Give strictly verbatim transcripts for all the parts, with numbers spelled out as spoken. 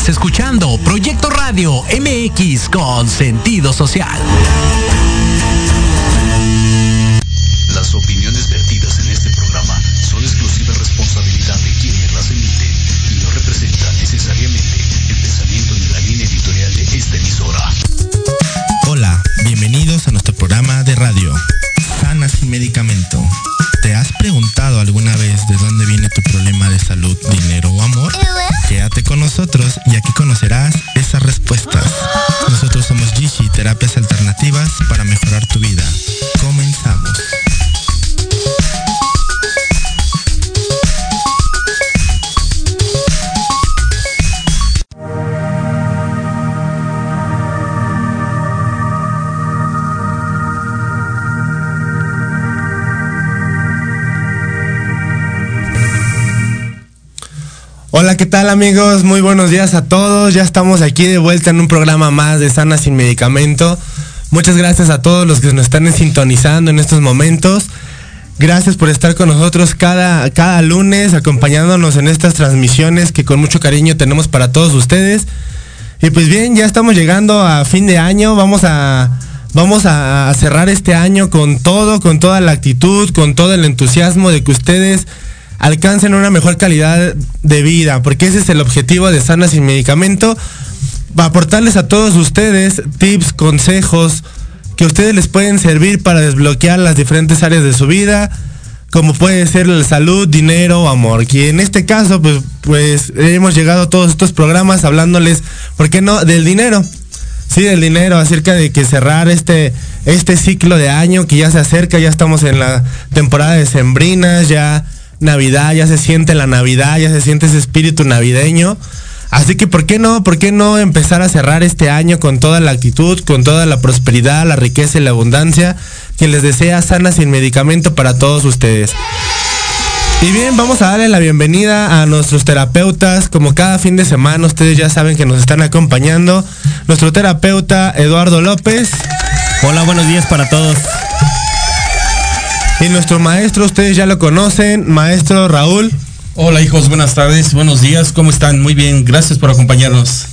Estás escuchando Proyecto Radio M X con sentido social. Las opiniones vertidas en este programa son exclusiva responsabilidad de quienes las emiten y no representan necesariamente el pensamiento ni la línea editorial de esta emisora. Hola, bienvenidos a nuestro programa de radio, Sana sin Medicamento. ¿Te has preguntado alguna vez de dónde viene tu problema de salud, dinero o amor? Quédate con nosotros y aquí conocerás esas respuestas. Nosotros somos Gishi, terapias alternativas para mejorar tu vida. Comenzamos. Hola, ¿qué tal amigos? Muy buenos días a todos. Ya estamos aquí de vuelta en un programa más de Sana sin Medicamento. Muchas gracias a todos los que nos están sintonizando en estos momentos. Gracias por estar con nosotros cada, cada lunes, acompañándonos en estas transmisiones que con mucho cariño tenemos para todos ustedes. Y pues bien, ya estamos llegando a fin de año. Vamos a, vamos a cerrar este año con todo, con toda la actitud, con todo el entusiasmo de que ustedes alcancen una mejor calidad de vida, porque ese es el objetivo de Sana sin Medicamento, aportarles a todos ustedes tips, consejos que a ustedes les pueden servir para desbloquear las diferentes áreas de su vida, como puede ser la salud, dinero o amor. Y en este caso, pues, pues hemos llegado a todos estos programas hablándoles, ¿por qué no?, del dinero. Sí, del dinero, acerca de que cerrar este, este ciclo de año que ya se acerca, ya estamos en la temporada decembrinas, ya Navidad, ya se siente la Navidad, ya se siente ese espíritu navideño. Así que ¿por qué no? ¿Por qué no empezar a cerrar este año con toda la actitud, con toda la prosperidad, la riqueza y la abundancia que les desea Sana sin Medicamento para todos ustedes? Y bien, vamos a darle la bienvenida a nuestros terapeutas. Como cada fin de semana, ustedes ya saben que nos están acompañando. Nuestro terapeuta Eduardo López. Hola, buenos días para todos. Y nuestro maestro, ustedes ya lo conocen, maestro Raúl. Hola hijos, buenas tardes, buenos días, ¿cómo están? Muy bien, gracias por acompañarnos.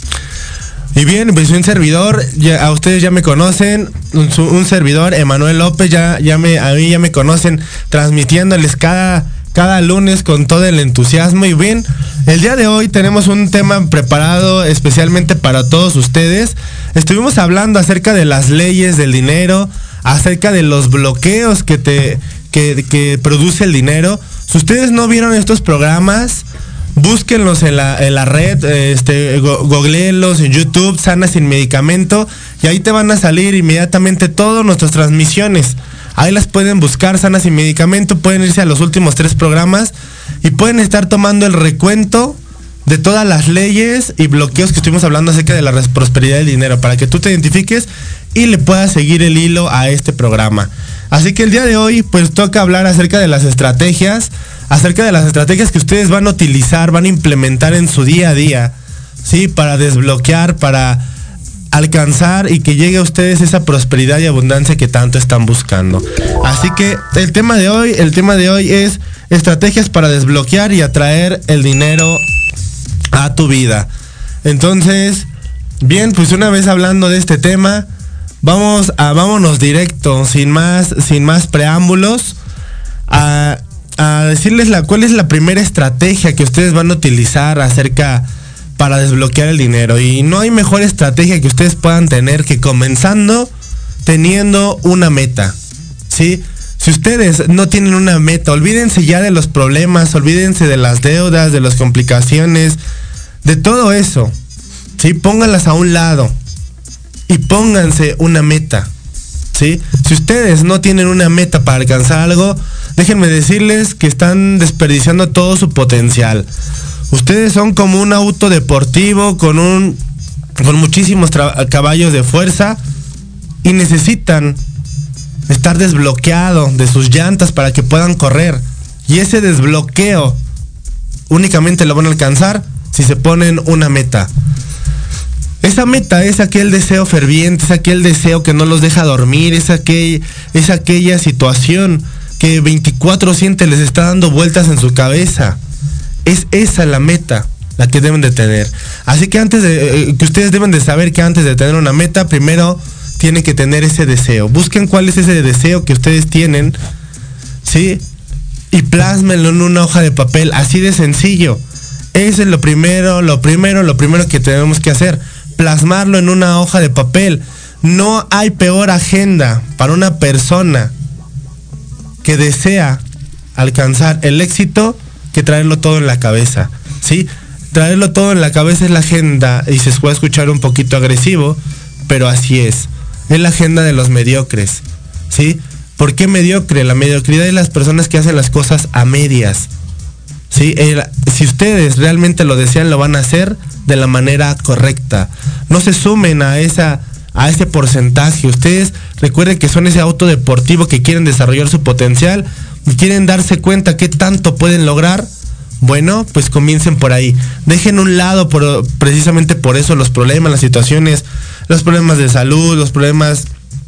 Y bien, pues un servidor, ya, a ustedes ya me conocen, un, un servidor, Emanuel López, ya, ya me, a mí ya me conocen, transmitiéndoles cada, cada lunes con todo el entusiasmo. Y bien, el día de hoy tenemos un tema preparado especialmente para todos ustedes. Estuvimos hablando acerca de las leyes del dinero, acerca de los bloqueos que te que, que produce el dinero. Si ustedes no vieron estos programas, búsquenlos en la, en la red, este, go, googleenlos en YouTube, Sana sin Medicamento, y ahí te van a salir inmediatamente todas nuestras transmisiones. Ahí las pueden buscar, Sana sin Medicamento, pueden irse a los últimos tres programas y pueden estar tomando el recuento de todas las leyes y bloqueos que estuvimos hablando acerca de la prosperidad del dinero, para que tú te identifiques y le puedas seguir el hilo a este programa. Así que el día de hoy pues toca hablar acerca de las estrategias, acerca de las estrategias que ustedes van a utilizar, van a implementar en su día a día, ¿sí? Para desbloquear, para alcanzar y que llegue a ustedes esa prosperidad y abundancia que tanto están buscando. Así que el tema de hoy, el tema de hoy es estrategias para desbloquear y atraer el dinero a tu vida. Entonces, bien, pues una vez hablando de este tema, vamos a vámonos directo, sin más, sin más preámbulos, a, a decirles la, cuál es la primera estrategia que ustedes van a utilizar acerca para desbloquear el dinero. Y no hay mejor estrategia que ustedes puedan tener que comenzando teniendo una meta, ¿sí? Si ustedes no tienen una meta, olvídense ya de los problemas, olvídense de las deudas, de las complicaciones, de todo eso, ¿sí? Pónganlas a un lado y pónganse una meta, ¿sí? Si ustedes no tienen una meta para alcanzar algo, déjenme decirles que están desperdiciando todo su potencial. Ustedes son como un auto deportivo con un con muchísimos caballos de fuerza y necesitan estar desbloqueado de sus llantas para que puedan correr. Y ese desbloqueo únicamente lo van a alcanzar si se ponen una meta. Esa meta es aquel deseo ferviente, es aquel deseo que no los deja dormir, es, aquel, es aquella situación que veinticuatro siete les está dando vueltas en su cabeza. Es esa la meta, la que deben de tener. Así que antes de, eh, que ustedes deben de saber que antes de tener una meta, primero tienen que tener ese deseo. Busquen cuál es ese deseo que ustedes tienen, ¿sí? Y plásmenlo en una hoja de papel, así de sencillo. Eso es lo primero, lo primero, lo primero que tenemos que hacer. Plasmarlo en una hoja de papel. No hay peor agenda para una persona que desea alcanzar el éxito que traerlo todo en la cabeza, ¿sí? Traerlo todo en la cabeza es la agenda, y se puede escuchar un poquito agresivo, pero así es. Es la agenda de los mediocres, ¿sí? ¿Por qué mediocre? La mediocridad es las personas que hacen las cosas a medias, ¿sí? El, si ustedes realmente lo desean, lo van a hacer de la manera correcta. No se sumen a esa a ese porcentaje. Ustedes recuerden que son ese auto deportivo que quieren desarrollar su potencial y quieren darse cuenta qué tanto pueden lograr. Bueno, pues comiencen por ahí. Dejen a un lado por, precisamente por eso los problemas, las situaciones, los problemas de salud, los problemas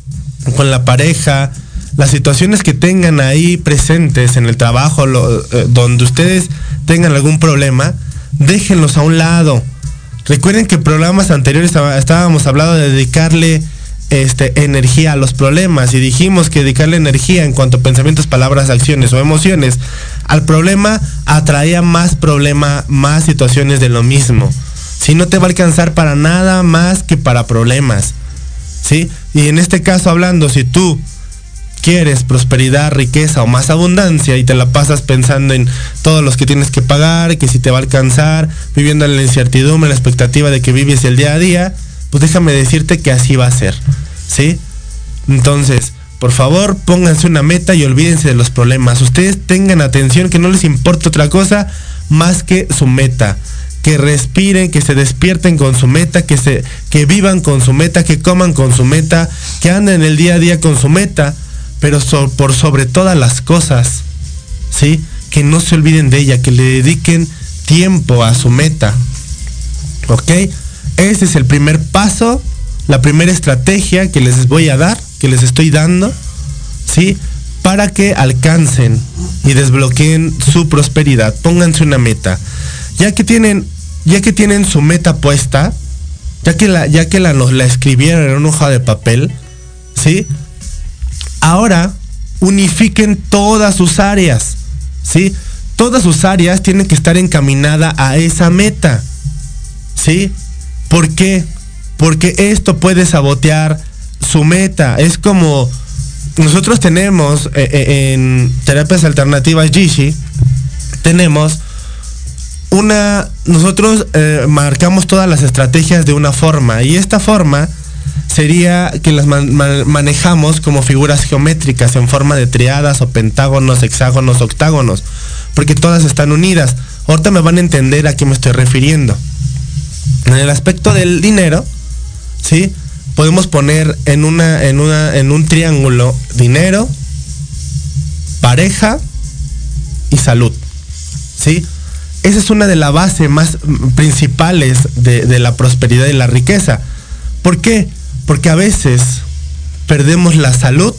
con la pareja, las situaciones que tengan ahí presentes en el trabajo, lo, eh, donde ustedes tengan algún problema, déjenlos a un lado. Recuerden que en programas anteriores estábamos hablando de dedicarle este, energía a los problemas, y dijimos que dedicarle energía en cuanto a pensamientos, palabras, acciones o emociones al problema atraía más problema, más situaciones de lo mismo. Si no te va a alcanzar para nada más que para problemas, ¿sí? Y en este caso hablando, si tú quieres prosperidad, riqueza o más abundancia y te la pasas pensando en todos los que tienes que pagar, que si te va a alcanzar, viviendo en la incertidumbre, la expectativa de que vives el día a día, pues déjame decirte que así va a ser, ¿sí? Entonces, por favor, pónganse una meta y olvídense de los problemas. Ustedes tengan atención, que no les importa otra cosa más que su meta. Que respiren, que se despierten con su meta, que se, que vivan con su meta, que coman con su meta, que anden el día a día con su meta, pero so, por sobre todas las cosas, ¿sí? Que no se olviden de ella, que le dediquen tiempo a su meta, ¿ok? Ese es el primer paso, la primera estrategia que les voy a dar, que les estoy dando, ¿sí? Para que alcancen y desbloqueen su prosperidad. Pónganse una meta. Ya que tienen, ya que tienen su meta puesta, ya que la, ya que la, la escribieron en una hoja de papel, ¿sí? Ahora unifiquen todas sus áreas, ¿sí? Todas sus áreas tienen que estar encaminadas a esa meta, ¿sí? ¿Por qué? Porque esto puede sabotear su meta. Es como nosotros tenemos eh, en terapias alternativas Jishi, tenemos una, nosotros eh, marcamos todas las estrategias de una forma, y esta forma sería que las man, man, manejamos como figuras geométricas en forma de triadas o pentágonos, hexágonos, octágonos, porque todas están unidas. Ahorita me van a entender a qué me estoy refiriendo. En el aspecto del dinero, ¿sí? Podemos poner en una, en una, en un triángulo dinero, pareja y salud, ¿sí? Esa es una de las bases más principales de, de la prosperidad y la riqueza. ¿Por qué? Porque a veces perdemos la salud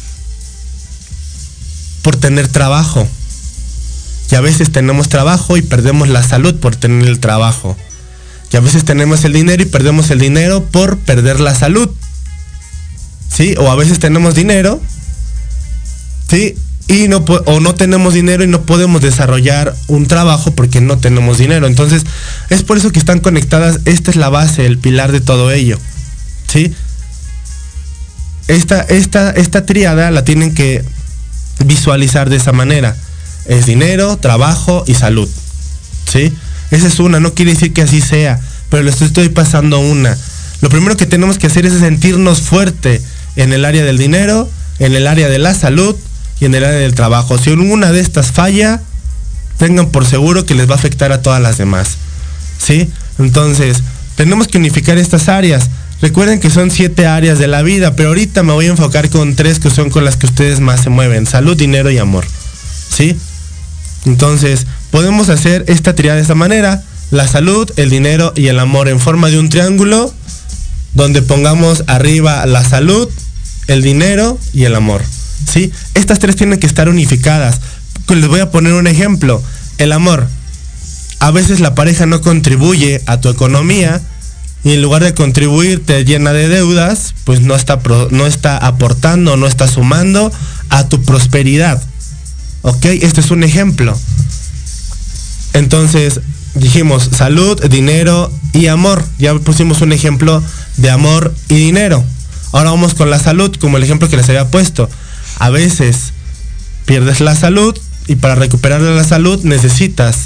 por tener trabajo. Y a veces tenemos trabajo y perdemos la salud por tener el trabajo. Y a veces tenemos el dinero y perdemos el dinero por perder la salud, ¿sí? O a veces tenemos dinero, ¿sí? Y no, o no tenemos dinero y no podemos desarrollar un trabajo porque no tenemos dinero. Entonces, es por eso que están conectadas. Esta es la base, el pilar de todo ello, ¿sí? Esta, esta, esta tríada la tienen que visualizar de esa manera. Es dinero, trabajo y salud, ¿sí? Esa es una, no quiere decir que así sea, pero les estoy pasando una. Lo primero que tenemos que hacer es sentirnos fuerte en el área del dinero, en el área de la salud y en el área del trabajo. Si una de estas falla, tengan por seguro que les va a afectar a todas las demás, ¿sí? Entonces, tenemos que unificar estas áreas. Recuerden que son siete áreas de la vida, pero ahorita me voy a enfocar con tres que son con las que ustedes más se mueven: salud, dinero y amor, ¿sí? Entonces, podemos hacer esta tríada de esta manera: la salud, el dinero y el amor, en forma de un triángulo donde pongamos arriba la salud, el dinero y el amor, ¿sí? Estas tres tienen que estar unificadas. Les voy a poner un ejemplo. El amor. a veces la pareja no contribuye a tu economía y en lugar de contribuir te llena de deudas, pues no está, pro, no está aportando, no está sumando a tu prosperidad. ¿Ok? Este es un ejemplo. Entonces, dijimos salud, dinero y amor. Ya pusimos un ejemplo de amor y dinero. Ahora vamos con la salud, como el ejemplo que les había puesto. A veces pierdes la salud y para recuperar la salud necesitas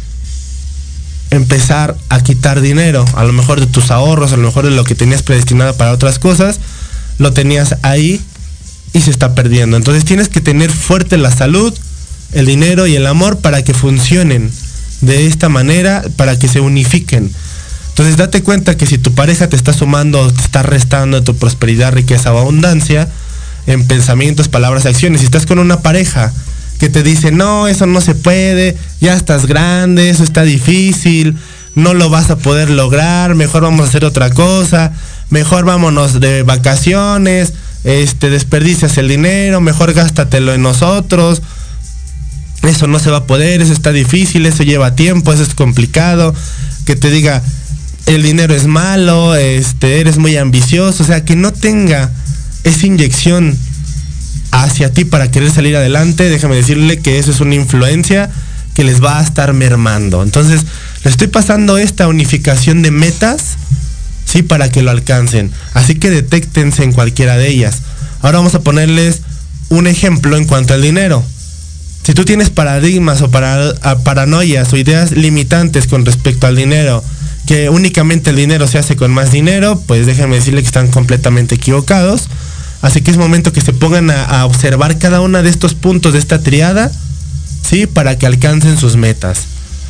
empezar a quitar dinero, a lo mejor de tus ahorros, a lo mejor de lo que tenías predestinado para otras cosas, lo tenías ahí y se está perdiendo. Entonces tienes que tener fuerte la salud, el dinero y el amor para que funcionen de esta manera, para que se unifiquen. Entonces date cuenta que si tu pareja te está sumando o te está restando de tu prosperidad, riqueza o abundancia, en pensamientos, palabras y acciones, si estás con una pareja que te dice, no, eso no se puede, ya estás grande, eso está difícil, no lo vas a poder lograr, mejor vamos a hacer otra cosa, mejor vámonos de vacaciones, este, desperdicias el dinero, mejor gástatelo en nosotros, eso no se va a poder, eso está difícil, eso lleva tiempo, eso es complicado, que te diga, el dinero es malo, este, eres muy ambicioso, o sea, que no tenga esa inyección hacia ti para querer salir adelante, déjame decirle que eso es una influencia que les va a estar mermando. Entonces, le estoy pasando esta unificación de metas, sí, para que lo alcancen. Así que detéctense en cualquiera de ellas. Ahora vamos a ponerles un ejemplo en cuanto al dinero. Si tú tienes paradigmas o para, paranoias o ideas limitantes con respecto al dinero, que únicamente el dinero se hace con más dinero, pues déjenme decirle que están completamente equivocados. Así que es momento que se pongan a, a observar cada uno de estos puntos de esta triada, ¿sí? Para que alcancen sus metas.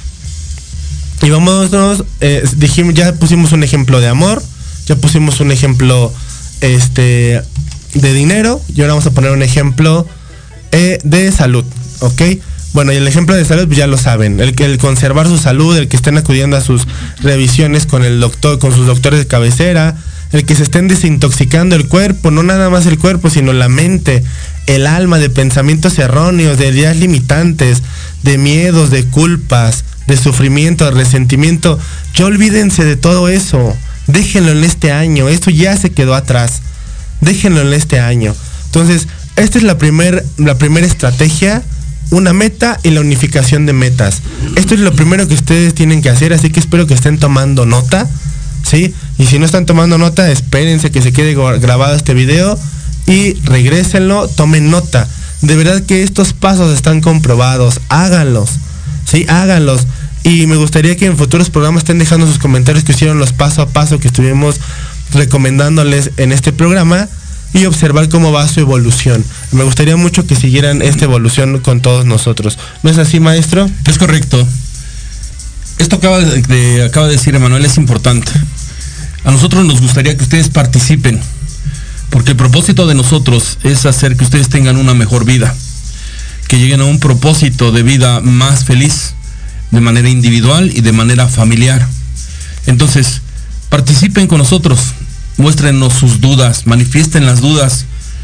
Y vámonos, eh, dijimos, ya pusimos un ejemplo de amor, ya pusimos un ejemplo este, de dinero, y ahora vamos a poner un ejemplo eh, de salud, ¿ok? Bueno, y el ejemplo de salud pues ya lo saben, el que el conservar su salud, el que estén acudiendo a sus revisiones con el doctor, con sus doctores de cabecera, el que se estén desintoxicando el cuerpo, no nada más el cuerpo, sino la mente, el alma, de pensamientos erróneos, de ideas limitantes, de miedos, de culpas, de sufrimiento, de resentimiento. Ya olvídense de todo eso, déjenlo en este año, esto ya se quedó atrás, déjenlo en este año. Entonces, esta es la primer, la primera estrategia, una meta y la unificación de metas. Esto es lo primero que ustedes tienen que hacer, así que espero que estén tomando nota, ¿sí? Y si no están tomando nota, espérense que se quede grabado este video y regrésenlo, tomen nota. De verdad que estos pasos están comprobados, háganlos, ¿sí? Háganlos. Y me gustaría que en futuros programas estén dejando sus comentarios que hicieron los paso a paso que estuvimos recomendándoles en este programa y observar cómo va su evolución. Me gustaría mucho que siguieran esta evolución con todos nosotros. ¿No es así, maestro? Es correcto. Esto acaba de, de, acaba de decir Emanuel, es importante. A nosotros nos gustaría que ustedes participen, porque el propósito de nosotros es hacer que ustedes tengan una mejor vida, que lleguen a un propósito de vida más feliz, de manera individual y de manera familiar. Entonces, participen con nosotros, muéstrenos sus dudas, manifiesten las dudas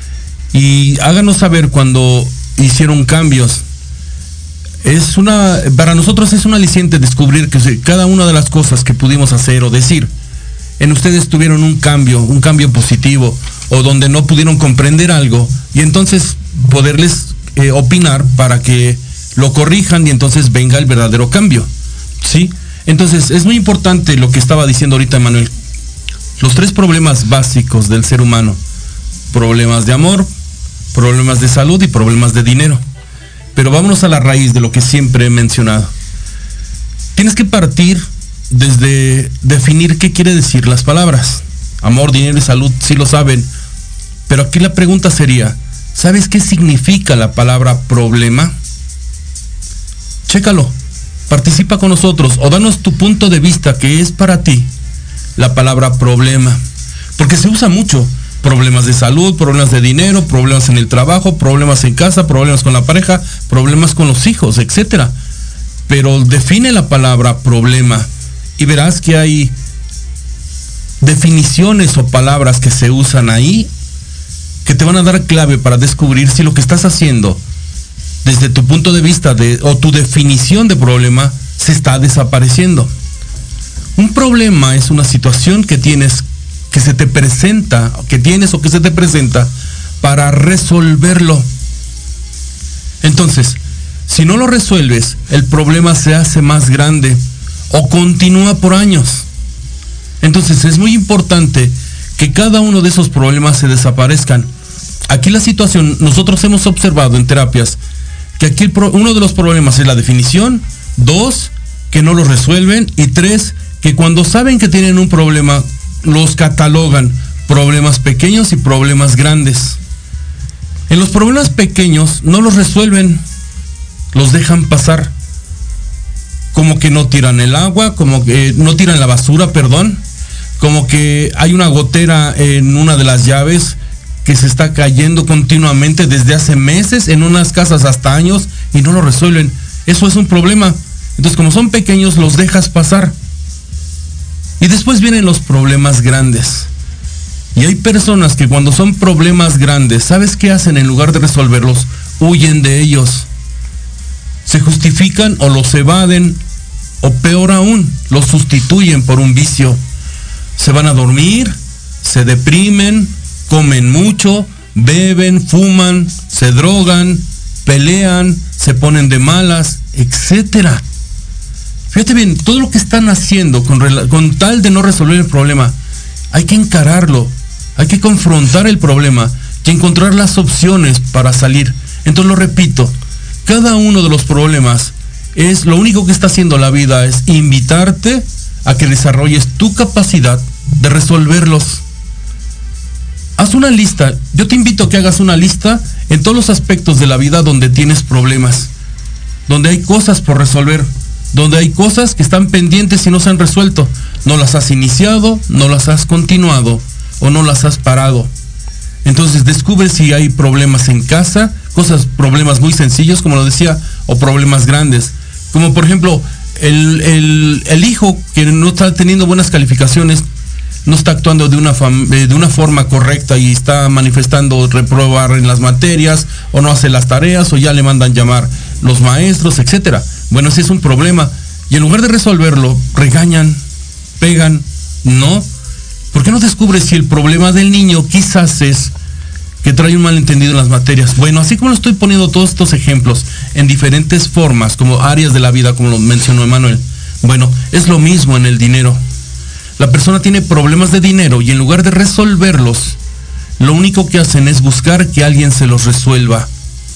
y háganos saber cuando hicieron cambios. Es una, para nosotros es un aliciente descubrir que cada una de las cosas que pudimos hacer o decir, en ustedes tuvieron un cambio, un cambio positivo, o donde no pudieron comprender algo, y entonces poderles eh, opinar para que lo corrijan y entonces venga el verdadero cambio, ¿sí? Entonces es muy importante lo que estaba diciendo ahorita Manuel. Los tres problemas básicos del ser humano: problemas de amor, problemas de salud y problemas de dinero. Pero vámonos a la raíz de lo que siempre he mencionado. Tienes que partir desde definir qué quiere decir las palabras. Amor, dinero y salud, sí lo saben. Pero aquí la pregunta sería, ¿sabes qué significa la palabra problema? Chécalo, participa con nosotros o danos tu punto de vista, que es para ti la palabra problema. Porque se usa mucho. Problemas de salud, problemas de dinero, problemas en el trabajo, problemas en casa, problemas con la pareja, problemas con los hijos, etcétera. Pero define la palabra problema y verás que hay definiciones o palabras que se usan ahí que te van a dar clave para descubrir si lo que estás haciendo desde tu punto de vista de, o tu definición de problema se está desapareciendo. Un problema es una situación que tienes, que se te presenta, que tienes o que se te presenta para resolverlo. Entonces, si no lo resuelves, el problema se hace más grande o continúa por años. Entonces es muy importante que cada uno de esos problemas se desaparezcan. Aquí la situación, nosotros hemos observado en terapias que aquí el pro, uno de los problemas es la definición, dos, que no lo resuelven, y tres, que cuando saben que tienen un problema, los catalogan problemas pequeños y problemas grandes. En los problemas pequeños no los resuelven, los dejan pasar. Como que no tiran el agua, como que no tiran la basura, perdón, como que hay una gotera en una de las llaves que se está cayendo continuamente desde hace meses, en unas casas hasta años, y no lo resuelven. Eso es un problema. Entonces, como son pequeños, los dejas pasar. Y después vienen los problemas grandes. Y hay personas que cuando son problemas grandes, ¿sabes qué hacen? En lugar de resolverlos, huyen de ellos. Se justifican o los evaden, o peor aún, los sustituyen por un vicio. Se van a dormir, se deprimen, comen mucho, beben, fuman, se drogan, pelean, se ponen de malas, etcétera. Fíjate bien, todo lo que están haciendo con, con tal de no resolver el problema, hay que encararlo, hay que confrontar el problema y encontrar las opciones para salir. Entonces lo repito, cada uno de los problemas es lo único que está haciendo la vida, es invitarte a que desarrolles tu capacidad de resolverlos. Haz una lista. Yo te invito a que hagas una lista en todos los aspectos de la vida donde tienes problemas, donde hay cosas por resolver, donde hay cosas que están pendientes y no se han resuelto. No las has iniciado, no las has continuado o no las has parado. Entonces descubre si hay problemas en casa, cosas, problemas muy sencillos, como lo decía, o problemas grandes. Como por ejemplo, el, el, el hijo que no está teniendo buenas calificaciones, no está actuando de una, fam- de una forma correcta y está manifestando reprobar en las materias, o no hace las tareas, o ya le mandan llamar los maestros, etcétera. Bueno, ese es un problema. Y en lugar de resolverlo, regañan, pegan, ¿no? ¿Por qué no descubres si el problema del niño quizás es que trae un malentendido en las materias? Bueno, así como lo estoy poniendo todos estos ejemplos en diferentes formas, como áreas de la vida, como lo mencionó Emanuel. Bueno, es lo mismo en el dinero. La persona tiene problemas de dinero y en lugar de resolverlos, lo único que hacen es buscar que alguien se los resuelva.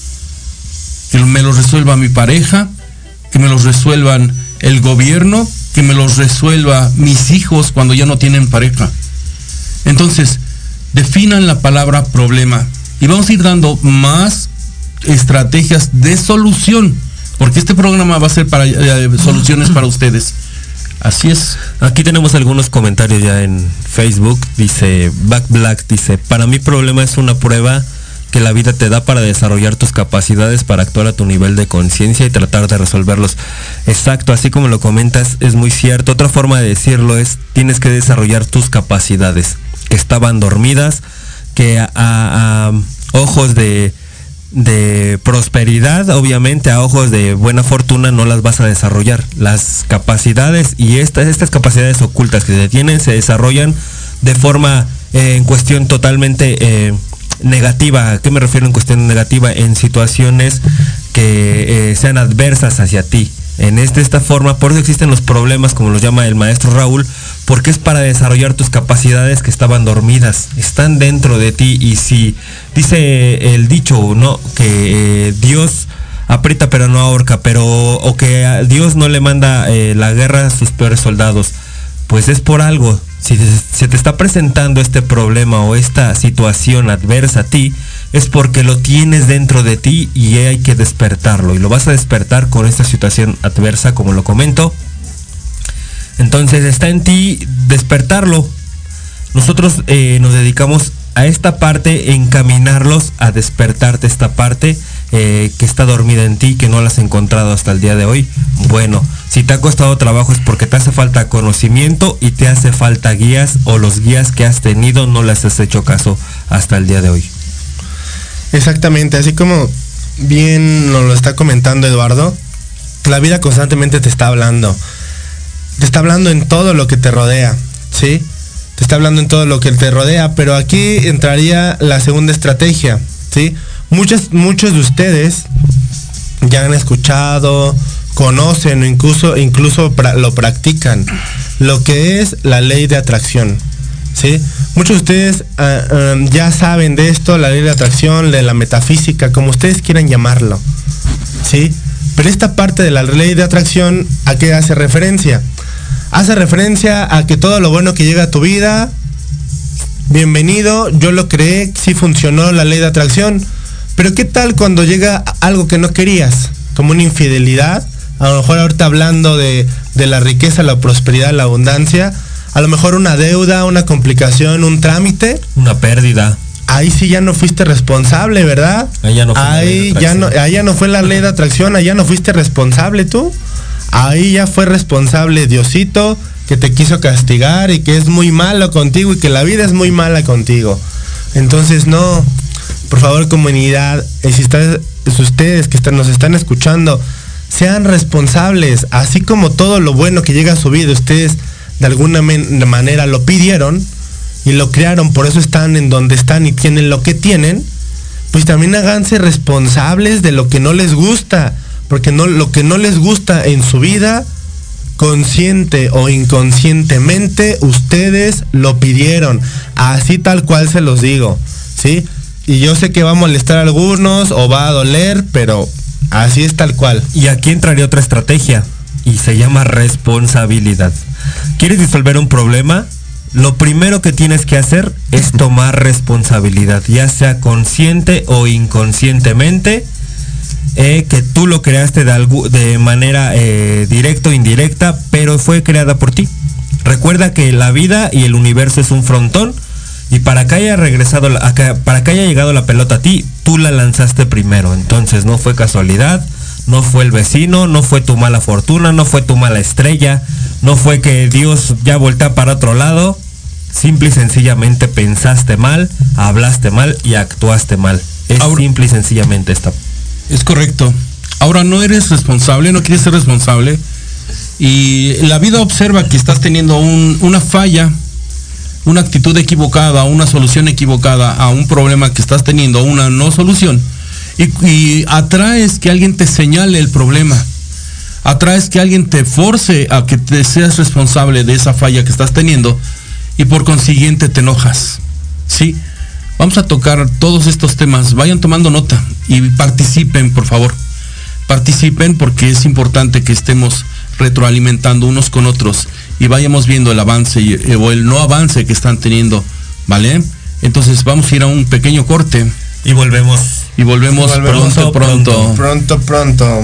Que me los resuelva mi pareja, que me los resuelvan el gobierno, que me los resuelva mis hijos cuando ya no tienen pareja. Entonces, definan la palabra problema y vamos a ir dando más estrategias de solución, porque este programa va a ser para eh, soluciones para ustedes. Así es. Aquí tenemos algunos comentarios ya en Facebook. Dice Back Black, dice, para mí problema es una prueba que la vida te da para desarrollar tus capacidades para actuar a tu nivel de conciencia y tratar de resolverlos. Exacto, así como lo comentas, es muy cierto. Otra forma de decirlo es, tienes que desarrollar tus capacidades que estaban dormidas, que a, a, a ojos de, de prosperidad, obviamente a ojos de buena fortuna no las vas a desarrollar. Las capacidades y estas, estas capacidades ocultas que se tienen se desarrollan de forma eh, en cuestión totalmente eh, negativa. ¿A qué me refiero en cuestión negativa? En situaciones que eh, sean adversas hacia ti. En este, esta forma, por eso existen los problemas, como los llama el maestro Raúl, porque es para desarrollar tus capacidades que estaban dormidas, están dentro de ti. Y si dice el dicho, ¿no?, que eh, Dios aprieta pero no ahorca, pero o que a Dios no le manda eh, la guerra a sus peores soldados, pues es por algo. Si se te está presentando este problema o esta situación adversa a ti, es porque lo tienes dentro de ti y hay que despertarlo. Y lo vas a despertar con esta situación adversa, como lo comento. Entonces está en ti despertarlo. Nosotros eh, nos dedicamos a esta parte, encaminarlos a despertarte esta parte eh, que está dormida en ti, que no la has encontrado hasta el día de hoy. Bueno, si te ha costado trabajo es porque te hace falta conocimiento y te hace falta guías, o los guías que has tenido no les has hecho caso hasta el día de hoy. Exactamente, así como bien nos lo está comentando Eduardo, la vida constantemente te está hablando. Te está hablando en todo lo que te rodea, ¿sí? Te está hablando en todo lo que te rodea, pero aquí entraría la segunda estrategia, ¿sí? Muchos, muchos de ustedes ya han escuchado, conocen o incluso, incluso pra, lo practican, lo que es la ley de atracción, ¿sí? Muchos de ustedes uh, um, ya saben de esto, la ley de atracción, de la metafísica, como ustedes quieran llamarlo, ¿sí? Pero esta parte de la ley de atracción, ¿a qué hace referencia? Hace referencia a que todo lo bueno que llega a tu vida, bienvenido, yo lo creé, sí funcionó la ley de atracción, pero ¿qué tal cuando llega algo que no querías? Como una infidelidad, a lo mejor ahorita hablando de, de la riqueza, la prosperidad, la abundancia, a lo mejor una deuda, una complicación, un trámite. Una pérdida. Ahí sí ya no fuiste responsable, ¿verdad? Ahí ya no fue ahí ya no, ahí ya no fue la ley de atracción, ahí ya no fuiste responsable tú. Ahí ya fue responsable Diosito, que te quiso castigar y que es muy malo contigo y que la vida es muy mala contigo. Entonces no, por favor comunidad, si, está, si ustedes que están, nos están escuchando, sean responsables, así como todo lo bueno que llega a su vida, ustedes de alguna men- manera lo pidieron y lo crearon, por eso están en donde están y tienen lo que tienen, pues también háganse responsables de lo que no les gusta. Porque no, lo que no les gusta en su vida, consciente o inconscientemente, ustedes lo pidieron. Así tal cual se los digo, ¿sí? Y yo sé que va a molestar a algunos o va a doler, pero así es tal cual. Y aquí entraría otra estrategia, y se llama responsabilidad. ¿Quieres disolver un problema? Lo primero que tienes que hacer es tomar responsabilidad, ya sea consciente o inconscientemente. Eh, que tú lo creaste de, algo, de manera eh, directa o indirecta, pero fue creada por ti. Recuerda que la vida y el universo es un frontón, y para que haya regresado, para que haya llegado la pelota a ti, tú la lanzaste primero. Entonces no fue casualidad, no fue el vecino, no fue tu mala fortuna, no fue tu mala estrella, no fue que Dios ya voltea para otro lado. Simple y sencillamente pensaste mal, hablaste mal y actuaste mal. Es Ahora, simple y sencillamente esta. Es correcto. Ahora no eres responsable, no quieres ser responsable, y la vida observa que estás teniendo un, una falla, una actitud equivocada, una solución equivocada a un problema que estás teniendo, una no solución, y, y atraes que alguien te señale el problema, atraes que alguien te force a que te seas responsable de esa falla que estás teniendo, y por consiguiente te enojas, ¿sí? Vamos a tocar todos estos temas, vayan tomando nota y participen, por favor. Participen porque es importante que estemos retroalimentando unos con otros y vayamos viendo el avance y, o el no avance que están teniendo, ¿vale? Entonces vamos a ir a un pequeño corte. Y volvemos. Y volvemos, y volvemos pronto, pronto. Pronto, pronto. pronto.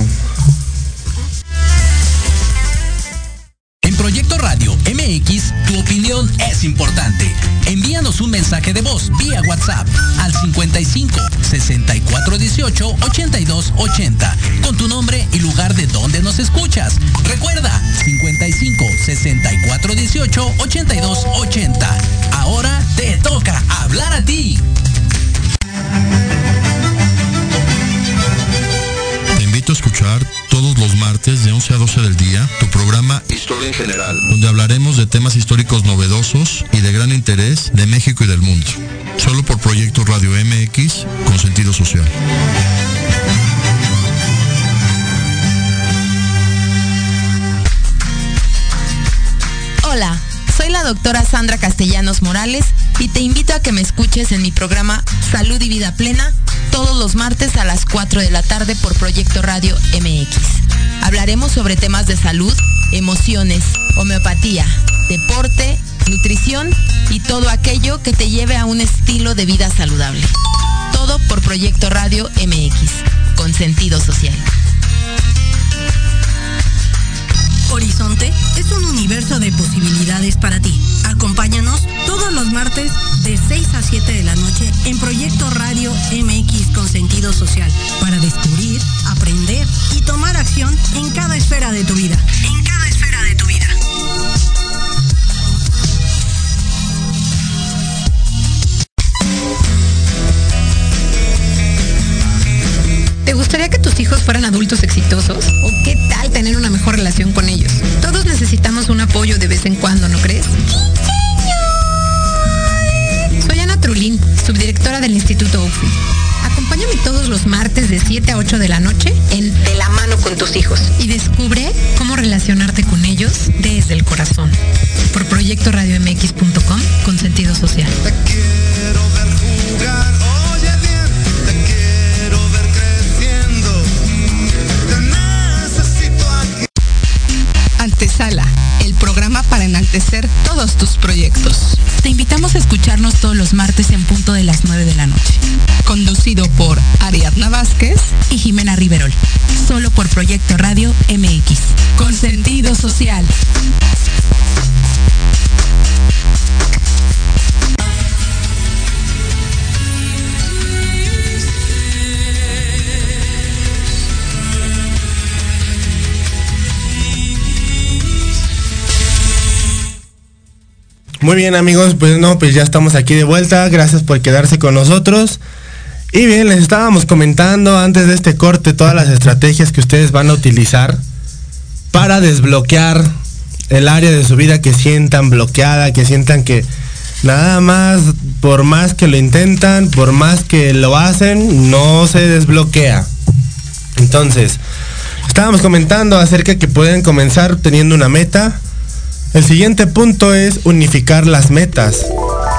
En Proyecto Radio M X, tu opinión es importante. Envíanos un mensaje de voz vía WhatsApp al cincuenta y cinco, sesenta y cuatro dieciocho, ochenta y dos ochenta con tu nombre y lugar de donde nos escuchas. Recuerda, cincuenta y cinco, sesenta y cuatro dieciocho, ochenta y dos ochenta. Ahora te toca hablar a ti. Te invito a escuchar todos los martes de once a doce del día tu programa Historia en General, donde hablaremos de temas históricos novedosos y de gran interés de México y del mundo. Solo por Proyecto Radio M X con sentido social. Hola, soy la doctora Sandra Castellanos Morales y te invito a que me escuches en mi programa Salud y Vida Plena todos los martes a las cuatro de la tarde por Proyecto Radio M X. Hablaremos sobre temas de salud, emociones, homeopatía, deporte, nutrición y todo aquello que te lleve a un estilo de vida saludable. Todo por Proyecto Radio M X, con sentido social. Horizonte es un universo de posibilidades para ti. Acompáñanos todos los martes de seis a siete de la noche en Proyecto Radio M X con sentido social para descubrir, aprender y tomar acción en cada esfera de tu vida. En cada esfera de tu vida. ¿Te gustaría que tus hijos fueran adultos exitosos? ¿O qué tal los martes de siete a ocho de la noche en De la mano con tus hijos. Y descubre cómo relacionarte con ellos desde el corazón. Por proyecto radio m x punto com con sentido social. Te quiero ver jugar, oye bien, te quiero ver creciendo. Te necesito aquí. Antesala, el programa para enaltecer todos tus proyectos. Te invitamos a escucharnos todos los martes en punto de las nueve de la noche. Conducido por Ariadna Vázquez y Jimena Riverol. Solo por Proyecto Radio M X. Con sentido social. Muy bien, amigos, pues no, pues ya estamos aquí de vuelta. Gracias por quedarse con nosotros. Y bien, les estábamos comentando antes de este corte todas las estrategias que ustedes van a utilizar para desbloquear el área de su vida que sientan bloqueada, que sientan que nada más, por más que lo intentan, por más que lo hacen, no se desbloquea. Entonces, estábamos comentando acerca de que pueden comenzar teniendo una meta. El siguiente punto es unificar las metas.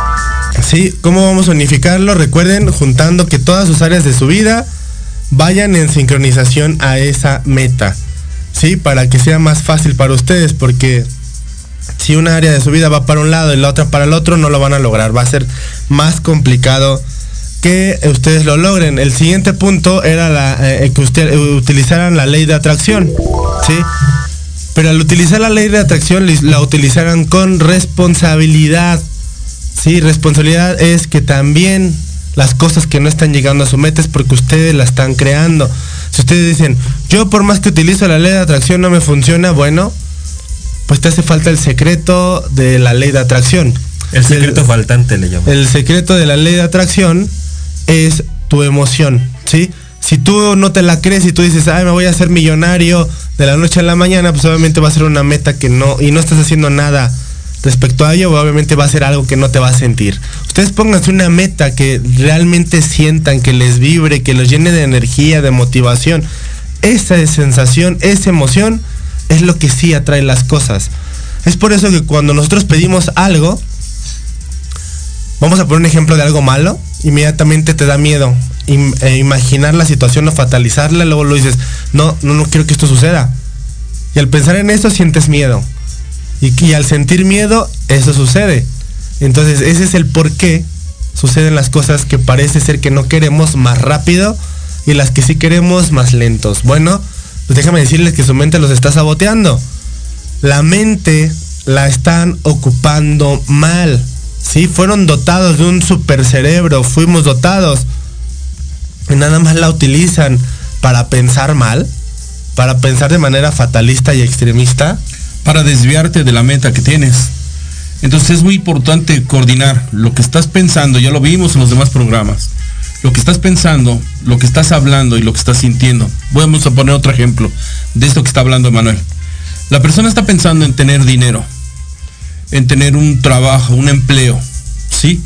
¿Sí? ¿Cómo vamos a unificarlo? Recuerden, juntando que todas sus áreas de su vida vayan en sincronización a esa meta. ¿Sí? Para que sea más fácil para ustedes, porque si una área de su vida va para un lado y la otra para el otro, no lo van a lograr. Va a ser más complicado que ustedes lo logren. El siguiente punto era la, eh, que ustedes utilizaran la ley de atracción. ¿Sí? Pero al utilizar la ley de atracción, la utilizaran con responsabilidad. Sí, responsabilidad es que también las cosas que no están llegando a su meta es porque ustedes la están creando. Si ustedes dicen, yo por más que utilizo la ley de atracción no me funciona, bueno, pues te hace falta el secreto de la ley de atracción. El secreto el, faltante le llamo. El secreto de la ley de atracción es tu emoción, ¿sí? Si tú no te la crees y tú dices, ay, me voy a hacer millonario de la noche a la mañana, pues obviamente va a ser una meta que no, y no estás haciendo nada respecto a ello, obviamente va a ser algo que no te va a sentir. Ustedes pónganse una meta que realmente sientan, que les vibre, que los llene de energía, de motivación. Esa sensación, esa emoción es lo que sí atrae las cosas. Es por eso que cuando nosotros pedimos algo, vamos a poner un ejemplo de algo malo, inmediatamente te da miedo imaginar la situación o fatalizarla, luego lo dices, no, no, no quiero que esto suceda. Y al pensar en eso sientes miedo. Y, y al sentir miedo, eso sucede. Entonces ese es el por qué suceden las cosas que parece ser que no queremos más rápido y las que sí queremos más lentos. Bueno, pues déjame decirles que su mente los está saboteando. La mente la están ocupando mal. Sí, fueron dotados de un super cerebro, fuimos dotados. Y nada más la utilizan para pensar mal, para pensar de manera fatalista y extremista. Para desviarte de la meta que tienes. Entonces es muy importante coordinar lo que estás pensando, ya lo vimos en los demás programas. Lo que estás pensando, lo que estás hablando y lo que estás sintiendo. Vamos a poner otro ejemplo de esto que está hablando Emanuel. La persona está pensando en tener dinero, en tener un trabajo, un empleo, ¿sí?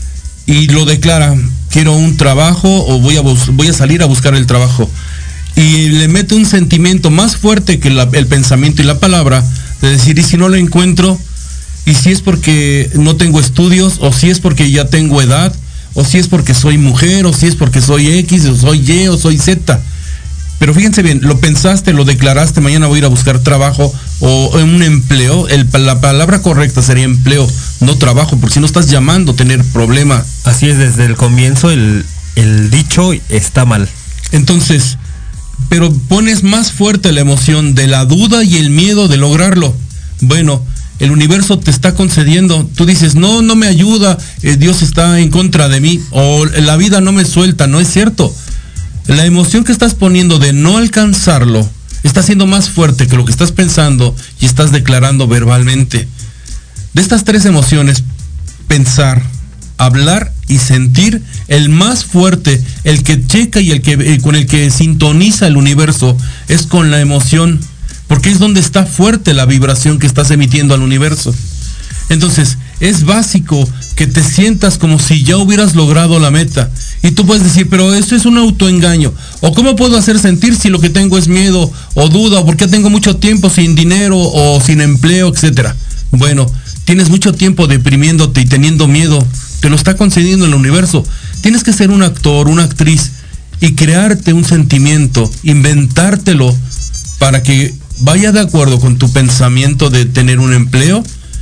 Y lo declara, quiero un trabajo o voy a, voy a salir a buscar el trabajo. Y le mete un sentimiento más fuerte que la, el pensamiento y la palabra, de decir, y si no lo encuentro, y si es porque no tengo estudios, o si es porque ya tengo edad, o si es porque soy mujer, o si es porque soy X, o soy Y, o soy Z. Pero fíjense bien, lo pensaste, lo declaraste, mañana voy a ir a buscar trabajo o un empleo. El, la palabra correcta sería empleo, no trabajo, porque si no estás llamando a tener problema. Así es, desde el comienzo el, el dicho está mal. Entonces, pero pones más fuerte la emoción de la duda y el miedo de lograrlo. Bueno, el universo te está concediendo, tú dices, no, no me ayuda, eh, Dios está en contra de mí, o la vida no me suelta. No es cierto. La emoción que estás poniendo de no alcanzarlo está siendo más fuerte que lo que estás pensando y estás declarando verbalmente. De estas tres emociones, pensar, hablar y sentir, el más fuerte, el que checa y el que eh, con el que sintoniza el universo es con la emoción, porque es donde está fuerte la vibración que estás emitiendo al universo. Entonces, es básico que te sientas como si ya hubieras logrado la meta. Y tú puedes decir, pero eso es un autoengaño. ¿O cómo puedo hacer sentir si lo que tengo es miedo o duda? ¿O por qué tengo mucho tiempo sin dinero o sin empleo, etcétera? Bueno, tienes mucho tiempo deprimiéndote y teniendo miedo. Te lo está concediendo el universo. Tienes que ser un actor, una actriz y crearte un sentimiento, inventártelo para que vaya de acuerdo con tu pensamiento de tener un empleo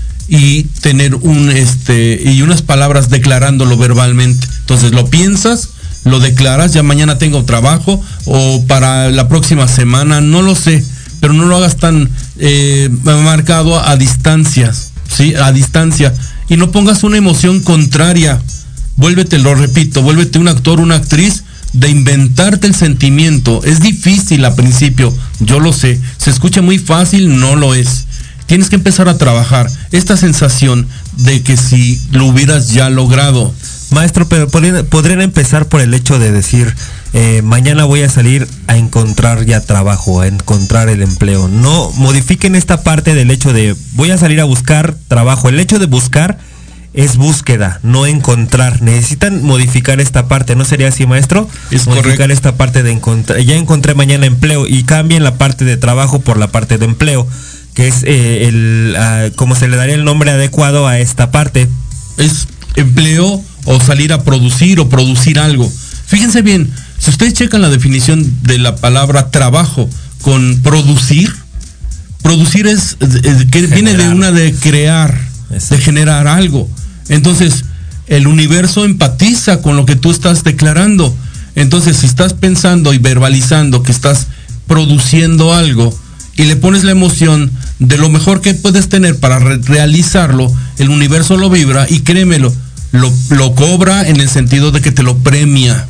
y tener un este y unas palabras declarándolo verbalmente. Entonces lo piensas, lo declaras, ya mañana tengo trabajo o para la próxima semana, no lo sé, pero no lo hagas tan eh, marcado a, a distancias, ¿sí? A distancia, y no pongas una emoción contraria. Vuélvete, lo repito, vuélvete un actor, una actriz de inventarte el sentimiento. Es difícil al principio, yo lo sé, se escucha muy fácil, no lo es. Tienes que empezar a trabajar esta sensación de que si lo hubieras ya logrado. Maestro, pero podrían, podrían empezar por el hecho de decir, eh, mañana voy a salir a encontrar ya trabajo, a encontrar el empleo. No modifiquen esta parte del hecho de voy a salir a buscar trabajo. El hecho de buscar es búsqueda, no encontrar. Necesitan modificar esta parte, ¿no sería así, maestro? Es modificar correcto. esta parte de encontrar. Ya encontré mañana empleo y cambien la parte de trabajo por la parte de empleo, que es eh, el uh, como se le daría el nombre adecuado a esta parte. Es empleo o salir a producir o producir algo. Fíjense bien, si ustedes checan la definición de la palabra trabajo con producir, producir es, es que viene de una de crear, Exacto. de generar algo. Entonces, el universo empatiza con lo que tú estás declarando. Entonces, si estás pensando y verbalizando que estás produciendo algo y le pones la emoción de lo mejor que puedes tener para re- realizarlo, el universo lo vibra y créemelo, lo, lo cobra en el sentido de que te lo premia.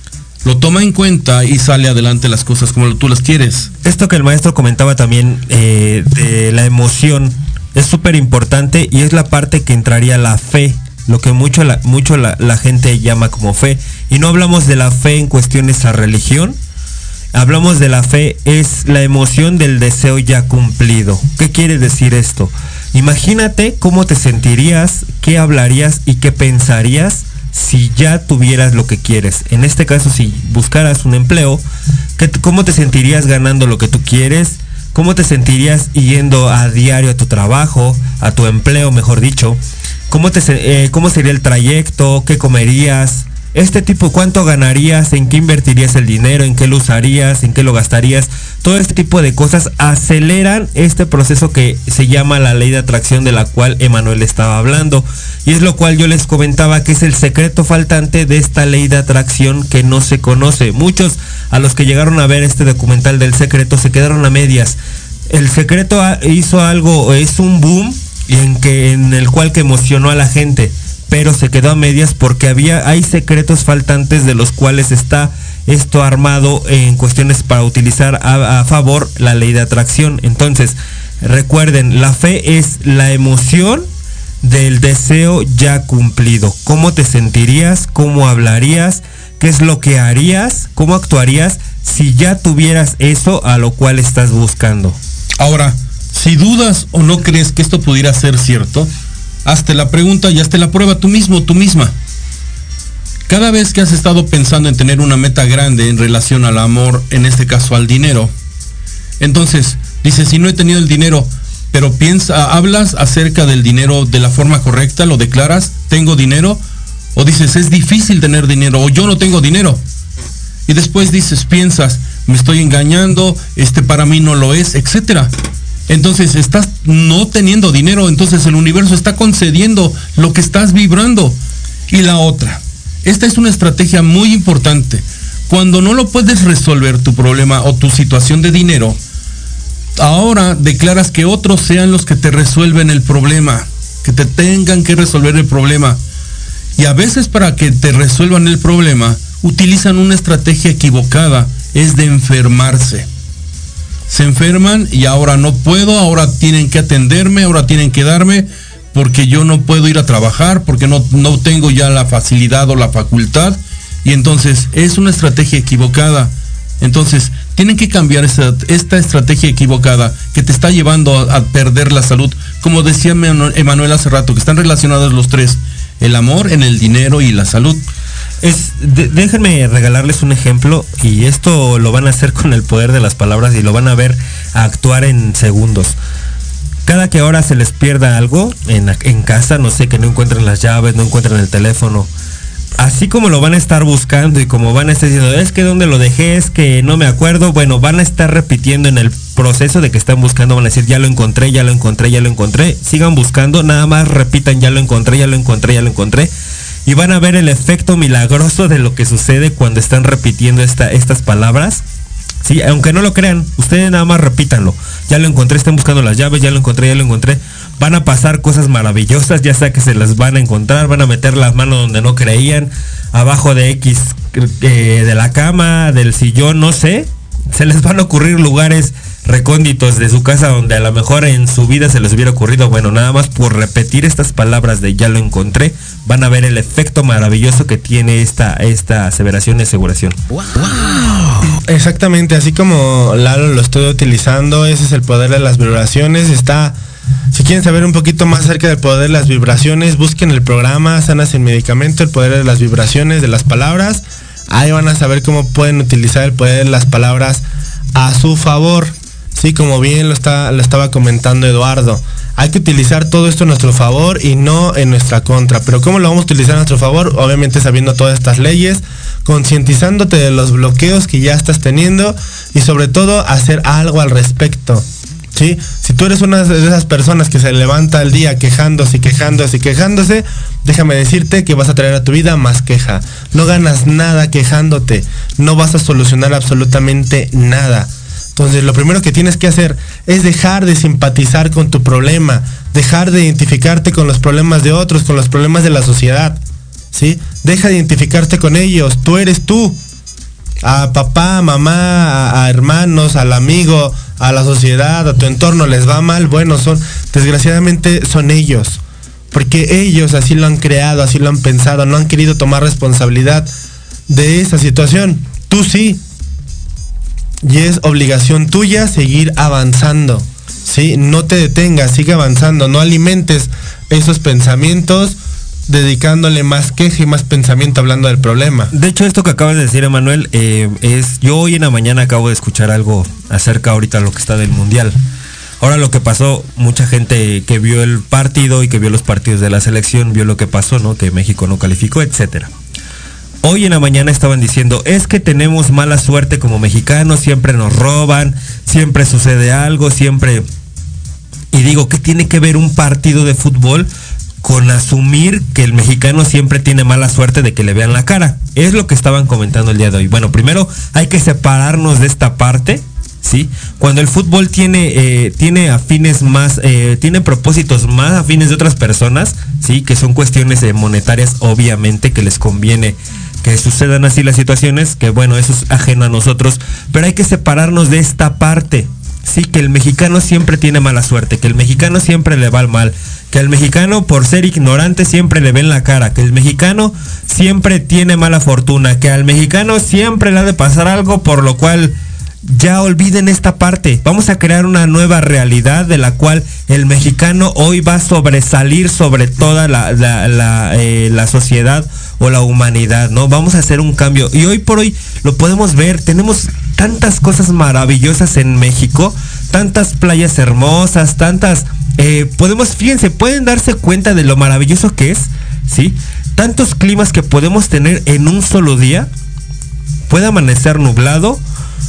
Lo toma en cuenta y sale adelante las cosas como tú las quieres. Esto que el maestro comentaba también eh, de la emoción es súper importante y es la parte que entraría la fe, lo que mucho, la, mucho la, la gente llama como fe. Y no hablamos de la fe en cuestiones a religión, hablamos de la fe, es la emoción del deseo ya cumplido. ¿Qué quiere decir esto? Imagínate cómo te sentirías, qué hablarías y qué pensarías si ya tuvieras lo que quieres. En este caso, si buscaras un empleo, ¿qué, ¿cómo te sentirías ganando lo que tú quieres? ¿Cómo te sentirías yendo a diario a tu trabajo, a tu empleo, mejor dicho? ¿Cómo, te, eh, cómo sería el trayecto? ¿Qué comerías? Este tipo, ¿cuánto ganarías? ¿En qué invertirías el dinero? ¿En qué lo usarías? ¿En qué lo gastarías? Todo este tipo de cosas aceleran este proceso que se llama la ley de atracción, de la cual Emanuel estaba hablando. Y es lo cual yo les comentaba que es el secreto faltante de esta ley de atracción que no se conoce. Muchos a los que llegaron a ver este documental del secreto se quedaron a medias. El secreto hizo algo, es un boom en, que, en el cual que emocionó a la gente, pero se quedó a medias porque había, hay secretos faltantes de los cuales está esto armado en cuestiones para utilizar a, a favor la ley de atracción. Entonces, recuerden, la fe es la emoción del deseo ya cumplido. ¿Cómo te sentirías? ¿Cómo hablarías? ¿Qué es lo que harías? ¿Cómo actuarías si ya tuvieras eso a lo cual estás buscando? Ahora, si dudas o no crees que esto pudiera ser cierto, hazte la pregunta y hazte la prueba tú mismo, tú misma. Cada vez que has estado pensando en tener una meta grande en relación al amor, en este caso al dinero, entonces dices, si no he tenido el dinero, pero piensa, hablas acerca del dinero de la forma correcta, lo declaras, tengo dinero, o dices, es difícil tener dinero, o yo no tengo dinero. Y después dices, piensas, me estoy engañando, este para mí no lo es, etcétera. Entonces estás no teniendo dinero, entonces el universo está concediendo lo que estás vibrando. Y la otra, esta es una estrategia muy importante. Cuando no lo puedes resolver tu problema o tu situación de dinero, ahora declaras que otros sean los que te resuelven el problema, que te tengan que resolver el problema. Y a veces para que te resuelvan el problema, utilizan una estrategia equivocada, es de enfermarse. Se enferman y ahora no puedo, ahora tienen que atenderme, ahora tienen que darme, porque yo no puedo ir a trabajar, porque no, no tengo ya la facilidad o la facultad, y entonces es una estrategia equivocada. Entonces tienen que cambiar esta, esta estrategia equivocada que te está llevando a, a perder la salud. Como decía Emanuel hace rato, que están relacionados los tres, el amor, en el dinero y la salud. Es, de, déjenme regalarles un ejemplo, y esto lo van a hacer con el poder de las palabras y lo van a ver a actuar en segundos. Cada que ahora se les pierda algo en, en casa, no sé, que no encuentren las llaves, no encuentren el teléfono, así como lo van a estar buscando y como van a estar diciendo, es que dónde lo dejé, es que no me acuerdo, bueno, van a estar repitiendo en el proceso de que están buscando, van a decir, ya lo encontré, ya lo encontré, ya lo encontré, sigan buscando, nada más repitan, ya lo encontré, ya lo encontré, ya lo encontré, y van a ver el efecto milagroso de lo que sucede cuando están repitiendo esta, estas palabras. Sí, aunque no lo crean, ustedes nada más repítanlo. Ya lo encontré, están buscando las llaves, ya lo encontré, ya lo encontré. Van a pasar cosas maravillosas, ya sea que se las van a encontrar, van a meter las manos donde no creían, abajo de X, eh, de la cama, del sillón, no sé. Se les van a ocurrir lugares recónditos de su casa donde a lo mejor en su vida se les hubiera ocurrido. Bueno, nada más por repetir estas palabras de ya lo encontré, van a ver el efecto maravilloso que tiene esta, esta aseveración y aseguración. Wow. Exactamente, así como Lalo lo estoy utilizando, ese es el poder de las vibraciones. Está, si quieren saber un poquito más acerca del poder de las vibraciones, busquen el programa Sanas sin Medicamento, el poder de las vibraciones, de las palabras. Ahí van a saber cómo pueden utilizar el poder de las palabras a su favor. Sí, como bien lo, está, lo estaba comentando Eduardo. Hay que utilizar todo esto a nuestro favor y no en nuestra contra. Pero ¿cómo lo vamos a utilizar a nuestro favor? Obviamente sabiendo todas estas leyes, concientizándote de los bloqueos que ya estás teniendo y sobre todo hacer algo al respecto. ¿Sí? Si tú eres una de esas personas que se levanta el día quejándose y quejándose y quejándose, déjame decirte que vas a traer a tu vida más queja. No ganas nada quejándote, no vas a solucionar absolutamente nada. Entonces lo primero que tienes que hacer es dejar de simpatizar con tu problema, dejar de identificarte con los problemas de otros, con los problemas de la sociedad, ¿sí? Deja de identificarte con ellos, tú eres tú. A papá, a mamá, a, a hermanos, al amigo, a la sociedad, a tu entorno les va mal, bueno, son, desgraciadamente son ellos. Porque ellos así lo han creado, así lo han pensado, no han querido tomar responsabilidad de esa situación. Tú sí. Y es obligación tuya seguir avanzando, ¿sí? No te detengas, sigue avanzando, no alimentes esos pensamientos dedicándole más queja y más pensamiento hablando del problema. De hecho, esto que acabas de decir, Emanuel, eh, es, yo hoy en la mañana acabo de escuchar algo acerca ahorita de lo que está del Mundial. Ahora lo que pasó, mucha gente que vio el partido y que vio los partidos de la selección, vio lo que pasó, ¿no? Que México no calificó, etcétera. Hoy en la mañana estaban diciendo, es que tenemos mala suerte como mexicanos, siempre nos roban, siempre sucede algo, siempre... Y digo, ¿qué tiene que ver un partido de fútbol con asumir que el mexicano siempre tiene mala suerte de que le vean la cara? Es lo que estaban comentando el día de hoy. Bueno, primero hay que separarnos de esta parte, ¿sí? Cuando el fútbol tiene, eh, tiene afines más, eh, tiene propósitos más afines de otras personas, ¿sí? Que son cuestiones eh, monetarias, obviamente, que les conviene que sucedan así las situaciones, que bueno, eso es ajeno a nosotros, pero hay que separarnos de esta parte, sí, que el mexicano siempre tiene mala suerte, que el mexicano siempre le va al mal, que el mexicano por ser ignorante siempre le ven la cara, que el mexicano siempre tiene mala fortuna, que al mexicano siempre le ha de pasar algo, por lo cual ya olviden esta parte. Vamos a crear una nueva realidad de la cual el mexicano hoy va a sobresalir sobre toda la, la, la, eh, la sociedad o la humanidad, ¿no? Vamos a hacer un cambio y hoy por hoy lo podemos ver. Tenemos tantas cosas maravillosas en México, tantas playas hermosas, tantas, eh, podemos, fíjense, pueden darse cuenta de lo maravilloso que es, ¿sí? Tantos climas que podemos tener en un solo día. Puede amanecer nublado,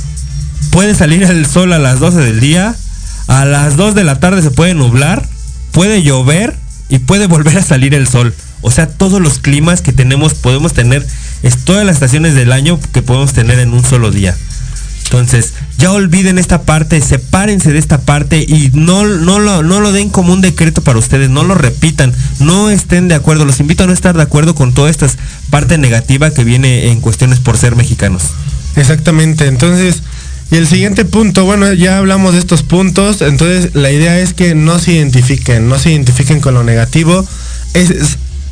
puede salir el sol a las doce del día, a las dos de la tarde se puede nublar, puede llover y puede volver a salir el sol. O sea, todos los climas que tenemos, podemos tener, es todas las estaciones del año que podemos tener en un solo día. Entonces, ya olviden esta parte, sepárense de esta parte y no, no, lo, no lo den como un decreto para ustedes, no lo repitan, no estén de acuerdo. Los invito a no estar de acuerdo con toda esta parte negativa que viene en cuestiones por ser mexicanos. Exactamente, entonces... Y el siguiente punto, bueno, ya hablamos de estos puntos, entonces la idea es que no se identifiquen, no se identifiquen con lo negativo. Es, es,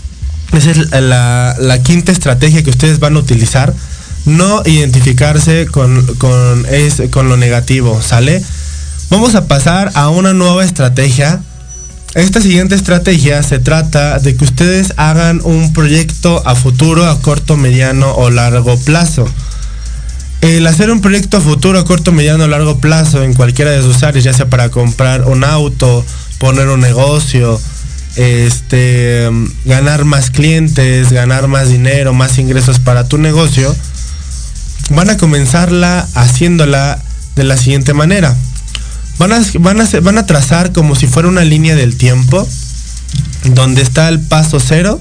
esa es la, la quinta estrategia que ustedes van a utilizar, no identificarse con, con, es, con lo negativo, ¿sale? Vamos a pasar a una nueva estrategia esta siguiente estrategia se trata de que ustedes hagan un proyecto a futuro, a corto, mediano o largo plazo. El hacer un proyecto a futuro, a corto, mediano o largo plazo en cualquiera de sus áreas, ya sea para comprar un auto, poner un negocio, este, ganar más clientes, ganar más dinero, más ingresos para tu negocio, van a comenzarla haciéndola de la siguiente manera. Van a, van a, van a trazar como si fuera una línea del tiempo, donde está el paso cero,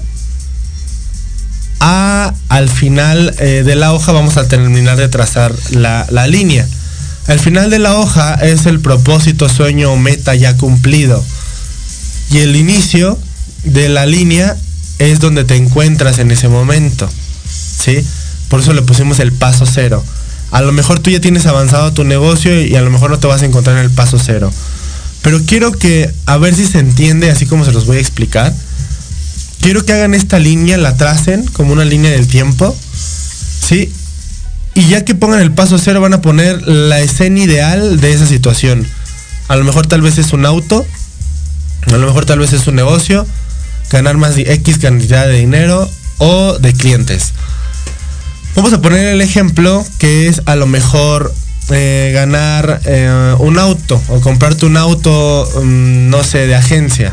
a, al final eh, de la hoja vamos a terminar de trazar la, la línea. Al final de la hoja es el propósito, sueño o meta ya cumplido. Y el inicio de la línea es donde te encuentras en ese momento, ¿sí? Por eso le pusimos el paso cero. A lo mejor tú ya tienes avanzado tu negocio y a lo mejor no te vas a encontrar en el paso cero. Pero quiero que, a ver si se entiende así como se los voy a explicar. Quiero que hagan esta línea, la tracen como una línea del tiempo, ¿sí? Y ya que pongan el paso cero van a poner la escena ideal de esa situación. A lo mejor tal vez es un auto, a lo mejor tal vez es un negocio, ganar más de X cantidad de dinero o de clientes. Vamos a poner el ejemplo que es a lo mejor eh, ganar eh, un auto o comprarte un auto, um, no sé, de agencia.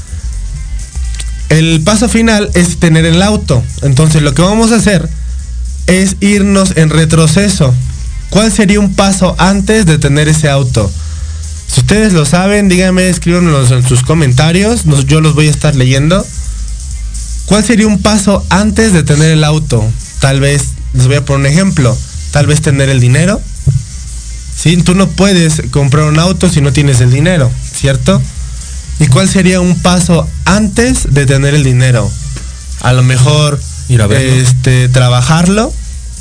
El paso final es tener el auto. Entonces lo que vamos a hacer es irnos en retroceso. ¿Cuál sería un paso antes de tener ese auto? Si ustedes lo saben, díganme, escríbanlos en sus comentarios, nos, yo los voy a estar leyendo. ¿Cuál sería un paso antes de tener el auto? Tal vez, les voy a poner un ejemplo, tal vez tener el dinero. ¿Sí? Tú no puedes comprar un auto si no tienes el dinero, ¿cierto? ¿Y cuál sería un paso antes de tener el dinero? A lo mejor ir a verlo, este, trabajarlo,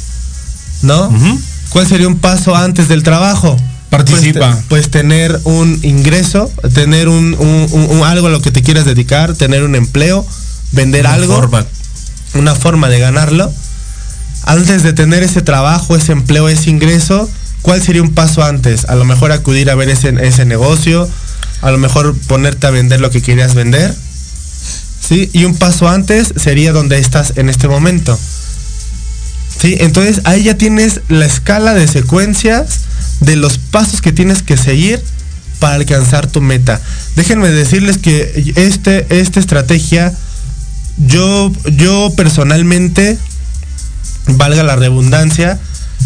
¿no? Uh-huh. ¿Cuál sería un paso antes del trabajo? Participa. Pues, pues tener un ingreso, tener un, un, un, un algo a lo que te quieras dedicar, tener un empleo, vender una algo, forma. una forma de ganarlo. Antes de tener ese trabajo, ese empleo, ese ingreso, ¿cuál sería un paso antes? A lo mejor acudir a ver ese, ese negocio, a lo mejor ponerte a vender lo que querías vender, ¿sí? Y un paso antes sería donde estás en este momento, ¿sí? Entonces ahí ya tienes la escala de secuencias de los pasos que tienes que seguir para alcanzar tu meta. Déjenme decirles que este, esta estrategia, yo, yo personalmente, valga la redundancia,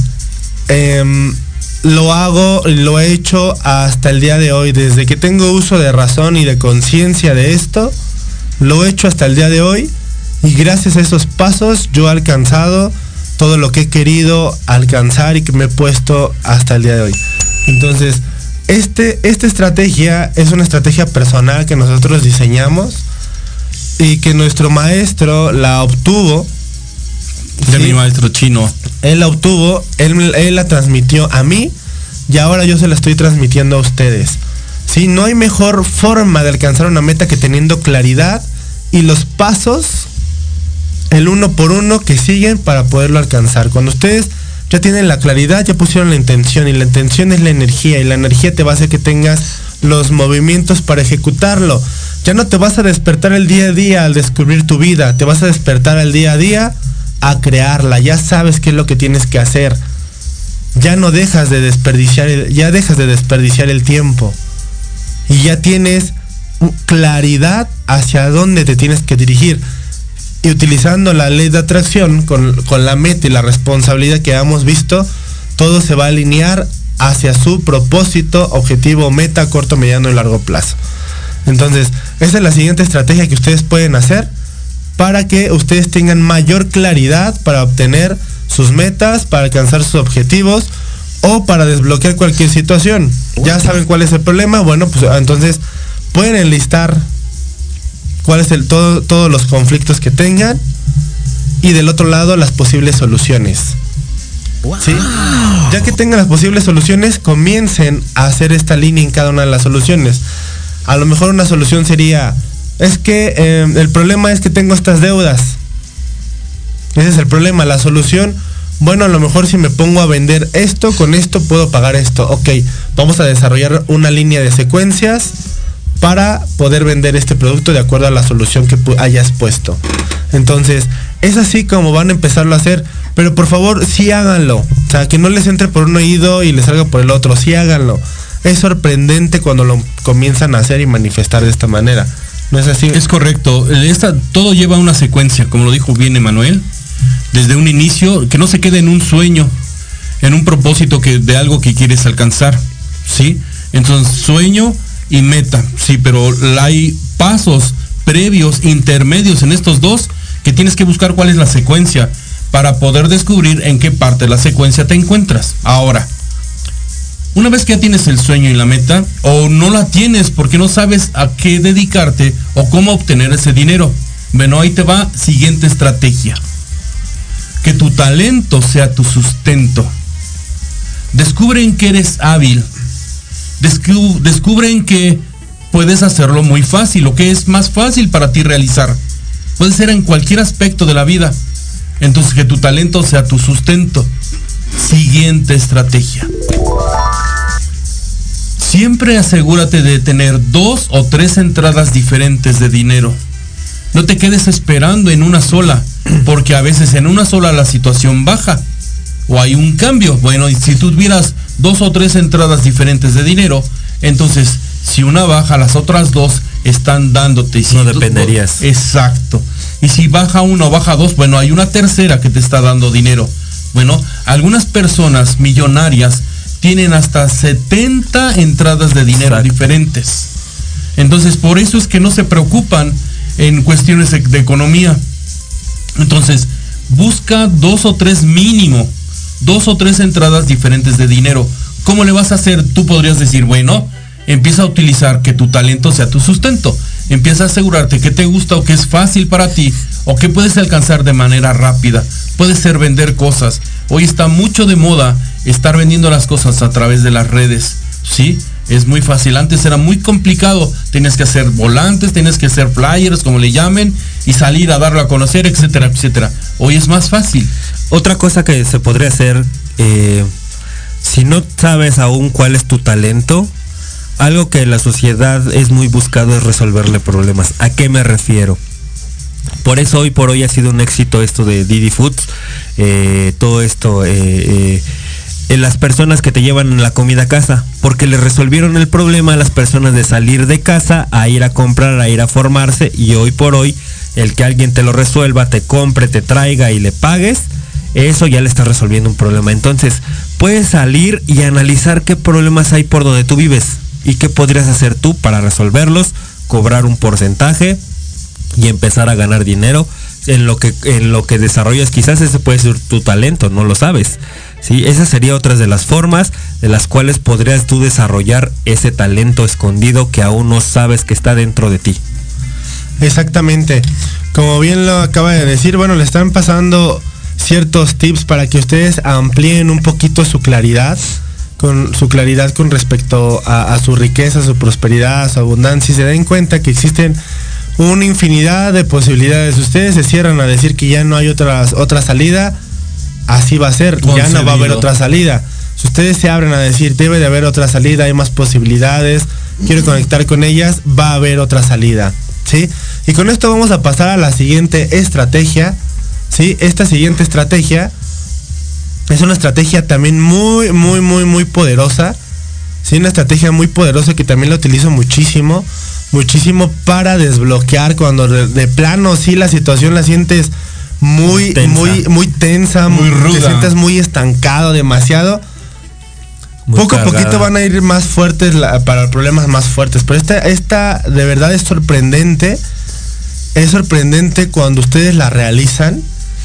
eh, lo hago, lo he hecho hasta el día de hoy. Desde que tengo uso de razón y de conciencia de esto, lo he hecho hasta el día de hoy. Y gracias a esos pasos yo he alcanzado todo lo que he querido alcanzar y que me he puesto hasta el día de hoy. Entonces, este, esta estrategia es una estrategia personal que nosotros diseñamos y que nuestro maestro la obtuvo. De ¿sí? mi maestro chino. Él la obtuvo, él, él la transmitió a mí y ahora yo se la estoy transmitiendo a ustedes. ¿Sí? No hay mejor forma de alcanzar una meta que teniendo claridad y los pasos, el uno por uno que siguen para poderlo alcanzar. Cuando ustedes ya tienen la claridad, ya pusieron la intención y la intención es la energía y la energía te va a hacer que tengas los movimientos para ejecutarlo. Ya no te vas a despertar el día a día al descubrir tu vida, te vas a despertar el día a día a crearla. Ya sabes qué es lo que tienes que hacer. Ya no dejas de desperdiciar, ya dejas de desperdiciar el tiempo y ya tienes claridad hacia dónde te tienes que dirigir. Y utilizando la ley de atracción con, con la meta y la responsabilidad que hemos visto, todo se va a alinear hacia su propósito, objetivo, meta, corto, mediano y largo plazo. Entonces, esa es la siguiente estrategia que ustedes pueden hacer para que ustedes tengan mayor claridad para obtener sus metas, para alcanzar sus objetivos o para desbloquear cualquier situación. ¿Ya saben cuál es el problema? Bueno, pues entonces pueden enlistar cuál es el todo, todos los conflictos que tengan y del otro lado las posibles soluciones. ¿Sí? Ya que tengan las posibles soluciones, comiencen a hacer esta línea en cada una de las soluciones. A lo mejor una solución sería, es que eh, el problema es que tengo estas deudas. Ese es el problema. La solución, bueno, a lo mejor si me pongo a vender esto, con esto puedo pagar esto. Ok, vamos a desarrollar una línea de secuencias para poder vender este producto de acuerdo a la solución que hayas puesto. Entonces, es así como van a empezarlo a hacer, pero por favor, sí háganlo. O sea, que no les entre por un oído y les salga por el otro, sí háganlo. Es sorprendente cuando lo comienzan a hacer y manifestar de esta manera. ¿No es así? Es correcto. Esta, todo lleva una secuencia, como lo dijo bien Emanuel, desde un inicio, que no se quede en un sueño, en un propósito que, de algo que quieres alcanzar, ¿sí? Entonces, sueño y meta, sí, pero hay pasos previos, intermedios en estos dos, que tienes que buscar cuál es la secuencia para poder descubrir en qué parte de la secuencia te encuentras. Ahora, una vez que ya tienes el sueño y la meta, o no la tienes porque no sabes a qué dedicarte o cómo obtener ese dinero, bueno, ahí te va siguiente estrategia. Que tu talento sea tu sustento. Descubre en qué eres hábil. Descu- descubre en que puedes hacerlo muy fácil, o que es más fácil para ti realizar. Puede ser en cualquier aspecto de la vida. Entonces, que tu talento sea tu sustento. Siguiente estrategia. Siempre asegúrate de tener dos o tres entradas diferentes de dinero. No te quedes esperando en una sola, porque a veces en una sola la situación baja o hay un cambio. Bueno, y si tú tuvieras dos o tres entradas diferentes de dinero, entonces si una baja, las otras dos están dándote. Y si no dependerías. Tú, exacto. Y si baja uno o baja dos, bueno, hay una tercera que te está dando dinero. Bueno, algunas personas millonarias tienen hasta setenta entradas de dinero exacto. diferentes. Entonces, por eso es que no se preocupan en cuestiones de economía. Entonces, busca dos o tres mínimo, dos o tres entradas diferentes de dinero. ¿Cómo le vas a hacer? Tú podrías decir, bueno, empieza a utilizar que tu talento sea tu sustento. Empieza a asegurarte que te gusta o que es fácil para ti o que puedes alcanzar de manera rápida. Puede ser vender cosas. Hoy está mucho de moda estar vendiendo las cosas a través de las redes, ¿sí? Es muy fácil. Antes era muy complicado. Tienes que hacer volantes, tienes que hacer flyers, como le llamen, y salir a darlo a conocer, etcétera, etcétera. Hoy es más fácil. Otra cosa que se podría hacer, eh, si no sabes aún cuál es tu talento, algo que la sociedad es muy buscado es resolverle problemas. ¿A qué me refiero? Por eso hoy por hoy ha sido un éxito esto de Didi Foods, eh, todo esto, eh, eh, las personas que te llevan la comida a casa, porque le resolvieron el problema a las personas de salir de casa a ir a comprar, a ir a formarse, y hoy por hoy el que alguien te lo resuelva, te compre, te traiga y le pagues, eso ya le está resolviendo un problema. Entonces puedes salir y analizar qué problemas hay por donde tú vives y qué podrías hacer tú para resolverlos, cobrar un porcentaje y empezar a ganar dinero en lo que en lo que desarrollas. Quizás ese puede ser tu talento, no lo sabes, ¿sí? Esa sería otra de las formas de las cuales podrías tú desarrollar ese talento escondido que aún no sabes que está dentro de ti. Exactamente, como bien lo acaba de decir, bueno, le están pasando ciertos tips para que ustedes amplíen un poquito su claridad, con su claridad con respecto a, a su riqueza, su prosperidad, su abundancia, y se den cuenta que existen una infinidad de posibilidades. Ustedes se cierran a decir que ya no hay otras, otra salida, así va a ser, ya no va a haber otra salida. Si ustedes se abren a decir, debe de haber otra salida, hay más posibilidades, quiero conectar con ellas, va a haber otra salida, ¿sí? Y con esto vamos a pasar a la siguiente estrategia, ¿sí? Esta siguiente estrategia es una estrategia también muy, muy, muy, muy poderosa, ¿sí? Una estrategia muy poderosa que también la utilizo muchísimo, muchísimo para desbloquear cuando de, de plano sí la situación la sientes muy, tensa. muy, muy tensa, muy ruda, te sientes muy estancado demasiado. Muy poco cargada. A poquito van a ir más fuertes la, para problemas más fuertes, pero esta, esta de verdad es sorprendente, es sorprendente cuando ustedes la realizan.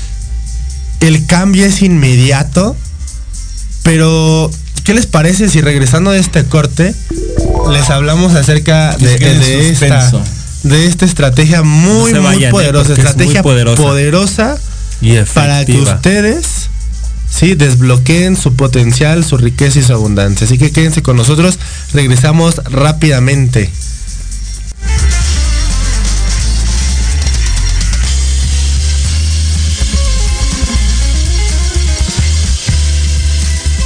El cambio es inmediato, pero ¿qué les parece si regresando de este corte les hablamos acerca de, de, de esta de esta estrategia muy no muy poderosa, estrategia muy poderosa, poderosa y para que ustedes sí desbloqueen su potencial, su riqueza y su abundancia? Así que quédense con nosotros, regresamos rápidamente.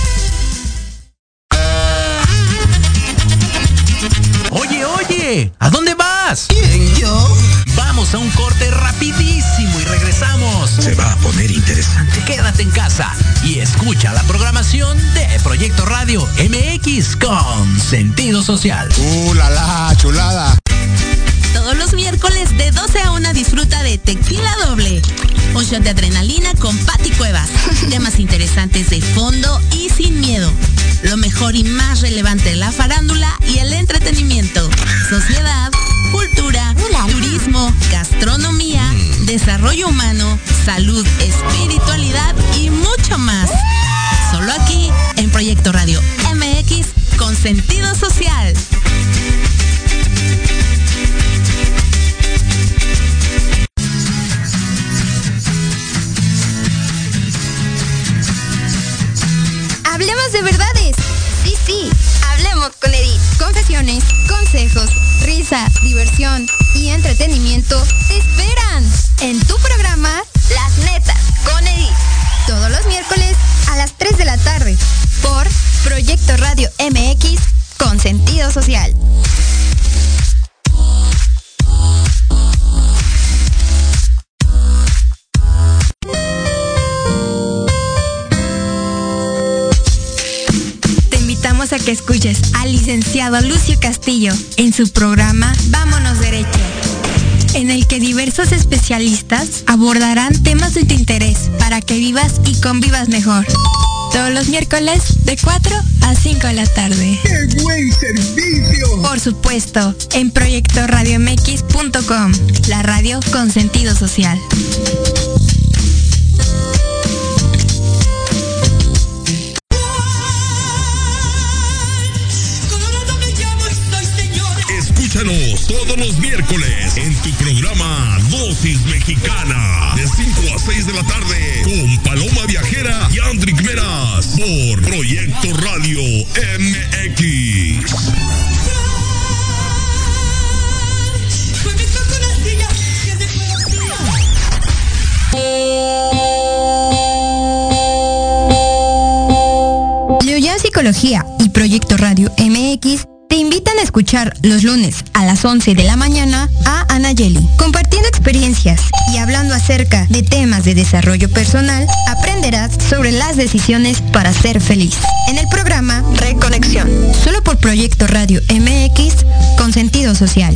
¿A rapidísimo y regresamos. Se va a poner interesante. Quédate en casa y escucha la programación de Proyecto Radio M X con sentido social. ¡Uh, la, la chulada! Todos los miércoles de doce a una disfruta de Tequila Doble, un shot de adrenalina con Pati Cuevas, temas interesantes de fondo y sin miedo, lo mejor y más relevante de la farándula y el entretenimiento, sociedad, cultura, turismo, gastronomía, desarrollo humano, salud, espiritualidad y mucho más. Solo aquí en Proyecto Radio M X con sentido social. Hablemos de verdades. Sí, sí, hablemos con Edith. Confesiones, consejos, risa, diversión y entretenimiento te esperan en tu programa Las Netas con Edith. Todos los miércoles a las tres de la tarde por Proyecto Radio M X con sentido social. A que escuches al licenciado Lucio Castillo en su programa Vámonos Derecho, en el que diversos especialistas abordarán temas de tu interés para que vivas y convivas mejor. Todos los miércoles de cuatro a cinco de la tarde. ¡Qué buen servicio! Por supuesto, en proyecto radio m x punto com, la radio con sentido social. Escúchanos todos los miércoles en tu programa Dosis Mexicana de cinco a seis de la tarde con Paloma Viajera y Andrick Meras por Proyecto Radio M X. Leoyan Psicología y Proyecto Radio M X te invitan a escuchar los lunes a las once de la mañana a Anayeli, compartiendo experiencias y hablando acerca de temas de desarrollo personal. Aprenderás sobre las decisiones para ser feliz en el programa Reconexión, solo por Proyecto Radio M X con sentido social.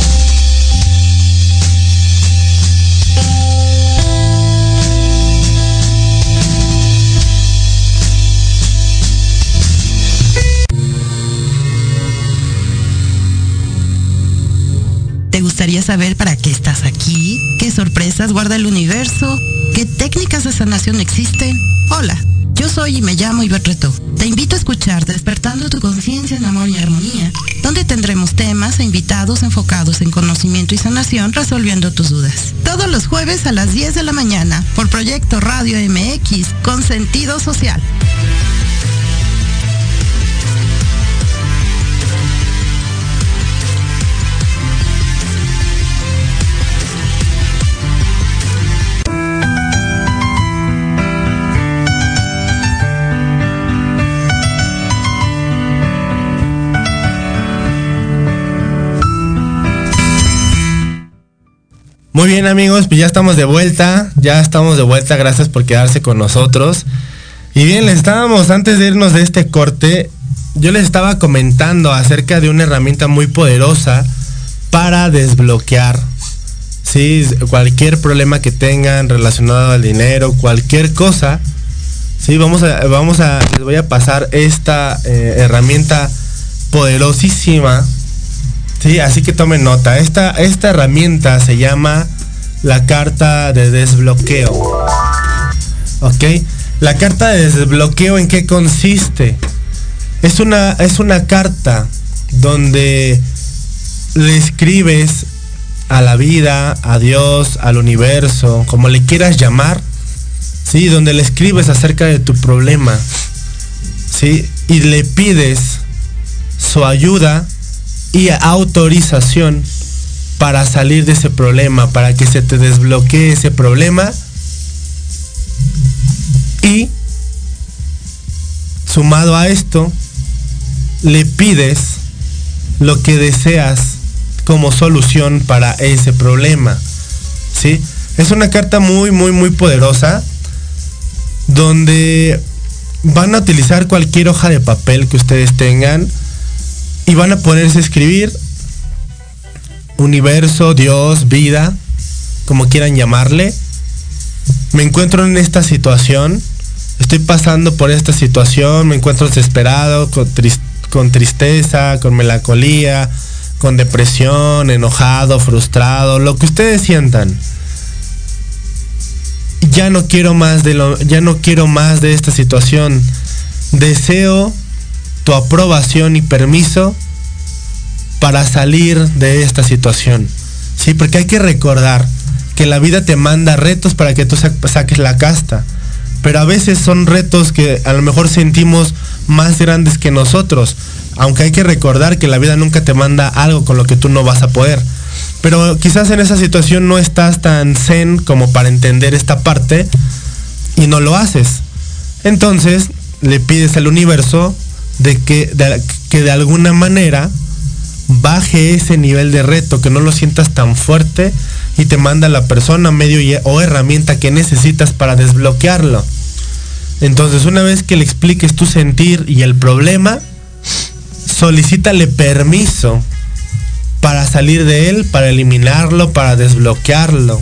¿Te gustaría saber para qué estás aquí? ¿Qué sorpresas guarda el universo? ¿Qué técnicas de sanación existen? Hola, yo soy y me llamo Ivette Reto. Te invito a escuchar Despertando tu conciencia en amor y armonía, donde tendremos temas e invitados enfocados en conocimiento y sanación, resolviendo tus dudas. Todos los jueves a las diez de la mañana, por Proyecto Radio M X, con sentido social. Muy bien, amigos, pues ya estamos de vuelta, ya estamos de vuelta, gracias por quedarse con nosotros. Y bien, les estábamos, antes de irnos de este corte, yo les estaba comentando acerca de una herramienta muy poderosa para desbloquear, ¿sí? Cualquier problema que tengan relacionado al dinero, cualquier cosa, ¿sí? Vamos a, vamos a, les voy a pasar esta eh, herramienta poderosísima. Sí, así que tomen nota. Esta, esta herramienta se llama la carta de desbloqueo. ¿Ok? La carta de desbloqueo, ¿en qué consiste? Es una, es una carta donde le escribes a la vida, a Dios, al universo, como le quieras llamar, ¿sí? Donde le escribes acerca de tu problema, ¿sí? Y le pides su ayuda y autorización para salir de ese problema, para que se te desbloquee ese problema, y sumado a esto le pides lo que deseas como solución para ese problema. ¿sí? Es una carta muy, muy, muy poderosa, donde van a utilizar cualquier hoja de papel que ustedes tengan y van a ponerse a escribir universo, Dios, vida, como quieran llamarle. Me encuentro en esta situación, estoy pasando por esta situación, me encuentro desesperado, con, trist- con tristeza, con melancolía, con depresión, enojado, frustrado, lo que ustedes sientan. Ya no quiero más de lo, ya no quiero más de esta situación. Deseo tu aprobación y permiso para salir de esta situación. Sí, porque hay que recordar que la vida te manda retos para que tú saques la casta. Pero a veces son retos que a lo mejor sentimos más grandes que nosotros. Aunque hay que recordar que la vida nunca te manda algo con lo que tú no vas a poder. Pero quizás en esa situación no estás tan zen como para entender esta parte y no lo haces. Entonces le pides al universo de que de, que de alguna manera baje ese nivel de reto, que no lo sientas tan fuerte, y te manda la persona, medio y, o herramienta que necesitas para desbloquearlo. Entonces, una vez que le expliques tu sentir y el problema, solicítale permiso para salir de él, para eliminarlo, para desbloquearlo.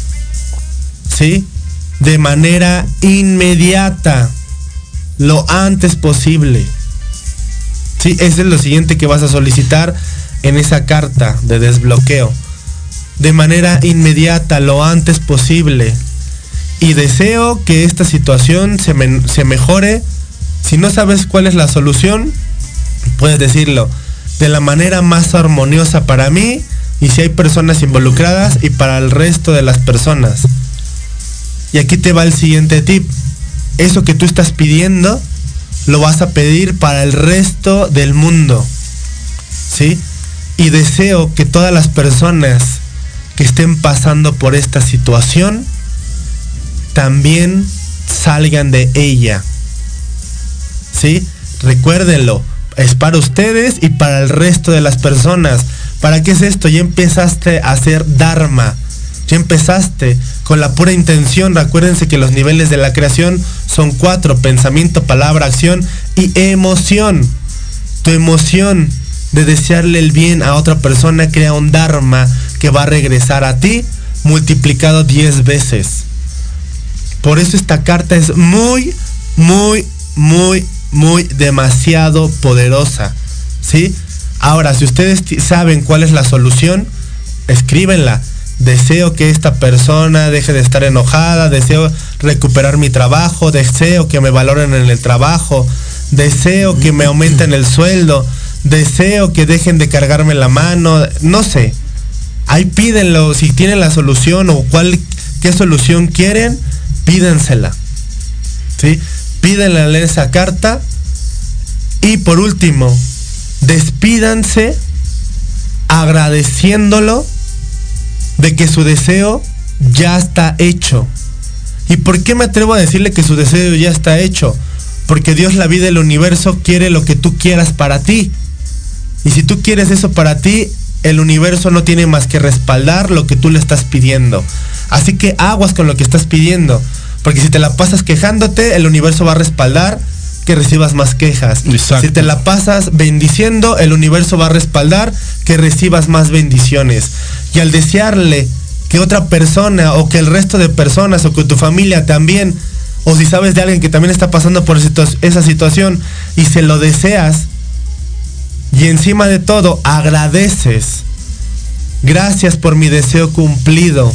¿Sí? De manera inmediata, lo antes posible. ¿Sí? Ese es lo siguiente que vas a solicitar en esa carta de desbloqueo. De manera inmediata, lo antes posible. Y deseo que esta situación se, me, se mejore. Si no sabes cuál es la solución, puedes decirlo de la manera más armoniosa para mí, y si hay personas involucradas, y para el resto de las personas. Y aquí te va el siguiente tip. Eso que tú estás pidiendo, lo vas a pedir para el resto del mundo. ¿Sí? Y deseo que todas las personas que estén pasando por esta situación también salgan de ella. ¿Sí? Recuérdenlo, es para ustedes y para el resto de las personas. ¿Para qué es esto? Ya empezaste a hacer dharma. Ya empezaste con la pura intención. Recuérdense que los niveles de la creación son cuatro: pensamiento, palabra, acción y emoción. Tu emoción de desearle el bien a otra persona crea un dharma que va a regresar a ti multiplicado diez veces. Por eso esta carta es muy, muy, muy, muy demasiado poderosa. ¿Sí? Ahora, si ustedes saben cuál es la solución, escríbenla. Deseo que esta persona deje de estar enojada, deseo recuperar mi trabajo, deseo que me valoren en el trabajo, deseo que me aumenten el sueldo, deseo que dejen de cargarme la mano, no sé. Ahí pídenlo, si tienen la solución o cuál, qué solución quieren, pídensela. ¿Sí? Pídenle esa carta. Y por último, despídanse agradeciéndolo de que su deseo ya está hecho. ¿Y por qué me atrevo a decirle que su deseo ya está hecho? Porque Dios, la vida, el universo quiere lo que tú quieras para ti. Y si tú quieres eso para ti, el universo no tiene más que respaldar lo que tú le estás pidiendo. Así que aguas con lo que estás pidiendo, porque si te la pasas quejándote, el universo va a respaldar que recibas más quejas. Exacto. Si te la pasas bendiciendo, el universo va a respaldar que recibas más bendiciones. Y al desearle que otra persona o que el resto de personas o que tu familia también, o si sabes de alguien que también está pasando por esa situación y se lo deseas, y encima de todo agradeces, gracias por mi deseo cumplido,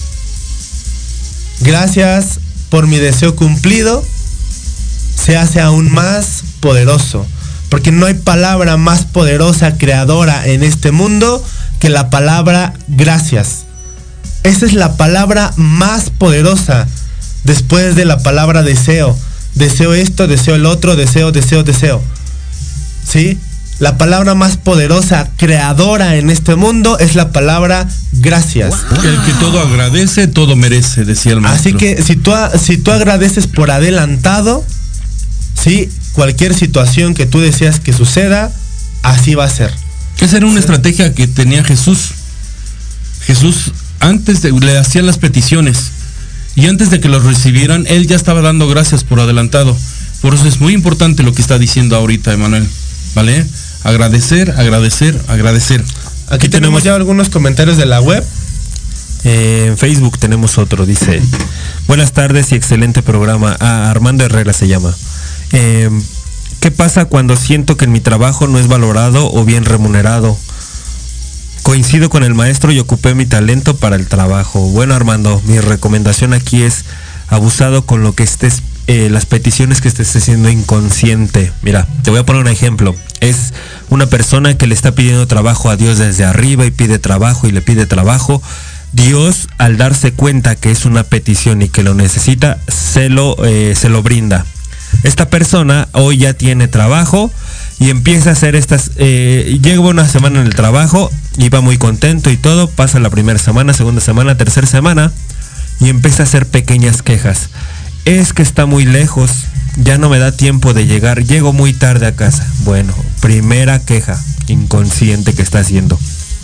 gracias por mi deseo cumplido, se hace aún más poderoso, porque no hay palabra más poderosa, creadora en este mundo que la palabra gracias. Esa es la palabra más poderosa después de la palabra deseo. Deseo esto, deseo el otro, deseo, deseo, deseo. ¿Sí? La palabra más poderosa, creadora en este mundo, es la palabra gracias. Wow. El que todo agradece, todo merece, decía el maestro. Así que si tú, si tú agradeces por adelantado, ¿sí? Cualquier situación que tú deseas que suceda, así va a ser. Esa era una sí. estrategia que tenía Jesús. Jesús antes de, le hacían las peticiones y antes de que los recibieran, él ya estaba dando gracias por adelantado. Por eso es muy importante lo que está diciendo ahorita Emanuel, ¿vale? Agradecer, agradecer, agradecer. Aquí, Aquí tenemos ya algunos comentarios de la web. Eh, en Facebook tenemos otro, dice: buenas tardes y excelente programa. Ah, Armando Herrera se llama. Eh, ¿Qué pasa cuando siento que en mi trabajo no es valorado o bien remunerado? Coincido con el maestro y ocupé mi talento para el trabajo. Bueno, Armando, mi recomendación aquí es abusado con lo que estés, eh, las peticiones que estés haciendo inconsciente. Mira, te voy a poner un ejemplo. Es una persona que le está pidiendo trabajo a Dios desde arriba y pide trabajo y le pide trabajo. Dios, al darse cuenta que es una petición y que lo necesita, se lo, eh, se lo brinda. Esta persona hoy ya tiene trabajo y empieza a hacer estas, eh, llega una semana en el trabajo y va muy contento y todo, pasa la primera semana, segunda semana, tercera semana y empieza a hacer pequeñas quejas. Es que está muy lejos, ya no me da tiempo de llegar, llego muy tarde a casa. Bueno, primera queja inconsciente que está haciendo.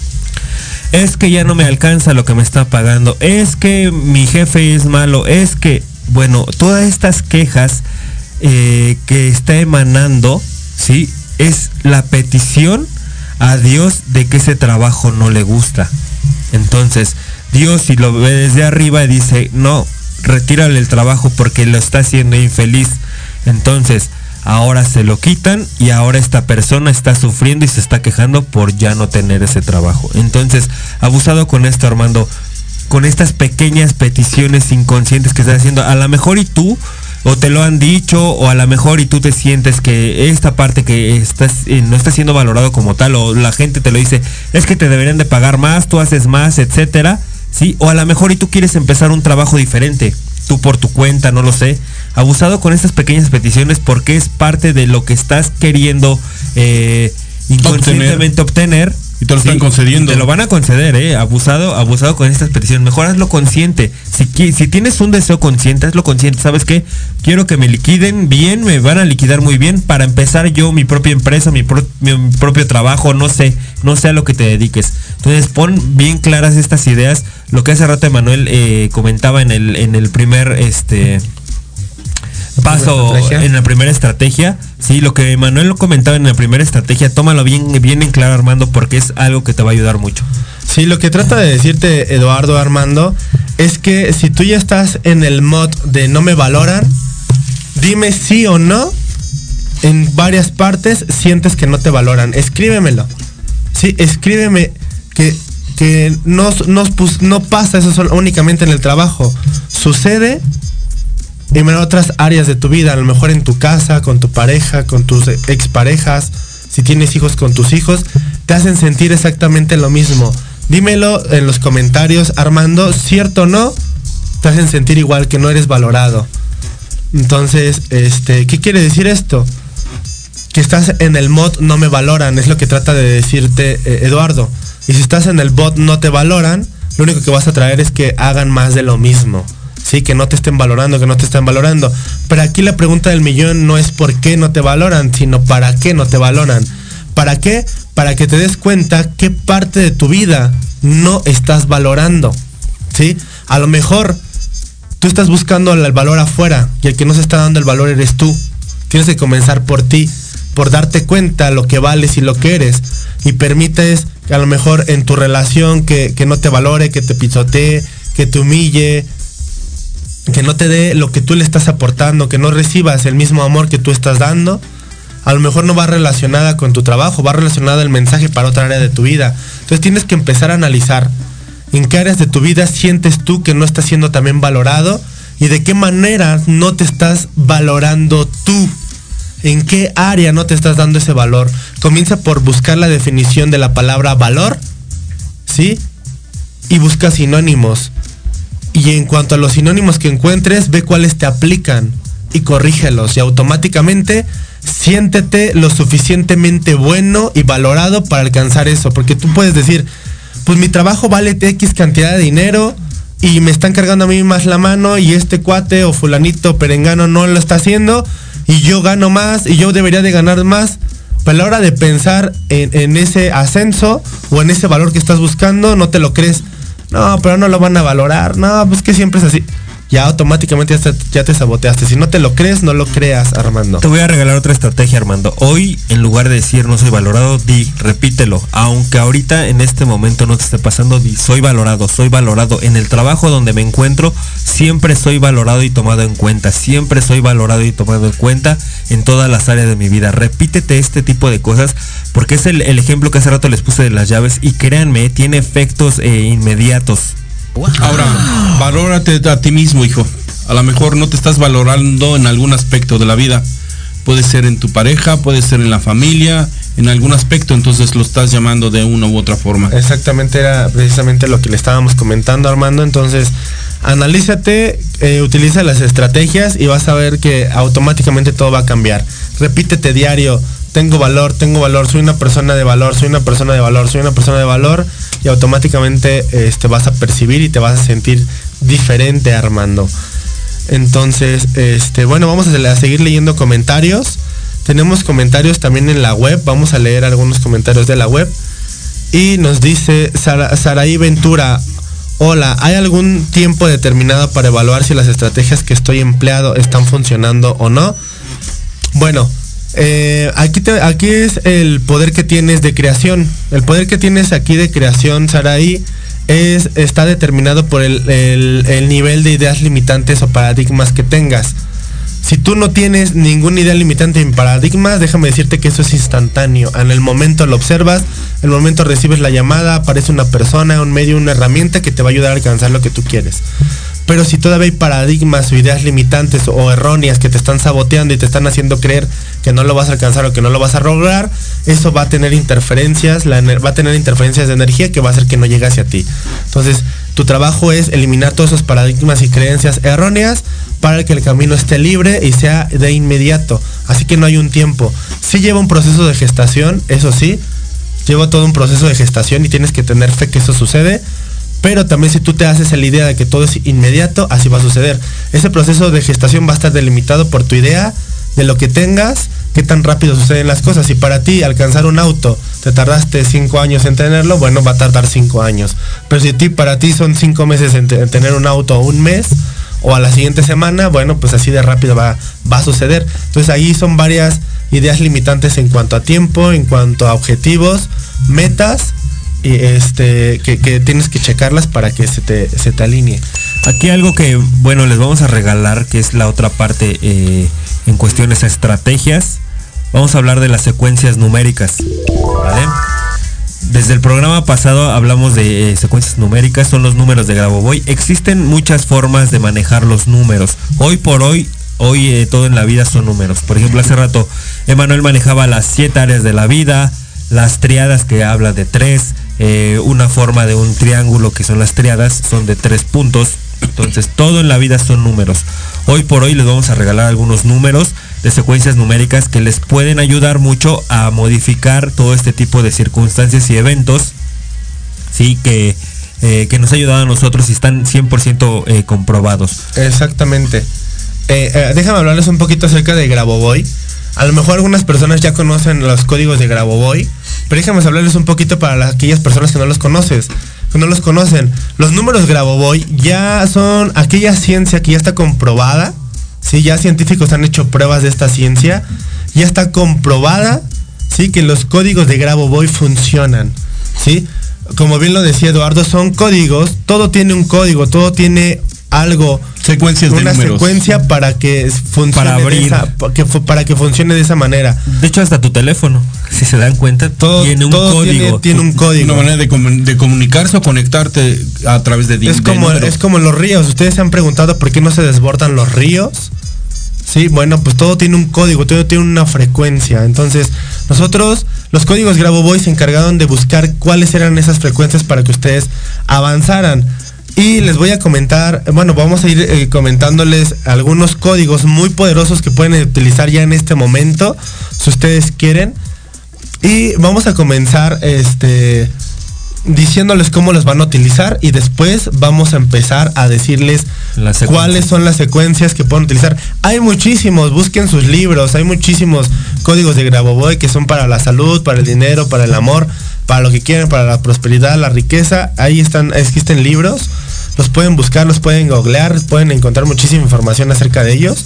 Es que ya no me alcanza lo que me está pagando, es que mi jefe es malo, es que, bueno, todas estas quejas eh, que está emanando, ¿sí? Es la petición a Dios de que ese trabajo no le gusta. Entonces, Dios, si lo ve desde arriba, dice, no, retírale el trabajo porque lo está haciendo infeliz. Entonces, ahora se lo quitan y ahora esta persona está sufriendo y se está quejando por ya no tener ese trabajo. Entonces, abusado con esto, Armando, con estas pequeñas peticiones inconscientes que estás haciendo. A lo mejor y tú, o te lo han dicho, o a lo mejor y tú te sientes que esta parte que estás eh, no está siendo valorado como tal, o la gente te lo dice, es que te deberían de pagar más, tú haces más, etcétera, ¿sí? O a lo mejor y tú quieres empezar un trabajo diferente, tú por tu cuenta, no lo sé. Abusado con estas pequeñas peticiones porque es parte de lo que estás queriendo eh, inconscientemente obtener, obtener y te lo están sí, concediendo. Te lo van a conceder, eh. Abusado, abusado con estas peticiones. Mejor hazlo consciente. Si, si tienes un deseo consciente, hazlo consciente. ¿Sabes qué? Quiero que me liquiden bien, me van a liquidar muy bien para empezar yo mi propia empresa, mi, pro, mi propio trabajo, no sé, no sé a lo que te dediques. Entonces pon bien claras estas ideas. Lo que hace rato Emanuel eh, comentaba en el, en el primer este paso, en la primera estrategia, sí, lo que Manuel lo comentaba en la primera estrategia, tómalo bien, bien en claro, Armando, porque es algo que te va a ayudar mucho. Sí, lo que trata de decirte Eduardo, Armando, es que si tú ya estás en el mod de no me valoran, dime sí o no, en varias partes sientes que no te valoran, escríbemelo, sí, escríbeme que, que no, no, pues, no pasa eso solo, únicamente en el trabajo, sucede en otras áreas de tu vida, a lo mejor en tu casa, con tu pareja, con tus exparejas, si tienes hijos con tus hijos, te hacen sentir exactamente lo mismo. Dímelo en los comentarios, Armando, cierto o no, te hacen sentir igual, que no eres valorado. Entonces, este, ¿qué quiere decir esto? Que estás en el mod no me valoran, es lo que trata de decirte eh, Eduardo. Y si estás en el bot no te valoran, lo único que vas a traer es que hagan más de lo mismo. Sí, que no te estén valorando, que no te estén valorando. Pero aquí la pregunta del millón no es por qué no te valoran, sino para qué no te valoran. ¿Para qué? Para que te des cuenta qué parte de tu vida no estás valorando. ¿Sí? A lo mejor tú estás buscando el valor afuera y el que no se está dando el valor eres tú. Tienes que comenzar por ti, por darte cuenta lo que vales y lo que eres. Y permites que a lo mejor en tu relación que, que no te valore, que te pisotee, que te humille, que no te dé lo que tú le estás aportando, que no recibas el mismo amor que tú estás dando. A lo mejor no va relacionada con tu trabajo, va relacionada el mensaje para otra área de tu vida. Entonces tienes que empezar a analizar en qué áreas de tu vida sientes tú que no estás siendo también valorado y de qué manera no te estás valorando tú. ¿En qué área no te estás dando ese valor? Comienza por buscar la definición de la palabra valor, ¿sí? Y busca sinónimos. Y en cuanto a los sinónimos que encuentres, ve cuáles te aplican y corrígelos. Y automáticamente siéntete lo suficientemente bueno y valorado para alcanzar eso. Porque tú puedes decir, pues mi trabajo vale X cantidad de dinero y me están cargando a mí más la mano y este cuate o fulanito perengano no lo está haciendo y yo gano más y yo debería de ganar más. Pero a la hora de pensar en, en ese ascenso o en ese valor que estás buscando, no te lo crees. no, pero no lo van a valorar, no, pues que siempre es así. Ya automáticamente ya te, ya te saboteaste. Si no te lo crees, no lo creas, Armando. Te voy a regalar otra estrategia, Armando. Hoy, en lugar de decir no soy valorado, di, repítelo. Aunque ahorita en este momento no te esté pasando, di soy valorado, soy valorado. En el trabajo donde me encuentro, siempre soy valorado y tomado en cuenta. Siempre soy valorado y tomado en cuenta en todas las áreas de mi vida. Repítete este tipo de cosas porque es el, el ejemplo que hace rato les puse de las llaves y créanme, tiene efectos eh, inmediatos. Ahora, valórate a ti mismo, hijo. A lo mejor no te estás valorando en algún aspecto de la vida. Puede ser en tu pareja, puede ser en la familia, en algún aspecto, entonces lo estás llamando de una u otra forma. Exactamente, era precisamente lo que le estábamos comentando, Armando. Entonces, analízate, eh, utiliza las estrategias y vas a ver que automáticamente todo va a cambiar. Repítete diario. Tengo valor, tengo valor, soy una persona de valor, soy una persona de valor, soy una persona de valor y automáticamente este, vas a percibir y te vas a sentir diferente, Armando. Entonces, este, bueno, vamos a seguir leyendo comentarios. Tenemos comentarios también en la web, vamos a leer algunos comentarios de la web. Y nos dice Sara, Saraí Ventura, hola, ¿hay algún tiempo determinado para evaluar si las estrategias que estoy empleando están funcionando o no? Bueno, Eh, aquí, te, aquí es el poder que tienes de creación. El poder que tienes aquí de creación, Saraí, es, está determinado por el, el, el nivel de ideas limitantes o paradigmas que tengas. Si tú no tienes ninguna idea limitante en paradigmas, déjame decirte que eso es instantáneo. En el momento lo observas, en el momento recibes la llamada, aparece una persona, un medio, una herramienta que te va a ayudar a alcanzar lo que tú quieres. Pero si todavía hay paradigmas o ideas limitantes o erróneas que te están saboteando y te están haciendo creer que no lo vas a alcanzar o que no lo vas a lograr, eso va a tener interferencias, la, va a tener interferencias de energía que va a hacer que no llegue hacia ti. Entonces, tu trabajo es eliminar todos esos paradigmas y creencias erróneas para que el camino esté libre y sea de inmediato. Así que no hay un tiempo. Sí lleva un proceso de gestación, eso sí, lleva todo un proceso de gestación y tienes que tener fe que eso sucede. Pero también si tú te haces la idea de que todo es inmediato, así va a suceder. Ese proceso de gestación va a estar delimitado por tu idea de lo que tengas, qué tan rápido suceden las cosas. Si para ti alcanzar un auto te tardaste cinco años en tenerlo, bueno, va a tardar cinco años. Pero si ti, para ti son cinco meses en, te, en tener un auto o un mes, o a la siguiente semana, bueno, pues así de rápido va, va a suceder. Entonces ahí son varias ideas limitantes en cuanto a tiempo, en cuanto a objetivos, metas, y este que, que tienes que checarlas para que se te, se te alinee. Aquí algo que, bueno, les vamos a regalar, que es la otra parte eh, en cuestiones a estrategias. Vamos a hablar de las secuencias numéricas, ¿vale? Desde el programa pasado hablamos de eh, secuencias numéricas, son los números de Grabovoi. Existen muchas formas de manejar los números. Hoy por hoy, hoy eh, todo en la vida son números. Por ejemplo, hace rato Emanuel manejaba las siete áreas de la vida, las triadas que habla de tres, eh, una forma de un triángulo que son las triadas, son de tres puntos. Entonces todo en la vida son números. Hoy por hoy les vamos a regalar algunos números de secuencias numéricas que les pueden ayudar mucho a modificar todo este tipo de circunstancias y eventos, sí, que, eh, que nos ha ayudado a nosotros y están cien por ciento eh, comprobados. Exactamente. Eh, eh, déjame hablarles un poquito acerca de Grabovoi. A lo mejor algunas personas ya conocen los códigos de Grabovoi, pero déjame hablarles un poquito para las, aquellas personas que no los conoces, que no los conocen. Los números Grabovoi ya son aquella ciencia que ya está comprobada, sí, ya científicos han hecho pruebas de esta ciencia, ya está comprobada, sí, que los códigos de Grabovoi funcionan, sí. Como bien lo decía Eduardo, son códigos, todo tiene un código, todo tiene algo, secuencias una de números, secuencia para que funcione para abrir, de esa, que, para que funcione de esa manera. De hecho, hasta tu teléfono, si se dan cuenta, todo tiene un todo código. Tiene, tiene un código. Una manera de, comun de comunicarse o conectarte a través de, es de como números. Es como los ríos. Ustedes se han preguntado por qué no se desbordan los ríos. Sí, bueno, pues todo tiene un código, todo tiene una frecuencia. Entonces, nosotros, los códigos Grabovoi se encargaron de buscar cuáles eran esas frecuencias para que ustedes avanzaran. Y les voy a comentar, bueno, vamos a ir eh, comentándoles algunos códigos muy poderosos que pueden utilizar ya en este momento, si ustedes quieren. Y vamos a comenzar este diciéndoles cómo los van a utilizar y después vamos a empezar a decirles cuáles son las secuencias que pueden utilizar. Hay muchísimos, busquen sus libros, hay muchísimos códigos de Grabovoi que son para la salud, para el dinero, para el amor, para lo que quieren, para la prosperidad, la riqueza. Ahí están, existen libros, los pueden buscar, los pueden googlear, pueden encontrar muchísima información acerca de ellos.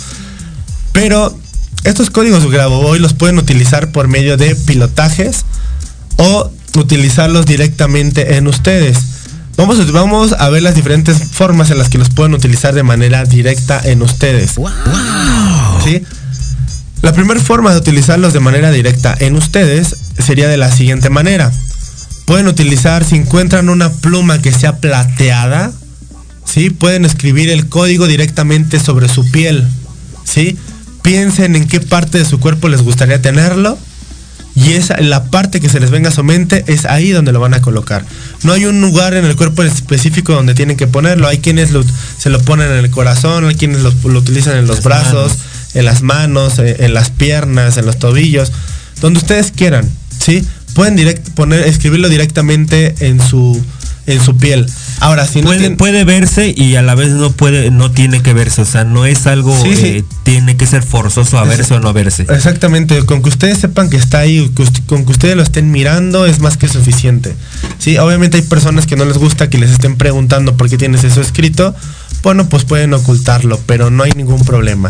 Pero estos códigos Grabovoi los pueden utilizar por medio de pilotajes o utilizarlos directamente en ustedes. Vamos, vamos a ver las diferentes formas en las que los pueden utilizar de manera directa en ustedes. Wow. ¿Sí? La primera forma de utilizarlos de manera directa en ustedes sería de la siguiente manera. Pueden utilizar, si encuentran una pluma que sea plateada, ¿sí? Pueden escribir el código directamente sobre su piel, ¿sí? Piensen en qué parte de su cuerpo les gustaría tenerlo, y esa, la parte que se les venga a su mente, es ahí donde lo van a colocar. No hay un lugar en el cuerpo específico donde tienen que ponerlo. Hay quienes lo, se lo ponen en el corazón, hay quienes lo, lo utilizan en los las brazos, manos. en las manos, en, en las piernas, en los tobillos, donde ustedes quieran, ¿sí? Pueden direct, poner, escribirlo directamente en su, en su piel. Ahora, si no puede, tiene... puede verse y a la vez no puede, no tiene que verse, o sea, no es algo sí, sí. Eh, tiene que ser forzoso a verse es, o no verse. Exactamente, con que ustedes sepan que está ahí, con que ustedes lo estén mirando es más que suficiente. Sí, obviamente hay personas que no les gusta que les estén preguntando por qué tienes eso escrito. Bueno, pues pueden ocultarlo, pero no hay ningún problema.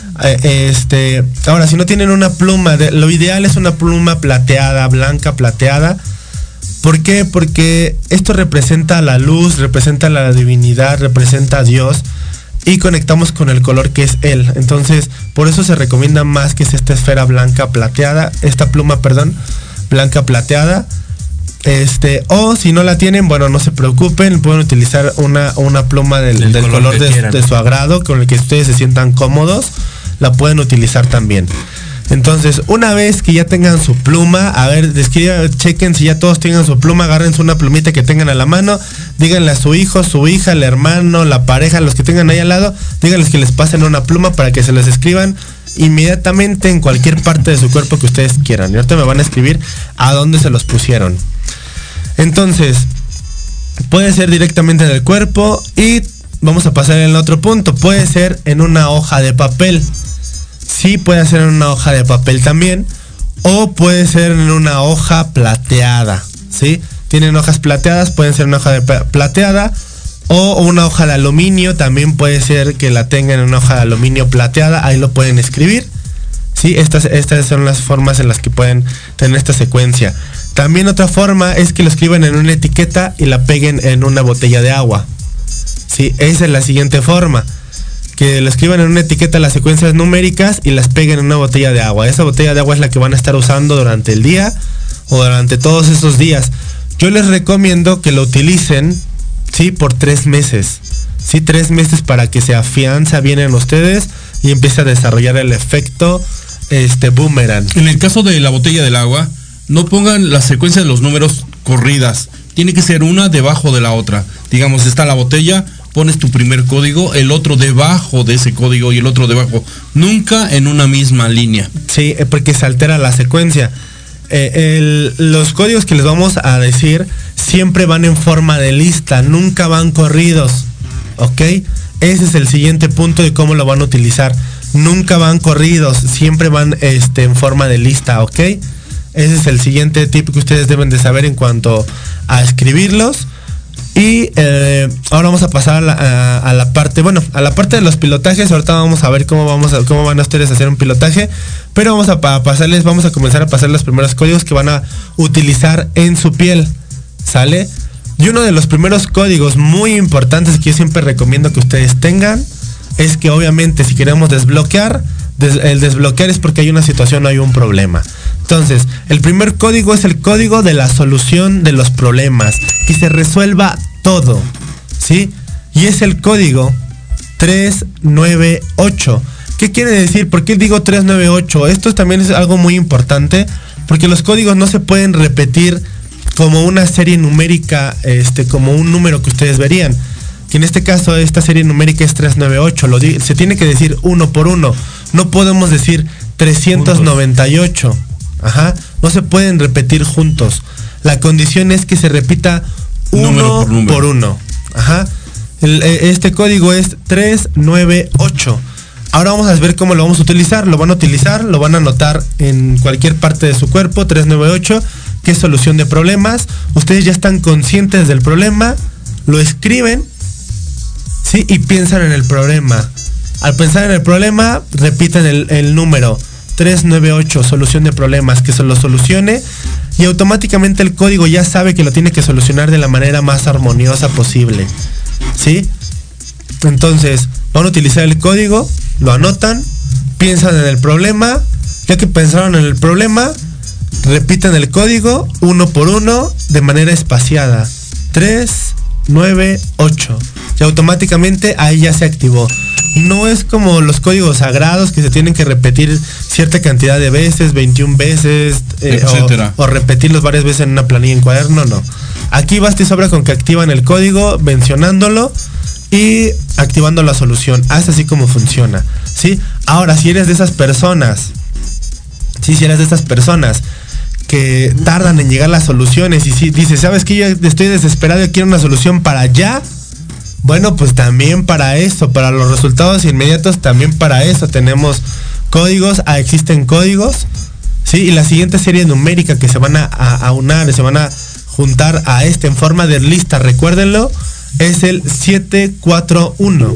Este, ahora, si no tienen una pluma, de, lo ideal es una pluma plateada, blanca, plateada. ¿Por qué? Porque esto representa la luz, representa la divinidad, representa a Dios, y conectamos con el color que es Él. Entonces, por eso se recomienda más que es esta esfera blanca plateada, esta pluma, perdón, blanca plateada. Este, o si no la tienen, bueno, no se preocupen, pueden utilizar una, una pluma del, del color, color de, de su agrado, con el que ustedes se sientan cómodos. La pueden utilizar también. Entonces, una vez que ya tengan su pluma, a ver, describan, chequen si ya todos tengan su pluma, agárrense una plumita que tengan a la mano, díganle a su hijo, su hija, el hermano, la pareja, los que tengan ahí al lado, díganles que les pasen una pluma para que se les escriban inmediatamente en cualquier parte de su cuerpo que ustedes quieran. Y ahorita me van a escribir a dónde se los pusieron. Entonces, puede ser directamente en el cuerpo, y vamos a pasar al otro punto. Puede ser en una hoja de papel. Sí, puede ser en una hoja de papel también, o puede ser en una hoja plateada, ¿sí? Tienen hojas plateadas, pueden ser una hoja de plateada, o una hoja de aluminio, también puede ser que la tengan en una hoja de aluminio plateada, ahí lo pueden escribir, ¿sí? Estas, estas son las formas en las que pueden tener esta secuencia. También otra forma es que lo escriban en una etiqueta y la peguen en una botella de agua, ¿sí? Esa es la siguiente forma. Que lo escriban en una etiqueta las secuencias numéricas y las peguen en una botella de agua. Esa botella de agua es la que van a estar usando durante el día o durante todos esos días. Yo les recomiendo que lo utilicen, ¿sí? Por tres meses. ¿Sí? Tres meses para que se afianza bien en ustedes y empiece a desarrollar el efecto este boomerang. En el caso de la botella del agua, no pongan la secuencia de los números corridas. Tiene que ser una debajo de la otra. Digamos, está la botella, pones tu primer código, el otro debajo de ese código y el otro debajo. Nunca en una misma línea. Sí, porque se altera la secuencia. Eh, el, los códigos que les vamos a decir siempre van en forma de lista, nunca van corridos. ¿Ok? Ese es el siguiente punto de cómo lo van a utilizar. Nunca van corridos, siempre van este, en forma de lista. ¿Ok? Ese es el siguiente tip que ustedes deben de saber en cuanto a escribirlos. Y eh, ahora vamos a pasar a la, a, a la parte, bueno, a la parte de los pilotajes. Ahorita vamos a ver cómo vamos a, cómo van a ustedes a hacer un pilotaje. Pero vamos a, a pasarles, vamos a comenzar a pasar los primeros códigos que van a utilizar en su piel. ¿Sale? Y uno de los primeros códigos muy importantes que yo siempre recomiendo que ustedes tengan es que obviamente si queremos desbloquear, des, el desbloquear es porque hay una situación o hay un problema. Entonces, el primer código es el código de la solución de los problemas, que se resuelva todo, ¿sí? Y es el código tres nueve ocho. ¿Qué quiere decir? ¿Por qué digo tres nueve ocho? Esto también es algo muy importante, porque los códigos no se pueden repetir como una serie numérica, este, como un número que ustedes verían. Que en este caso esta serie numérica es tres nueve ocho, lo di- se tiene que decir uno por uno. No podemos decir trescientos noventa y ocho. Ajá, no se pueden repetir juntos. La condición es que se repita uno por, por uno. Ajá. El, este código es tres nueve ocho. Ahora vamos a ver cómo lo vamos a utilizar. Lo van a utilizar, lo van a anotar en cualquier parte de su cuerpo, tres nueve ocho. ¿Qué es solución de problemas? Ustedes ya están conscientes del problema, lo escriben, ¿sí? Y piensan en el problema. Al pensar en el problema, repiten el, el número tres nueve ocho, solución de problemas, que se lo solucione, y automáticamente el código ya sabe que lo tiene que solucionar de la manera más armoniosa posible, ¿sí? Entonces, van a utilizar el código, lo anotan, piensan en el problema, ya que pensaron en el problema, repiten el código uno por uno de manera espaciada. tres nueve ocho. Y automáticamente ahí ya se activó. No es como los códigos sagrados que se tienen que repetir cierta cantidad de veces, veintiuna veces, eh, etcétera. O, o repetirlos varias veces en una planilla en cuaderno, no. Aquí basta y sobra con que activan el código, mencionándolo y activando la solución. Haz así como funciona, ¿sí? Ahora, si eres de esas personas, ¿sí? Si eres de esas personas que tardan en llegar las soluciones y si dices, ¿sabes qué? Yo estoy desesperado y quiero una solución para allá. Bueno, pues también para eso, para los resultados inmediatos, también para eso tenemos códigos, ah, existen códigos, ¿sí? Y la siguiente serie numérica que se van a, a, a unar, se van a juntar a este en forma de lista, recuérdenlo, es el siete cuatro uno,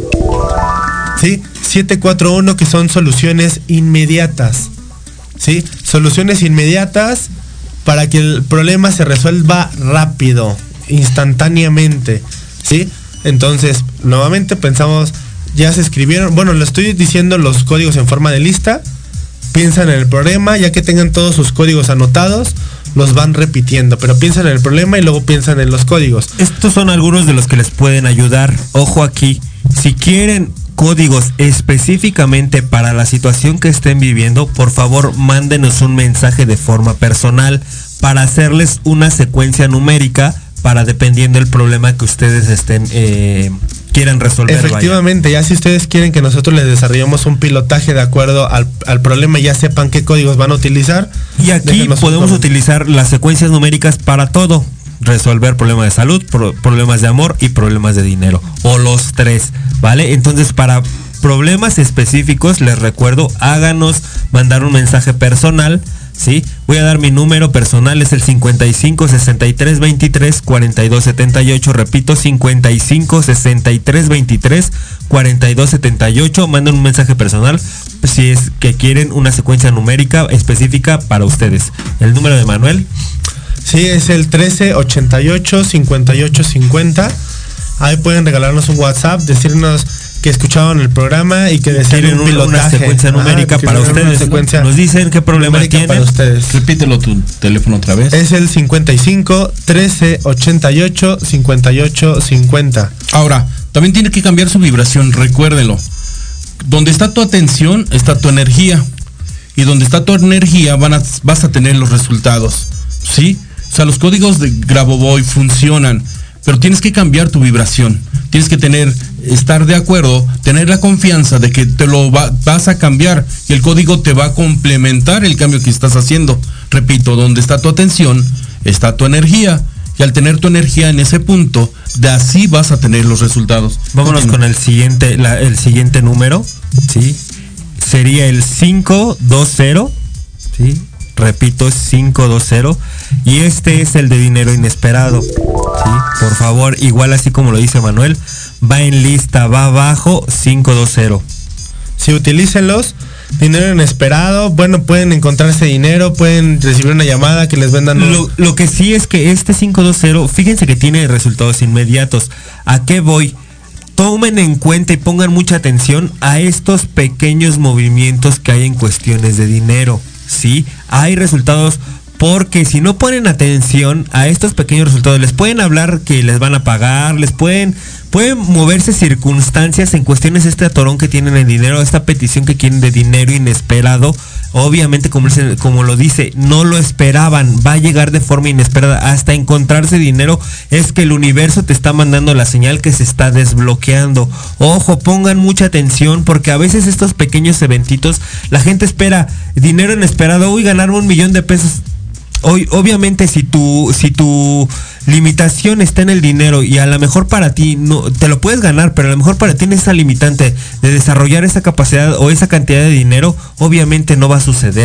¿sí? siete cuatro uno, que son soluciones inmediatas, ¿sí? Soluciones inmediatas para que el problema se resuelva rápido, instantáneamente, ¿sí? Entonces, nuevamente pensamos, ya se escribieron, bueno, lo estoy diciendo los códigos en forma de lista, piensan en el problema, ya que tengan todos sus códigos anotados, los van repitiendo, pero piensan en el problema y luego piensan en los códigos. Estos son algunos de los que les pueden ayudar. Ojo aquí, si quieren códigos específicamente para la situación que estén viviendo, por favor mándenos un mensaje de forma personal para hacerles una secuencia numérica para dependiendo del problema que ustedes estén eh, quieran resolver. Efectivamente, vaya. Ya si ustedes quieren que nosotros les desarrollemos un pilotaje de acuerdo al, al problema y ya sepan qué códigos van a utilizar. Y aquí podemos utilizar las secuencias numéricas para todo. Resolver problemas de salud, pro, problemas de amor y problemas de dinero. O los tres, ¿vale? Entonces, para problemas específicos, les recuerdo, háganos mandar un mensaje personal, ¿sí? Voy a dar mi número personal, es el cincuenta y cinco, sesenta y tres, veintitrés, cuarenta y dos, setenta y ocho. Repito, cincuenta y cinco, sesenta y tres, veintitrés, cuarenta y dos, setenta y ocho. Manden un mensaje personal si es que quieren una secuencia numérica específica para ustedes. ¿El número de Manuel? Sí, es el trece, ochenta y ocho, cincuenta y ocho, cincuenta. Ahí pueden regalarnos un WhatsApp, decirnos que escucharon el programa y que desean un pilotaje. Una secuencia numérica ah, para ustedes. Secuencia Nos dicen qué problema tienen. Para ustedes. Repítelo tu teléfono otra vez. Es el cincuenta y cinco, trece, ochenta y ocho, cincuenta y ocho, cincuenta. Ahora, también tiene que cambiar su vibración, recuérdelo. Donde está tu atención, está tu energía. Y donde está tu energía, van a, vas a tener los resultados. ¿Sí? O sea, los códigos de Grabovoi funcionan, pero tienes que cambiar tu vibración. Tienes que tener, estar de acuerdo, tener la confianza de que te lo va, vas a cambiar y el código te va a complementar el cambio que estás haciendo. Repito, donde está tu atención, está tu energía. Y al tener tu energía en ese punto, de así vas a tener los resultados. Vámonos Continúa. con el siguiente, la, el siguiente número, ¿sí? Sería el cinco dos cero, ¿sí? Repito, cinco dos cero. Y este es el de dinero inesperado, ¿sí? Por favor, igual así como lo dice Manuel, va en lista, va abajo, cinco dos cero. Sí, utilícenlos. Dinero inesperado, bueno, pueden encontrarse dinero, pueden recibir una llamada que les vendan un... Lo, lo que sí es que este cinco dos cero, fíjense que tiene resultados inmediatos. ¿A qué voy? Tomen en cuenta y pongan mucha atención a estos pequeños movimientos que hay en cuestiones de dinero. Sí, hay resultados, porque si no ponen atención a estos pequeños resultados, les pueden hablar que les van a pagar, les pueden, pueden moverse circunstancias en cuestiones este atorón que tienen en dinero, esta petición que quieren de dinero inesperado. Obviamente, como, como lo dice, no lo esperaban, va a llegar de forma inesperada. Hasta encontrarse dinero es que el universo te está mandando la señal que se está desbloqueando. Ojo, pongan mucha atención, porque a veces estos pequeños eventitos, la gente espera dinero inesperado, uy, ganarme un millón de pesos. Hoy, obviamente, si tu, si tu limitación está en el dinero y a lo mejor para ti no te lo puedes ganar, pero a lo mejor para ti tienes esa limitante de desarrollar esa capacidad o esa cantidad de dinero, obviamente no va a suceder.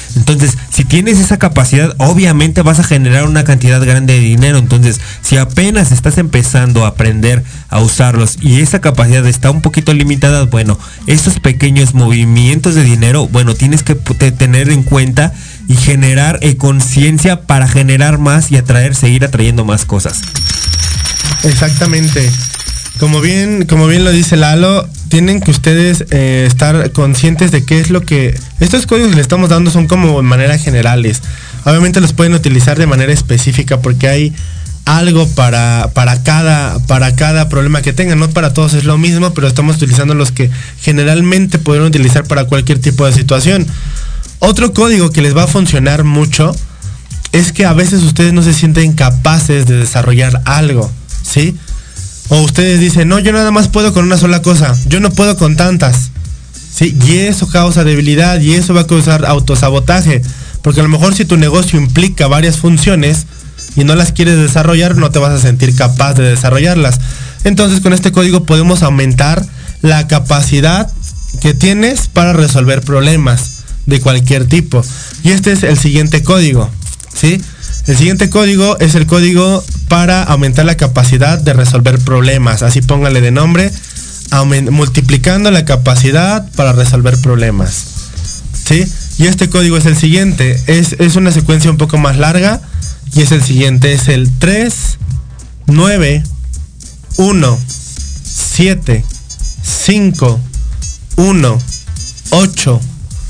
Entonces, si tienes esa capacidad, obviamente vas a generar una cantidad grande de dinero. Entonces, si apenas estás empezando a aprender a usarlos y esa capacidad está un poquito limitada, bueno, esos pequeños movimientos de dinero, bueno, tienes que tener en cuenta y generar eh, conciencia para generar más y atraer, seguir atrayendo más cosas. Exactamente. Como bien, como bien lo dice Lalo, tienen que ustedes eh, estar conscientes de qué es lo que... Estos códigos que le estamos dando son como de manera generales. Obviamente los pueden utilizar de manera específica porque hay algo para, para, cada, para cada problema que tengan. No para todos es lo mismo, pero estamos utilizando los que generalmente pueden utilizar para cualquier tipo de situación. Otro código que les va a funcionar mucho es que a veces ustedes no se sienten capaces de desarrollar algo, ¿sí? O ustedes dicen, no, yo nada más puedo con una sola cosa, yo no puedo con tantas, ¿sí? Y eso causa debilidad y eso va a causar autosabotaje, porque a lo mejor si tu negocio implica varias funciones y no las quieres desarrollar, no te vas a sentir capaz de desarrollarlas. Entonces con este código podemos aumentar la capacidad que tienes para resolver problemas de cualquier tipo. Y este es el siguiente código, ¿sí? El siguiente código es el código para aumentar la capacidad de resolver problemas. Así póngale de nombre, multiplicando la capacidad para resolver problemas, ¿sí? Y este código es el siguiente. Es, es una secuencia un poco más larga y es el siguiente. Es el tres, nueve, uno, siete, cinco, uno, ocho,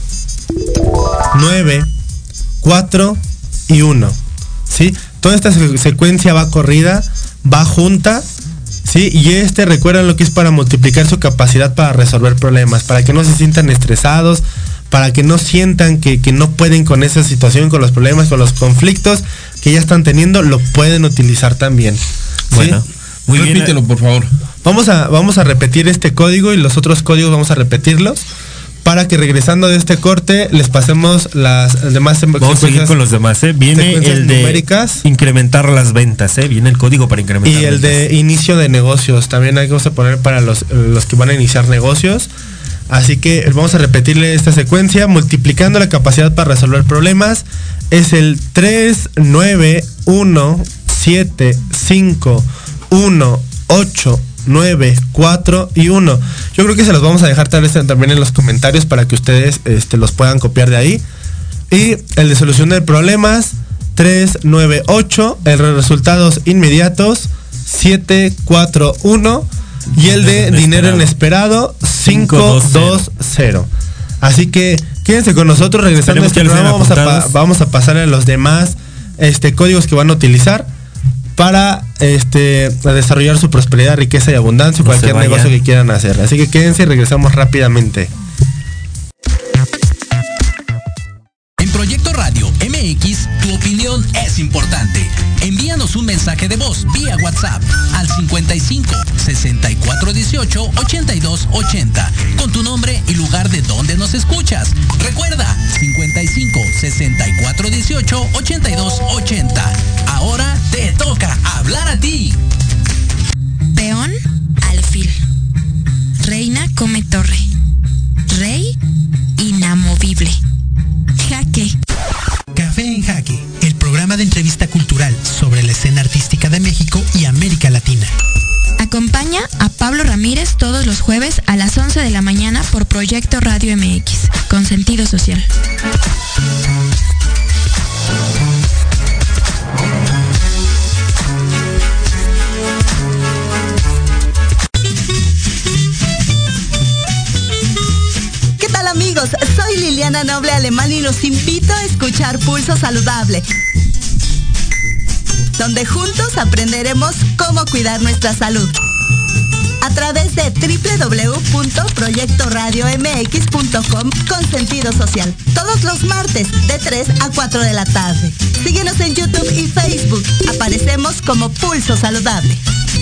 nueve, cuatro y uno, ¿sí? Toda esta secuencia va corrida, va junta, ¿sí? Y este, recuerden lo que es para multiplicar su capacidad para resolver problemas, para que no se sientan estresados, para que no sientan que, que no pueden con esa situación, con los problemas, con los conflictos que ya están teniendo, lo pueden utilizar también, ¿sí? Bueno, muy repítelo, bien, por favor. Vamos a, vamos a repetir este código y los otros códigos vamos a repetirlos, para que regresando de este corte les pasemos las demás. Vamos a seguir con los demás, ¿eh? Viene el de numéricas, incrementar las ventas, ¿eh? Viene el código para incrementar y el ventas. De inicio de negocios, también hay que vamos a poner para los, los que van a iniciar negocios. Así que vamos a repetirle esta secuencia, multiplicando la capacidad para resolver problemas. Es el tres, nueve, uno, siete, cinco, uno, ocho, nueve, cuatro y uno. Yo creo que se los vamos a dejar tal vez también en los comentarios para que ustedes este, los puedan copiar de ahí. Y el de solución de problemas, tres, nueve, ocho. El de resultados inmediatos, siete, cuatro, uno. Y el de dinero inesperado, cinco, dos, cero. Así que quédense con nosotros, regresando a este programa vamos a, pa vamos a pasar a los demás este, códigos que van a utilizar para este, desarrollar su prosperidad, riqueza y abundancia, no cualquier negocio que quieran hacer. Así que quédense y regresamos rápidamente. En Proyecto Radio M X, tu opinión es importante. Envíanos un mensaje de voz vía WhatsApp al cincuenta y cinco, sesenta y cuatro dieciocho, ochenta y dos ochenta con tu nombre y lugar de donde nos escuchas. Recuerda, cincuenta y cinco, sesenta y cuatro dieciocho, ochenta y dos ochenta. Ahora te toca hablar a ti. Peón, alfil. Reina come torre. Rey, inamovible. Jaque. Café en Jaque, el programa de entrevista cultural sobre la escena artística de México y América Latina. Acompaña a Pablo Ramírez todos los jueves a las once de la mañana por Proyecto Radio M X, con sentido social. Amigos, soy Liliana Noble Alemán y los invito a escuchar Pulso Saludable, donde juntos aprenderemos cómo cuidar nuestra salud a través de doble u doble u doble u punto proyecto radio m x punto com con sentido social, todos los martes de tres a cuatro de la tarde. Síguenos en YouTube y Facebook, aparecemos como Pulso Saludable.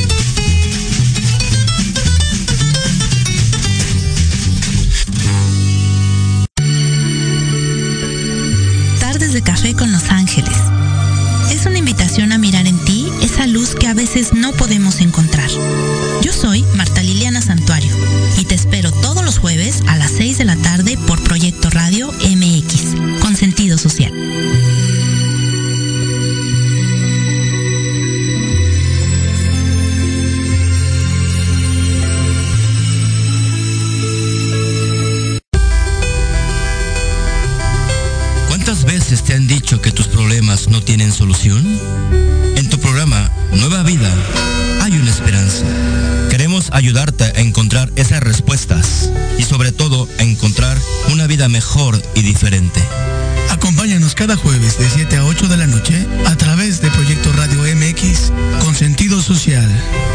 De café con Los Ángeles. Es una invitación a mirar en ti esa luz que a veces no podemos encontrar. Yo soy Marta Liliana Santuario y te espero todos los jueves a las seis de la tarde por Proyecto Radio M X, con sentido han dicho que tus problemas no tienen solución? En tu programa Nueva Vida hay una esperanza. Queremos ayudarte a encontrar esas respuestas y sobre todo a encontrar una vida mejor y diferente. Acompáñanos cada jueves de siete a ocho de la noche a través de Proyecto Radio M X con sentido social.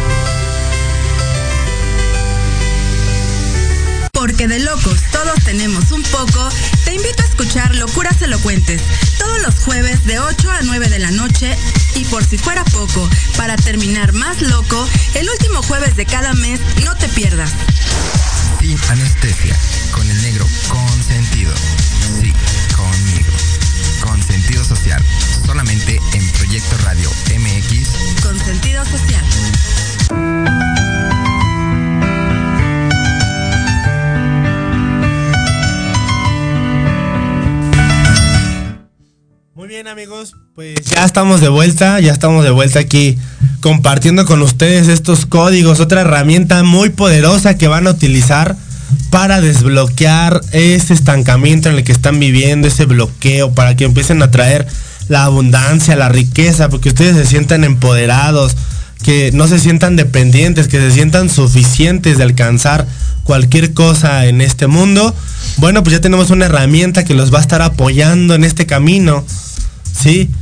Porque de locos todos tenemos un poco, te invito a escuchar Locuras Elocuentes todos los jueves de ocho a nueve de la noche y por si fuera poco, para terminar más loco, el último jueves de cada mes no te pierdas. Sin anestesia, con el negro consentido. Sí, conmigo. Con sentido social, solamente en Proyecto Radio M X. Con sentido social. Muy bien, amigos, pues ya estamos de vuelta, ya estamos de vuelta aquí compartiendo con ustedes estos códigos, otra herramienta muy poderosa que van a utilizar para desbloquear ese estancamiento en el que están viviendo, ese bloqueo, para que empiecen a traer la abundancia, la riqueza, porque ustedes se sientan empoderados, que no se sientan dependientes, que se sientan suficientes de alcanzar cualquier cosa en este mundo. Bueno, pues ya tenemos una herramienta que los va a estar apoyando en este camino, ¿sí?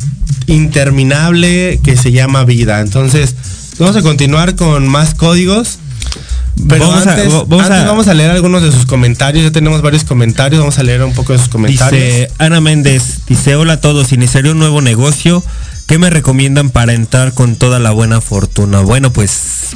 Interminable, que se llama vida. Entonces, vamos a continuar con más códigos. Pero vamos, antes, a, vamos, antes a, vamos a leer algunos de sus comentarios. Ya tenemos varios comentarios, vamos a leer un poco de sus comentarios. Dice Ana Méndez, dice, hola a todos, iniciaré un nuevo negocio. ¿Qué me recomiendan para entrar con toda la buena fortuna? Bueno, pues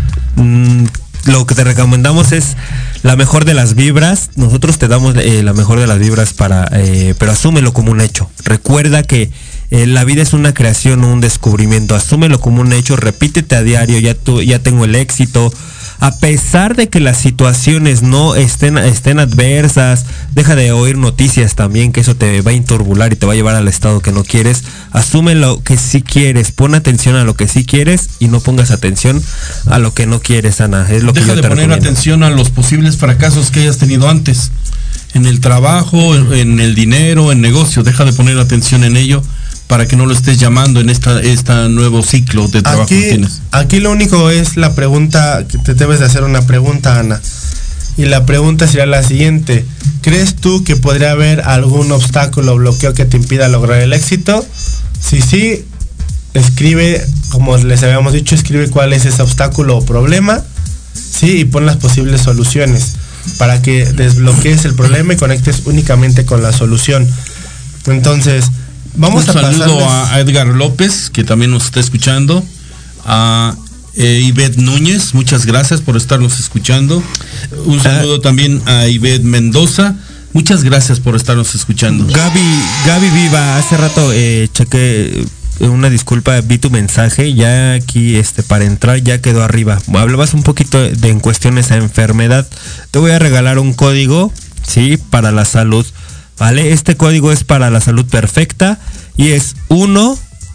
mmm, lo que te recomendamos es la mejor de las vibras. Nosotros te damos eh, la mejor de las vibras para, eh, pero asúmelo como un hecho. Recuerda que eh, la vida es una creación, un descubrimiento. Asúmelo como un hecho, repítete a diario, ya, tu, ya tengo el éxito. A pesar de que las situaciones no estén, estén adversas, deja de oír noticias también, que eso te va a inturbular y te va a llevar al estado que no quieres. Asume lo que sí quieres, pon atención a lo que sí quieres y no pongas atención a lo que no quieres, Ana. Es lo deja que yo de te poner recomiendo. atención a los posibles fracasos que hayas tenido antes, en el trabajo, en el dinero, en negocio. Deja de poner atención en ello para que no lo estés llamando en esta este nuevo ciclo de trabajo aquí, que tienes. Aquí lo único es la pregunta, que te debes de hacer una pregunta, Ana. Y la pregunta sería la siguiente: ¿crees tú que podría haber algún obstáculo o bloqueo que te impida lograr el éxito? Si sí, escribe, como les habíamos dicho, escribe cuál es ese obstáculo o problema, sí, y pon las posibles soluciones para que desbloquees el problema y conectes únicamente con la solución. Entonces, vamos un a saludo pasarles... a Edgar López, que también nos está escuchando, a eh, Ivette Núñez, muchas gracias por estarnos escuchando. Un saludo ah. también a Ivette Mendoza, muchas gracias por estarnos escuchando. Gaby, Gaby Viva, hace rato eh, chequé, una disculpa, vi tu mensaje, ya aquí este para entrar ya quedó arriba. Hablabas un poquito de, de en cuestiones a enfermedad. Te voy a regalar un código, sí, para la salud. Vale, este código es para la salud perfecta y es uno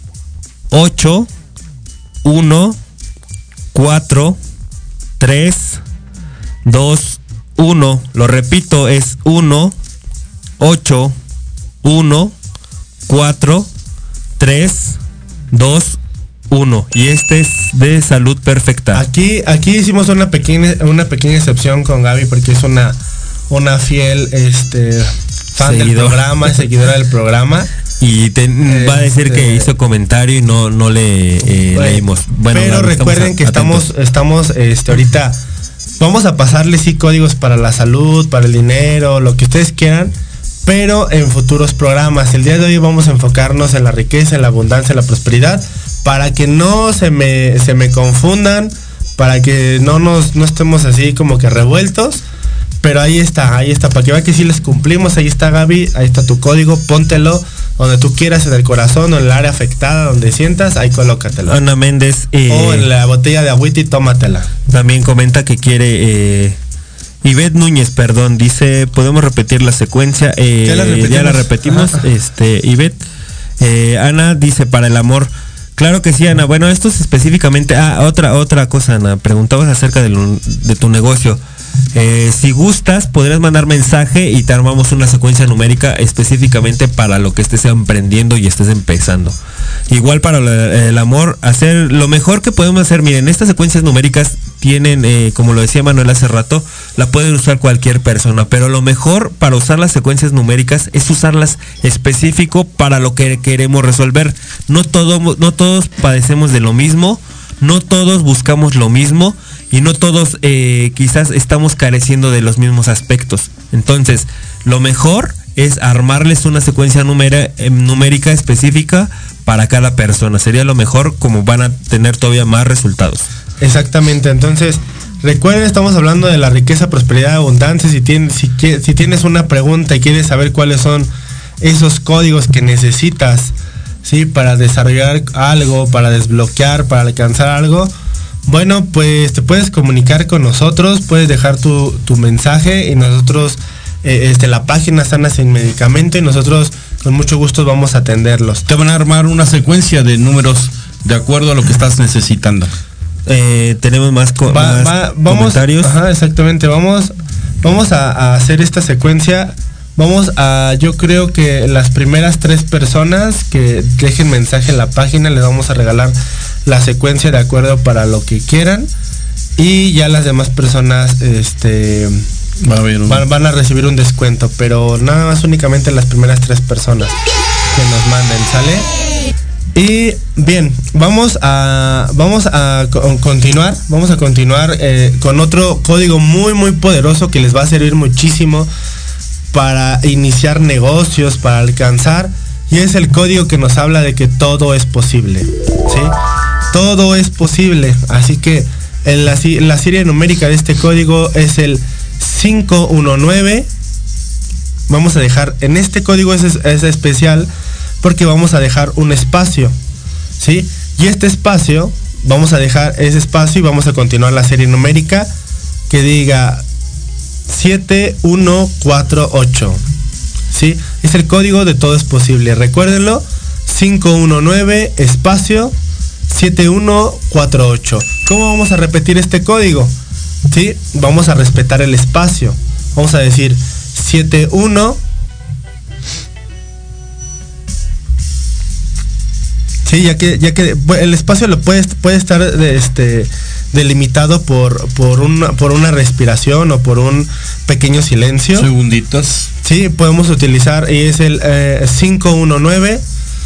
ocho uno cuatro tres dos uno. Lo repito, es uno ocho uno cuatro tres dos uno y este es de salud perfecta. Aquí aquí hicimos una pequeña una pequeña excepción con Gaby porque es una una fiel este fan Seguidor. del programa, seguidora del programa. Y te, este, va a decir que hizo comentario y no, no le eh, bueno, leímos. Bueno, pero claro, recuerden que atentos. estamos, estamos este, ahorita, vamos a pasarles sí códigos para la salud, para el dinero, lo que ustedes quieran, pero en futuros programas. El día de hoy vamos a enfocarnos en la riqueza, en la abundancia, en la prosperidad, para que no se me, se me confundan, para que no nos, no estemos así como que revueltos. Pero ahí está, ahí está, para que vean que sí les cumplimos. Ahí está, Gaby, ahí está tu código, póntelo donde tú quieras, en el corazón o en el área afectada, donde sientas, ahí colócatelo. Ana Méndez. Eh, o en la botella de agüita y tómatela. También comenta que quiere, eh, Ivette Núñez, perdón, dice, podemos repetir la secuencia. Eh, ¿Ya, la ya la repetimos, Ajá. este, Ivette. Eh, Ana dice, para el amor. Claro que sí, Ana. Bueno, esto es específicamente, ah, otra, otra cosa, Ana. Preguntabas acerca de, lo, de tu negocio. Eh, si gustas, podrías mandar mensaje y te armamos una secuencia numérica específicamente para lo que estés emprendiendo y estés empezando. Igual para el amor, hacer lo mejor que podemos hacer. Miren, estas secuencias numéricas tienen, eh, como lo decía Manuel hace rato, la puede usar cualquier persona, pero lo mejor para usar las secuencias numéricas es usarlas específico para lo que queremos resolver. No, todo, no todos padecemos de lo mismo, no todos buscamos lo mismo y no todos eh, quizás estamos careciendo de los mismos aspectos. Entonces, lo mejor es armarles una secuencia numera, eh, numérica específica para cada persona. Sería lo mejor, como van a tener todavía más resultados. Exactamente. Entonces, recuerden, estamos hablando de la riqueza, prosperidad, abundancia. Si tienes, si, si tienes una pregunta y quieres saber cuáles son esos códigos que necesitas, ¿sí?, para desarrollar algo, para desbloquear, para alcanzar algo, bueno, pues te puedes comunicar con nosotros, puedes dejar tu, tu mensaje y nosotros, eh, este, la página Sana Sin Medicamento, y nosotros con mucho gusto vamos a atenderlos. Te van a armar una secuencia de números de acuerdo a lo que estás necesitando. Eh, tenemos más, co va, más va, vamos, comentarios. Ajá, exactamente, vamos, vamos a, a hacer esta secuencia. Vamos a, yo creo que las primeras tres personas que dejen mensaje en la página les vamos a regalar la secuencia de acuerdo para lo que quieran, y ya las demás personas este Va a haber un... van, van a recibir un descuento, pero nada más únicamente las primeras tres personas que nos manden, ¿sale? Y bien, vamos a vamos a continuar, vamos a continuar eh, con otro código muy muy poderoso que les va a servir muchísimo para iniciar negocios, para alcanzar, y es el código que nos habla de que todo es posible, ¿sí? Todo es posible, así que en la, la serie numérica de este código es el cinco uno nueve. Vamos a dejar, en este código es, es especial porque vamos a dejar un espacio, ¿sí? Y este espacio, vamos a dejar ese espacio y vamos a continuar la serie numérica que diga siete uno cuatro ocho, ¿sí? Es el código de todo es posible. Recuérdenlo, cinco uno nueve espacio siete uno cuatro ocho. ¿Cómo vamos a repetir este código? ¿Sí? Vamos a respetar el espacio. Vamos a decir siete uno. Sí, ya que ya que el espacio lo puede, puede estar este delimitado por por una por una respiración o por un pequeño silencio. Segunditos. Sí, podemos utilizar, y es el eh, cinco uno nueve.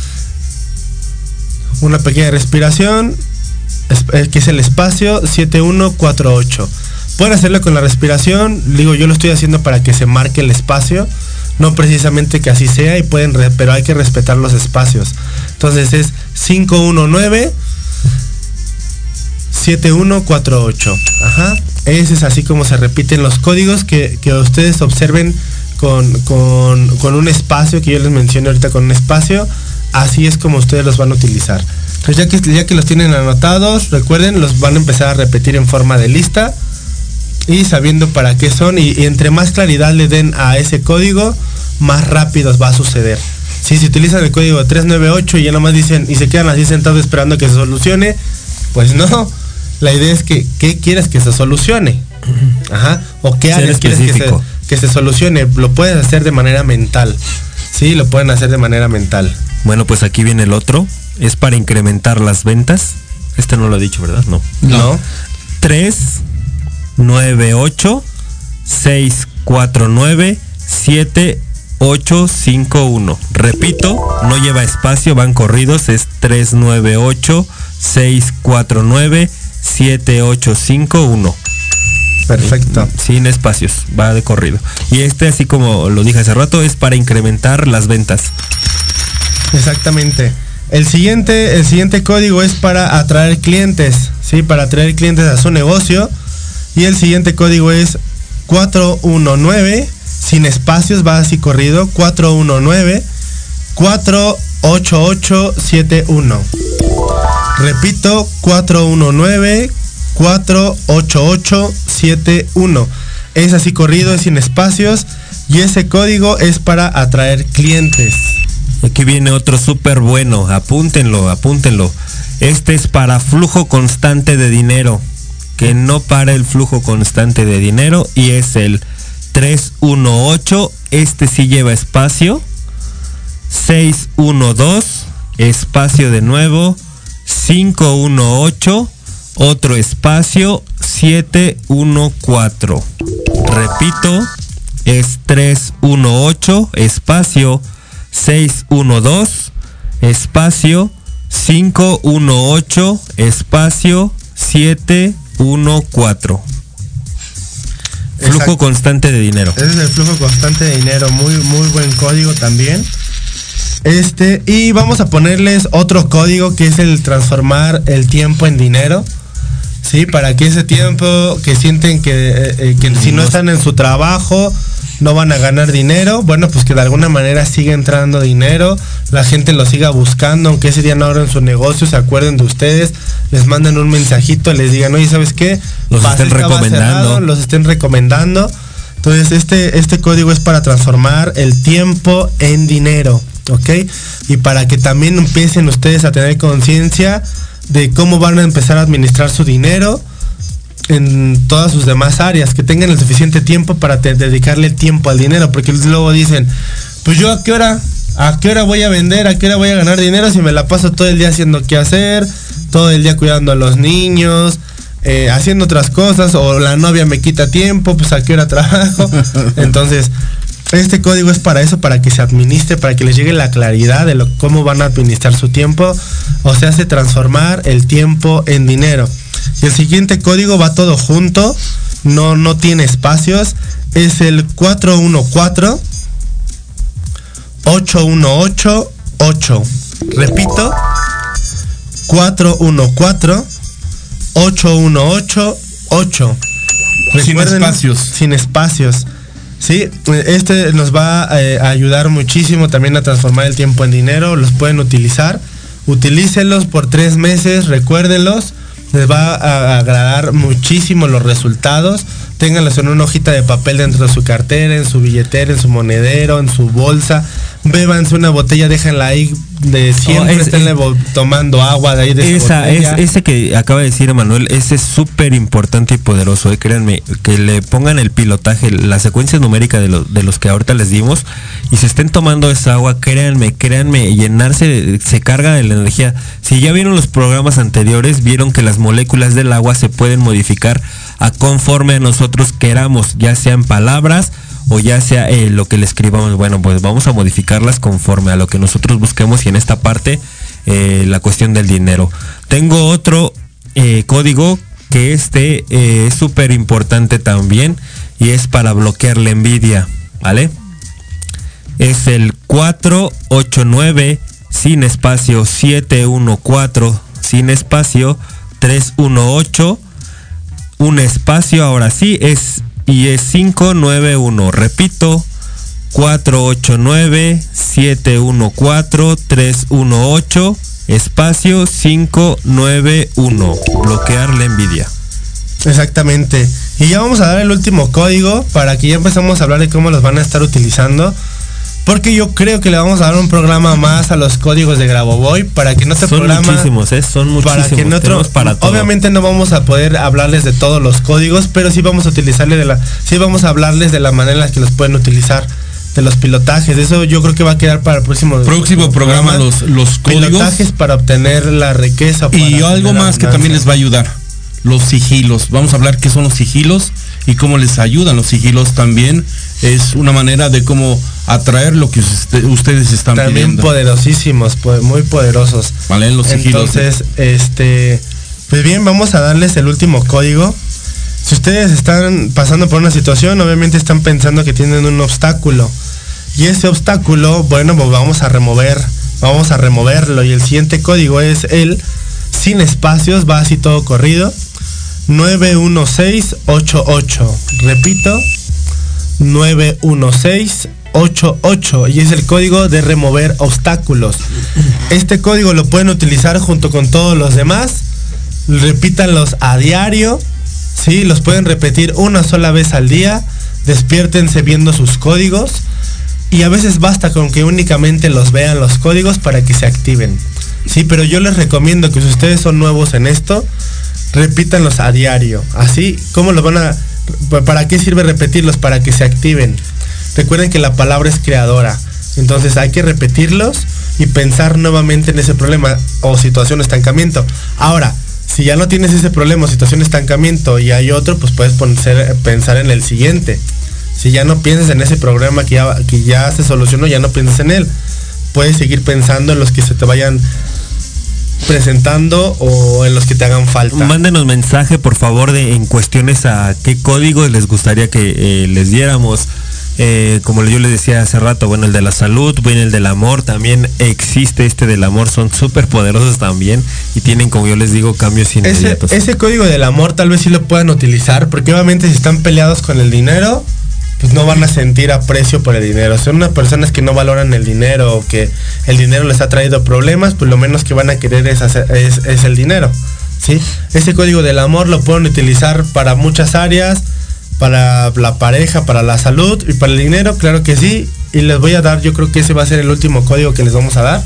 Una pequeña respiración, es, que es el espacio siete uno cuatro ocho. Pueden hacerlo con la respiración, digo, yo lo estoy haciendo para que se marque el espacio, no precisamente que así sea, y pueden, pero hay que respetar los espacios. Entonces es cinco uno nueve siete uno cuatro ocho. Ajá. Ese es así como se repiten los códigos, que, que ustedes observen con, con, con un espacio, que yo les mencioné ahorita con un espacio. Así es como ustedes los van a utilizar. Entonces ya que, ya que los tienen anotados, recuerden, los van a empezar a repetir en forma de lista y sabiendo para qué son, y, y entre más claridad le den a ese código, más rápido va a suceder. Si se utilizan el código tres nueve ocho y ya nomás dicen y se quedan así sentados esperando que se solucione, pues no. La idea es que ¿qué quieres que se solucione? Ajá. O qué áreas quieres que se, que se solucione. Lo puedes hacer de manera mental. Sí, lo pueden hacer de manera mental. Bueno, pues aquí viene el otro. Es para incrementar las ventas. Este no lo he dicho, ¿verdad? No. No. tres nueve ocho seis cuatro nueve siete ocho cinco uno. Repito, no lleva espacio, van corridos. Es tres nueve ocho seis cuatro nueve siete ocho cinco uno. Perfecto. Sin espacios, va de corrido. Y este, así como lo dije hace rato, es para incrementar las ventas. Exactamente. El siguiente, el siguiente código es para atraer clientes, ¿sí? Para atraer clientes a su negocio. Y el siguiente código es cuatro uno nueve, sin espacios, va así corrido, cuatro uno nueve cuatro ocho ocho siete uno. Repito, cuatro uno nueve cuatro ocho ocho siete uno. Es así corrido, es sin espacios, y ese código es para atraer clientes. Aquí viene otro súper bueno, apúntenlo, apúntenlo. Este es para flujo constante de dinero. que no para el flujo constante de dinero, y es el tres uno ocho, este sí lleva espacio, seis uno dos, espacio de nuevo, cinco uno ocho, otro espacio, siete uno cuatro. Repito, es tres uno ocho, espacio, seis uno dos, espacio, cinco uno ocho, espacio, siete uno cuatro. Flujo Exacto. constante de dinero. Ese es el flujo constante de dinero, muy, muy buen código también. Este, y vamos a ponerles otro código que es el transformar el tiempo en dinero. Sí, para que ese tiempo que sienten que, eh, que si no están en su trabajo no van a ganar dinero, bueno, pues que de alguna manera siga entrando dinero, la gente lo siga buscando, aunque ese día no abran su negocio, se acuerden de ustedes, les manden un mensajito, les digan, oye, ¿sabes qué? Los estén recomendando. Cerrado, los estén recomendando. Entonces, este, este código es para transformar el tiempo en dinero, ¿ok? Y para que también empiecen ustedes a tener conciencia de cómo van a empezar a administrar su dinero en todas sus demás áreas, que tengan el suficiente tiempo para te, dedicarle tiempo al dinero, porque luego dicen, pues yo a qué hora, a qué hora voy a vender, a qué hora voy a ganar dinero si me la paso todo el día haciendo qué hacer, todo el día cuidando a los niños, eh, haciendo otras cosas, o la novia me quita tiempo, pues a qué hora trabajo. Entonces, este código es para eso, para que se administre, para que les llegue la claridad de lo, cómo van a administrar su tiempo, o sea, hace transformar el tiempo en dinero. Y el siguiente código va todo junto, no, no tiene espacios, es el cuatro uno cuatro, ocho uno ocho, ocho. Repito, cuatro uno cuatro, ocho uno ocho, ocho. Sin espacios. Sin espacios. Sí, este nos va eh, a ayudar muchísimo también a transformar el tiempo en dinero. Los pueden utilizar. Utilícenlos por tres meses, recuérdenlos. Les va a agradar muchísimo los resultados. Ténganlos en una hojita de papel dentro de su cartera, en su billetera, en su monedero, en su bolsa. Bébanse una botella, déjenla ahí de siempre, oh, es, estén es, tomando agua de ahí de esa, es, ese que acaba de decir Emanuel, ese es súper importante y poderoso, eh, créanme, que le pongan el pilotaje, la secuencia numérica de, lo, de los que ahorita les dimos, y se estén tomando esa agua, créanme, créanme, llenarse, se carga de la energía. Si ya vieron los programas anteriores, vieron que las moléculas del agua se pueden modificar a conforme a nosotros queramos, ya sean palabras o ya sea eh, lo que le escribamos. Bueno, pues vamos a modificarlas conforme a lo que nosotros busquemos, y en esta parte eh, la cuestión del dinero. Tengo otro eh, código que este eh, es súper importante también, y es para bloquear la envidia, ¿vale? Es el cuatro ocho nueve sin espacio, siete uno cuatro sin espacio, tres uno ocho, un espacio, ahora sí, es y es cinco nueve uno. Repito, cuatro ocho nueve, siete uno cuatro, tres uno ocho, espacio cinco nueve uno. Bloquear la envidia. Exactamente. Y ya vamos a dar el último código para que ya empezamos a hablar de cómo los van a estar utilizando. Porque yo creo que le vamos a dar un programa más a los códigos de Grabovoi para que no te son programa, muchísimos, ¿eh? Son muchísimos. Para que en otro, para todo. Obviamente no vamos a poder hablarles de todos los códigos, pero sí vamos a utilizarle de la, sí vamos a hablarles de la manera en la que los pueden utilizar, de los pilotajes. Eso yo creo que va a quedar para el próximo próximo programa, programa los, los códigos. Pilotajes para obtener la riqueza. Y algo más que también les va a ayudar, los sigilos. Vamos a hablar qué son los sigilos y cómo les ayudan los sigilos también. Es una manera de cómo atraer lo que usted, ustedes están también pidiendo. Poderosísimos, muy poderosos. Vale, los sigilos. Entonces, este, pues bien, vamos a darles el último código. Si ustedes están pasando por una situación, obviamente están pensando que tienen un obstáculo. Y ese obstáculo, bueno, pues vamos a remover, vamos a removerlo. Y el siguiente código es el sin espacios, va así todo corrido. nueve uno seis ocho ocho. Repito, nueve uno seis ocho ocho, y es el código de remover obstáculos. Este código lo pueden utilizar junto con todos los demás. Repítanlos a diario, ¿sí? Los pueden repetir una sola vez al día. Despiértense viendo sus códigos, y a veces basta con que únicamente los vean los códigos para que se activen, ¿sí? Pero yo les recomiendo que si ustedes son nuevos en esto, repítanlos a diario. Así, ¿cómo los van a, para qué sirve repetirlos? Para que se activen. Recuerden que la palabra es creadora. Entonces hay que repetirlos y pensar nuevamente en ese problema o situación de estancamiento. Ahora, si ya no tienes ese problema o situación de estancamiento y hay otro, pues puedes poner, pensar en el siguiente. Si ya no piensas en ese problema que ya, que ya se solucionó, ya no piensas en él. Puedes seguir pensando en los que se te vayan presentando o en los que te hagan falta. Mándenos mensaje, por favor, de en cuestiones a qué código les gustaría que eh, les diéramos. Eh, como yo les decía hace rato, bueno, el de la salud, bueno, el del amor, también existe este del amor, son súper poderosos también y tienen, como yo les digo, cambios inmediatos. Ese, ese código del amor tal vez sí lo puedan utilizar, porque obviamente si están peleados con el dinero, pues no van a sentir aprecio por el dinero. Son unas personas que no valoran el dinero o que el dinero les ha traído problemas, pues lo menos que van a querer es, hacer, es, es el dinero, ¿sí? Ese código del amor lo pueden utilizar para muchas áreas, para la pareja, para la salud y para el dinero, claro que sí. Y les voy a dar, yo creo que ese va a ser el último código que les vamos a dar,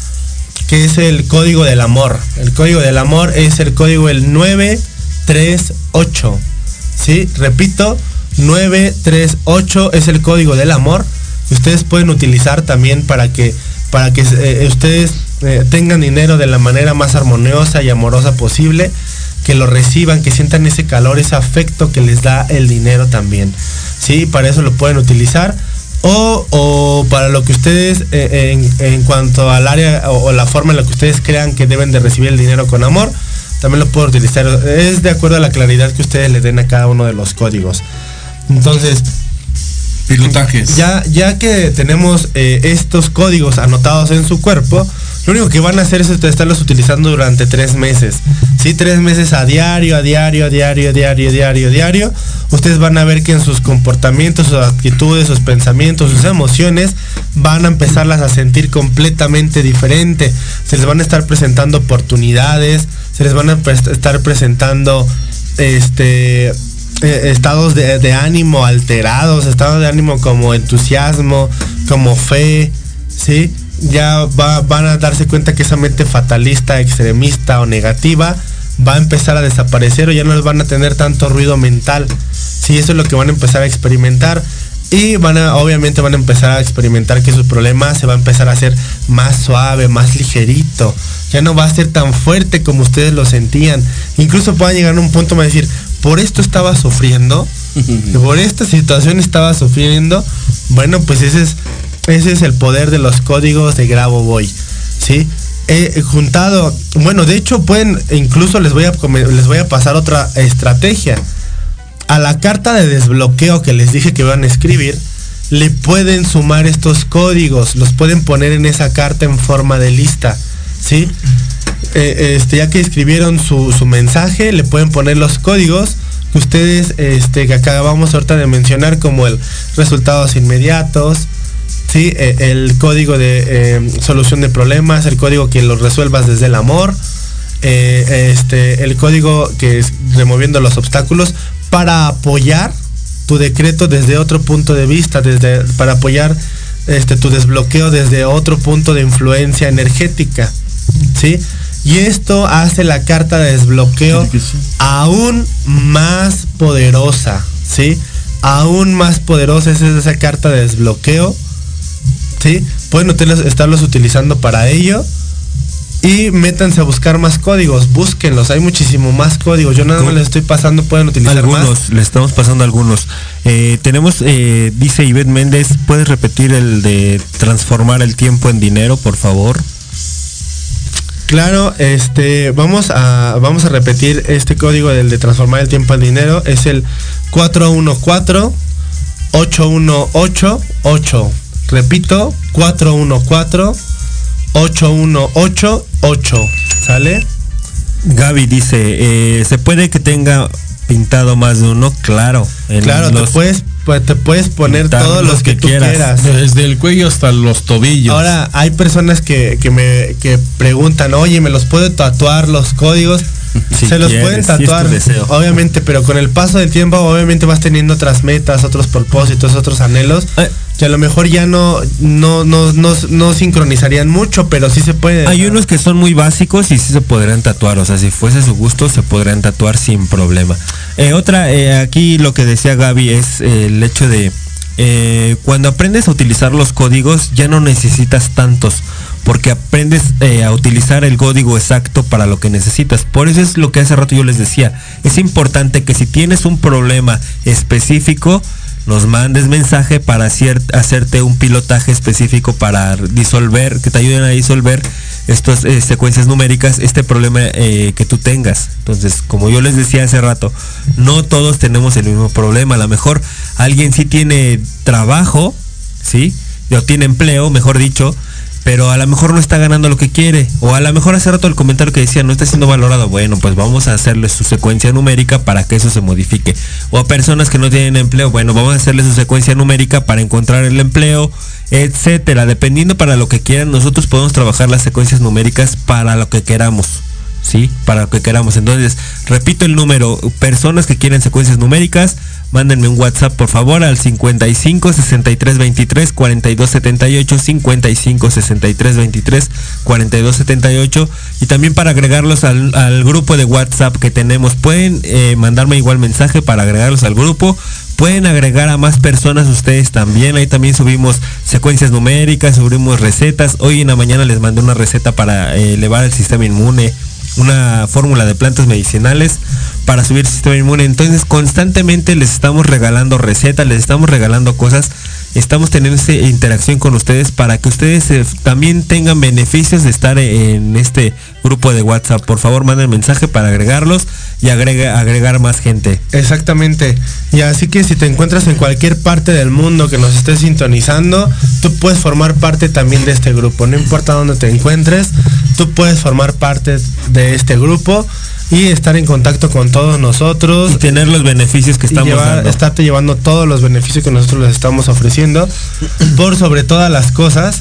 que es el código del amor. El código del amor es el código el nueve tres ocho, ¿sí? Repito, nueve tres ocho es el código del amor que ustedes pueden utilizar también para que para que eh, ustedes eh, tengan dinero de la manera más armoniosa y amorosa posible, que lo reciban, que sientan ese calor, ese afecto que les da el dinero también, ¿sí? Para eso lo pueden utilizar o, o para lo que ustedes eh, en, en cuanto al área o, o la forma en la que ustedes crean que deben de recibir el dinero con amor, también lo pueden utilizar. Es de acuerdo a la claridad que ustedes le den a cada uno de los códigos. Entonces, pilotajes. Ya, ya que tenemos eh, estos códigos anotados en su cuerpo, lo único que van a hacer es estarlos utilizando durante tres meses. Sí, tres meses a diario, a diario, a diario, a diario, a diario, a diario. Ustedes van a ver que en sus comportamientos, sus actitudes, sus pensamientos, sus emociones, van a empezarlas a sentir completamente diferente. Se les van a estar presentando oportunidades, se les van a estar presentando este eh, estados de, de ánimo alterados, estados de ánimo como entusiasmo, como fe, ¿sí? Ya va, van a darse cuenta que esa mente fatalista, extremista o negativa va a empezar a desaparecer, o ya no les van a tener tanto ruido mental. Sí, eso es lo que van a empezar a experimentar. Y van a, obviamente van a empezar a experimentar que su problema se va a empezar a hacer más suave, más ligerito. Ya no va a ser tan fuerte como ustedes lo sentían. Incluso puedan llegar a un punto de decir, por esto estaba sufriendo, por esta situación estaba sufriendo. Bueno, pues ese es Ese es el poder de los códigos de Grabovoi, ¿sí? He juntado, bueno, de hecho pueden, incluso les voy a les voy a pasar otra estrategia. A la carta de desbloqueo que les dije que van a escribir, le pueden sumar estos códigos, los pueden poner en esa carta en forma de lista, ¿sí? Eh, este, ya que escribieron su, su mensaje, le pueden poner los códigos que ustedes, este, que acabamos ahorita de mencionar, como el resultados inmediatos, ¿sí? El código de eh, solución de problemas, el código que los resuelvas desde el amor, eh, este, el código que es removiendo los obstáculos, para apoyar tu decreto desde otro punto de vista, desde, para apoyar este, tu desbloqueo desde otro punto de influencia energética, ¿sí? Y esto hace la carta de desbloqueo aún más poderosa, ¿sí? Aún más poderosa es esa carta de desbloqueo, ¿sí? Pueden ustedes estarlos utilizando para ello. Y métanse a buscar más códigos, búsquenlos, hay muchísimo más códigos. Yo nada más les estoy pasando, pueden utilizar algunos, más. Le estamos pasando algunos. Eh, tenemos, eh, dice Ivette Méndez, ¿puedes repetir el de transformar el tiempo en dinero, por favor? Claro, este, vamos a, vamos a repetir este código del de transformar el tiempo en dinero. Es el cuatro uno cuatro ocho uno ocho ocho. Repito, cuatro uno cuatro ocho uno ocho ocho, ¿sale? Gaby dice, eh, ¿se puede que tenga pintado más de uno? Claro. Claro, te puedes, pues, te puedes poner todos los que, que tú quieras. quieras. Desde el cuello hasta los tobillos. Ahora, hay personas que, que me que preguntan, oye, ¿me los puedo tatuar los códigos? Si se los quieres, pueden tatuar, si es obviamente, pero con el paso del tiempo obviamente vas teniendo otras metas, otros propósitos, otros anhelos, eh. que a lo mejor ya no no, no no no sincronizarían mucho, pero sí se puede. Hay unos que son muy básicos y sí se podrían tatuar, o sea, si fuese su gusto se podrían tatuar sin problema. Eh, otra, eh, aquí lo que decía Gaby es eh, el hecho de eh, cuando aprendes a utilizar los códigos ya no necesitas tantos, porque aprendes eh, a utilizar el código exacto para lo que necesitas. Por eso es lo que hace rato yo les decía, es importante que si tienes un problema específico, nos mandes mensaje para hacer, hacerte un pilotaje específico para disolver, que te ayuden a disolver estas eh, secuencias numéricas, este problema eh, que tú tengas. Entonces, como yo les decía hace rato, no todos tenemos el mismo problema. A lo mejor alguien sí tiene trabajo, ¿sí? O tiene empleo, mejor dicho, pero a lo mejor no está ganando lo que quiere, o a lo mejor hace rato el comentario que decía no está siendo valorado. Bueno, pues vamos a hacerle su secuencia numérica para que eso se modifique. O a personas que no tienen empleo, bueno, vamos a hacerle su secuencia numérica para encontrar el empleo, etcétera. Dependiendo para lo que quieran, nosotros podemos trabajar las secuencias numéricas para lo que queramos, ¿sí? Para lo que queramos. Entonces, repito el número, personas que quieren secuencias numéricas, mándenme un WhatsApp por favor al cincuenta y cinco, sesenta y tres, veintitrés, cuarenta y dos setenta y ocho, cincuenta y cinco, sesenta y tres, veintitrés, cuarenta y dos setenta y ocho, y también para agregarlos al, al grupo de WhatsApp que tenemos. Pueden eh, mandarme igual mensaje para agregarlos al grupo. Pueden agregar a más personas ustedes también. Ahí también subimos secuencias numéricas, subimos recetas. Hoy en la mañana les mandé una receta para eh, elevar el sistema inmune, una fórmula de plantas medicinales para subir el sistema inmune. Entonces constantemente les estamos regalando recetas, les estamos regalando cosas, estamos teniendo esa interacción con ustedes para que ustedes eh, también tengan beneficios de estar en este grupo de WhatsApp. Por favor, manden mensaje para agregarlos y agrega, agregar más gente. Exactamente. Y así que si te encuentras en cualquier parte del mundo que nos estés sintonizando, tú puedes formar parte también de este grupo. No importa dónde te encuentres, tú puedes formar parte de este grupo y estar en contacto con todos nosotros. Y tener los beneficios que estamos llevar, dando. Estarte llevando todos los beneficios que nosotros les estamos ofreciendo, por sobre todas las cosas,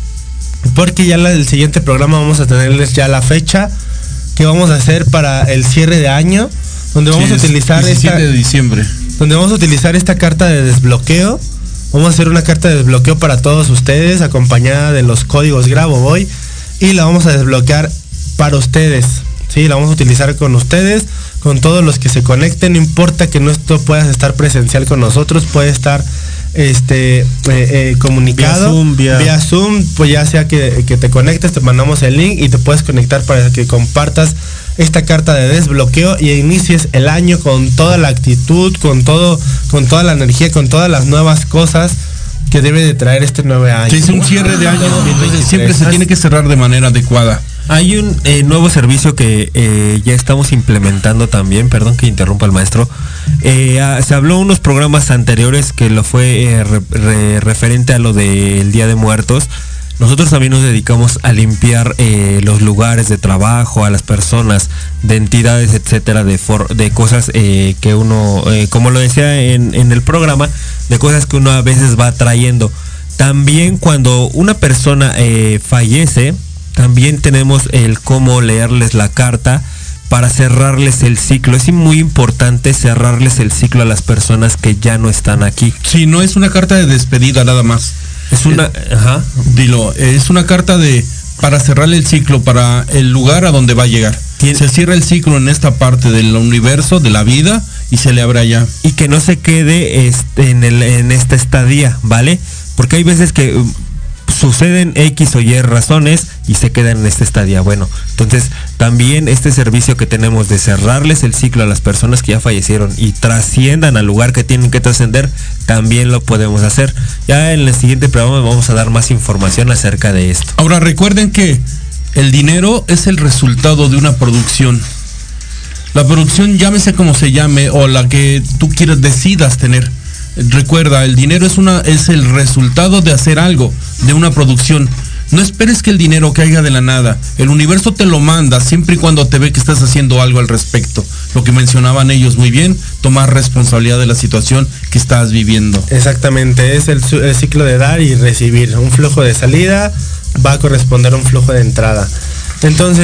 porque ya la, el siguiente programa vamos a tenerles ya la fecha que vamos a hacer para el cierre de año, donde vamos sí, a utilizar esta, de diciembre. donde vamos a utilizar esta carta de desbloqueo. Vamos a hacer una carta de desbloqueo para todos ustedes, acompañada de los códigos Grabovoi, y la vamos a desbloquear para ustedes. Sí, la vamos a utilizar con ustedes, con todos los que se conecten. No importa que no puedas estar presencial con nosotros, puede estar este eh, eh, comunicado vía Zoom, vía... vía Zoom, pues ya sea que, que te conectes, te mandamos el link y te puedes conectar para que compartas esta carta de desbloqueo y inicies el año con toda la actitud, con todo, con toda la energía, con todas las nuevas cosas que debe de traer este nuevo año. Sí, es un cierre de año, entonces siempre se tiene que cerrar de manera adecuada. Hay un eh, nuevo servicio que eh, ya estamos implementando también, perdón que interrumpa el maestro. Eh, ah, se habló unos programas anteriores que lo fue eh, re, re, referente a lo del Día de Muertos. Nosotros también nos dedicamos a limpiar eh, los lugares de trabajo, a las personas, de entidades, etcétera, de, for, de cosas eh, que uno, eh, como lo decía en, en el programa, de cosas que uno a veces va trayendo. También cuando una persona eh, fallece, también tenemos el cómo leerles la carta para cerrarles el ciclo. Es muy importante cerrarles el ciclo a las personas que ya no están aquí. Sí, no es una carta de despedida nada más. Es una, eh, ajá, dilo, es una carta de para cerrarle el ciclo, para el lugar a donde va a llegar. ¿Tiene? Se cierra el ciclo en esta parte del universo, de la vida, y se le abre allá. Y que no se quede este, en, el, en esta estadía, ¿vale? Porque hay veces que suceden X o Y razones y se quedan en esta estadía. Bueno, entonces también este servicio que tenemos de cerrarles el ciclo a las personas que ya fallecieron y trasciendan al lugar que tienen que trascender, también lo podemos hacer. Ya en el siguiente programa vamos a dar más información acerca de esto. Ahora recuerden que el dinero es el resultado de una producción. La producción, llámese como se llame, o la que tú quieras, decidas tener. Recuerda, el dinero es una es el resultado de hacer algo, de una producción. No esperes que el dinero caiga de la nada. El universo te lo manda siempre y cuando te ve que estás haciendo algo al respecto. Lo que mencionaban ellos muy bien, tomar responsabilidad de la situación que estás viviendo. Exactamente, es el, el ciclo de dar y recibir. Un flujo de salida va a corresponder a un flujo de entrada. Entonces,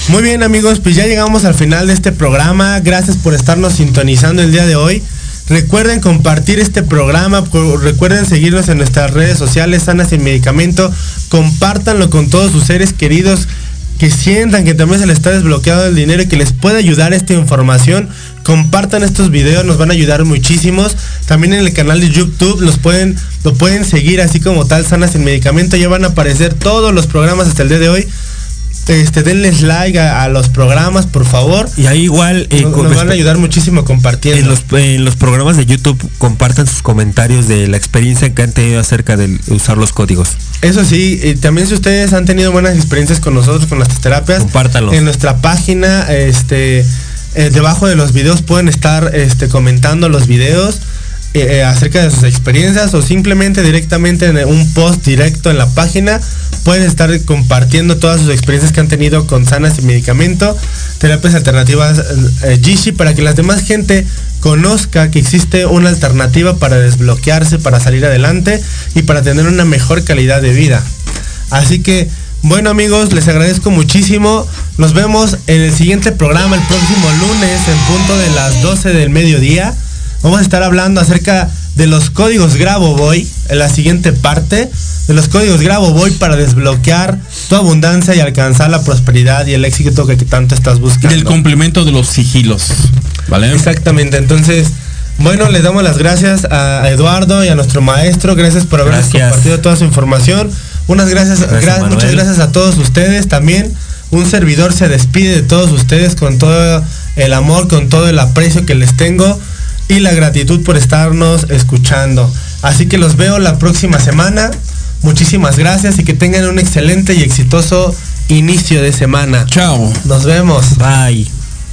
Muy bien, amigos, pues ya llegamos al final de este programa. Gracias por estarnos sintonizando el día de hoy. Recuerden compartir este programa, recuerden seguirnos en nuestras redes sociales, Sanas Sin Medicamento. Compártanlo con todos sus seres queridos que sientan que también se les está desbloqueado el dinero y que les puede ayudar esta información. Compartan estos videos, nos van a ayudar muchísimos. También en el canal de YouTube los pueden, lo pueden seguir así como tal, Sanas Sin Medicamento. Ya van a aparecer todos los programas hasta el día de hoy. Este, denles like a, a los programas, por favor. Y ahí igual eh, nos, nos van a ayudar muchísimo compartiendo. En los, en los programas de YouTube compartan sus comentarios de la experiencia que han tenido acerca de usar los códigos. Eso sí, y también si ustedes han tenido buenas experiencias con nosotros, con nuestras terapias, compártanlos. En nuestra página, este, eh, debajo de los videos pueden estar este, comentando los videos eh, acerca de sus experiencias, o simplemente directamente en un post directo en la página pueden estar compartiendo todas sus experiencias que han tenido con Sanas Sin Medicamento, terapias alternativas eh, Gishi, para que la demás gente conozca que existe una alternativa para desbloquearse, para salir adelante y para tener una mejor calidad de vida. Así que, bueno, amigos, les agradezco muchísimo. Nos vemos en el siguiente programa el próximo lunes en punto de las doce del mediodía. Vamos a estar hablando acerca de los códigos Grabovoi en la siguiente parte, de los códigos Grabovoi para desbloquear tu abundancia y alcanzar la prosperidad y el éxito que, que tanto estás buscando. Del complemento de los sigilos, ¿vale? Exactamente, entonces, bueno, les damos las gracias a Eduardo y a nuestro maestro. Gracias por habernos gracias. compartido toda su información. Unas gracias, gracias gra muchas gracias a todos ustedes también. Un servidor se despide de todos ustedes con todo el amor, con todo el aprecio que les tengo y la gratitud por estarnos escuchando. Así que los veo la próxima semana. Muchísimas gracias y que tengan un excelente y exitoso inicio de semana. Chao. Nos vemos. Bye.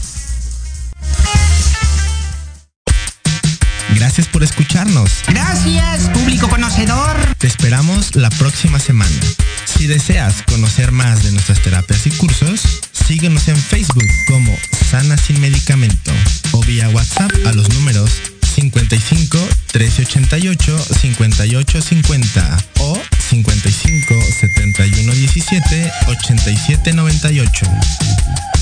Gracias por escucharnos. Gracias, público conocedor. Te esperamos la próxima semana. Si deseas conocer más de nuestras terapias y cursos, síguenos en Facebook como Sanas Sin Medicamento o vía WhatsApp a los números cincuenta y cinco, trece ochenta y ocho, cincuenta y ocho cincuenta o cincuenta y cinco, setenta y uno diecisiete, ochenta y siete noventa y ocho.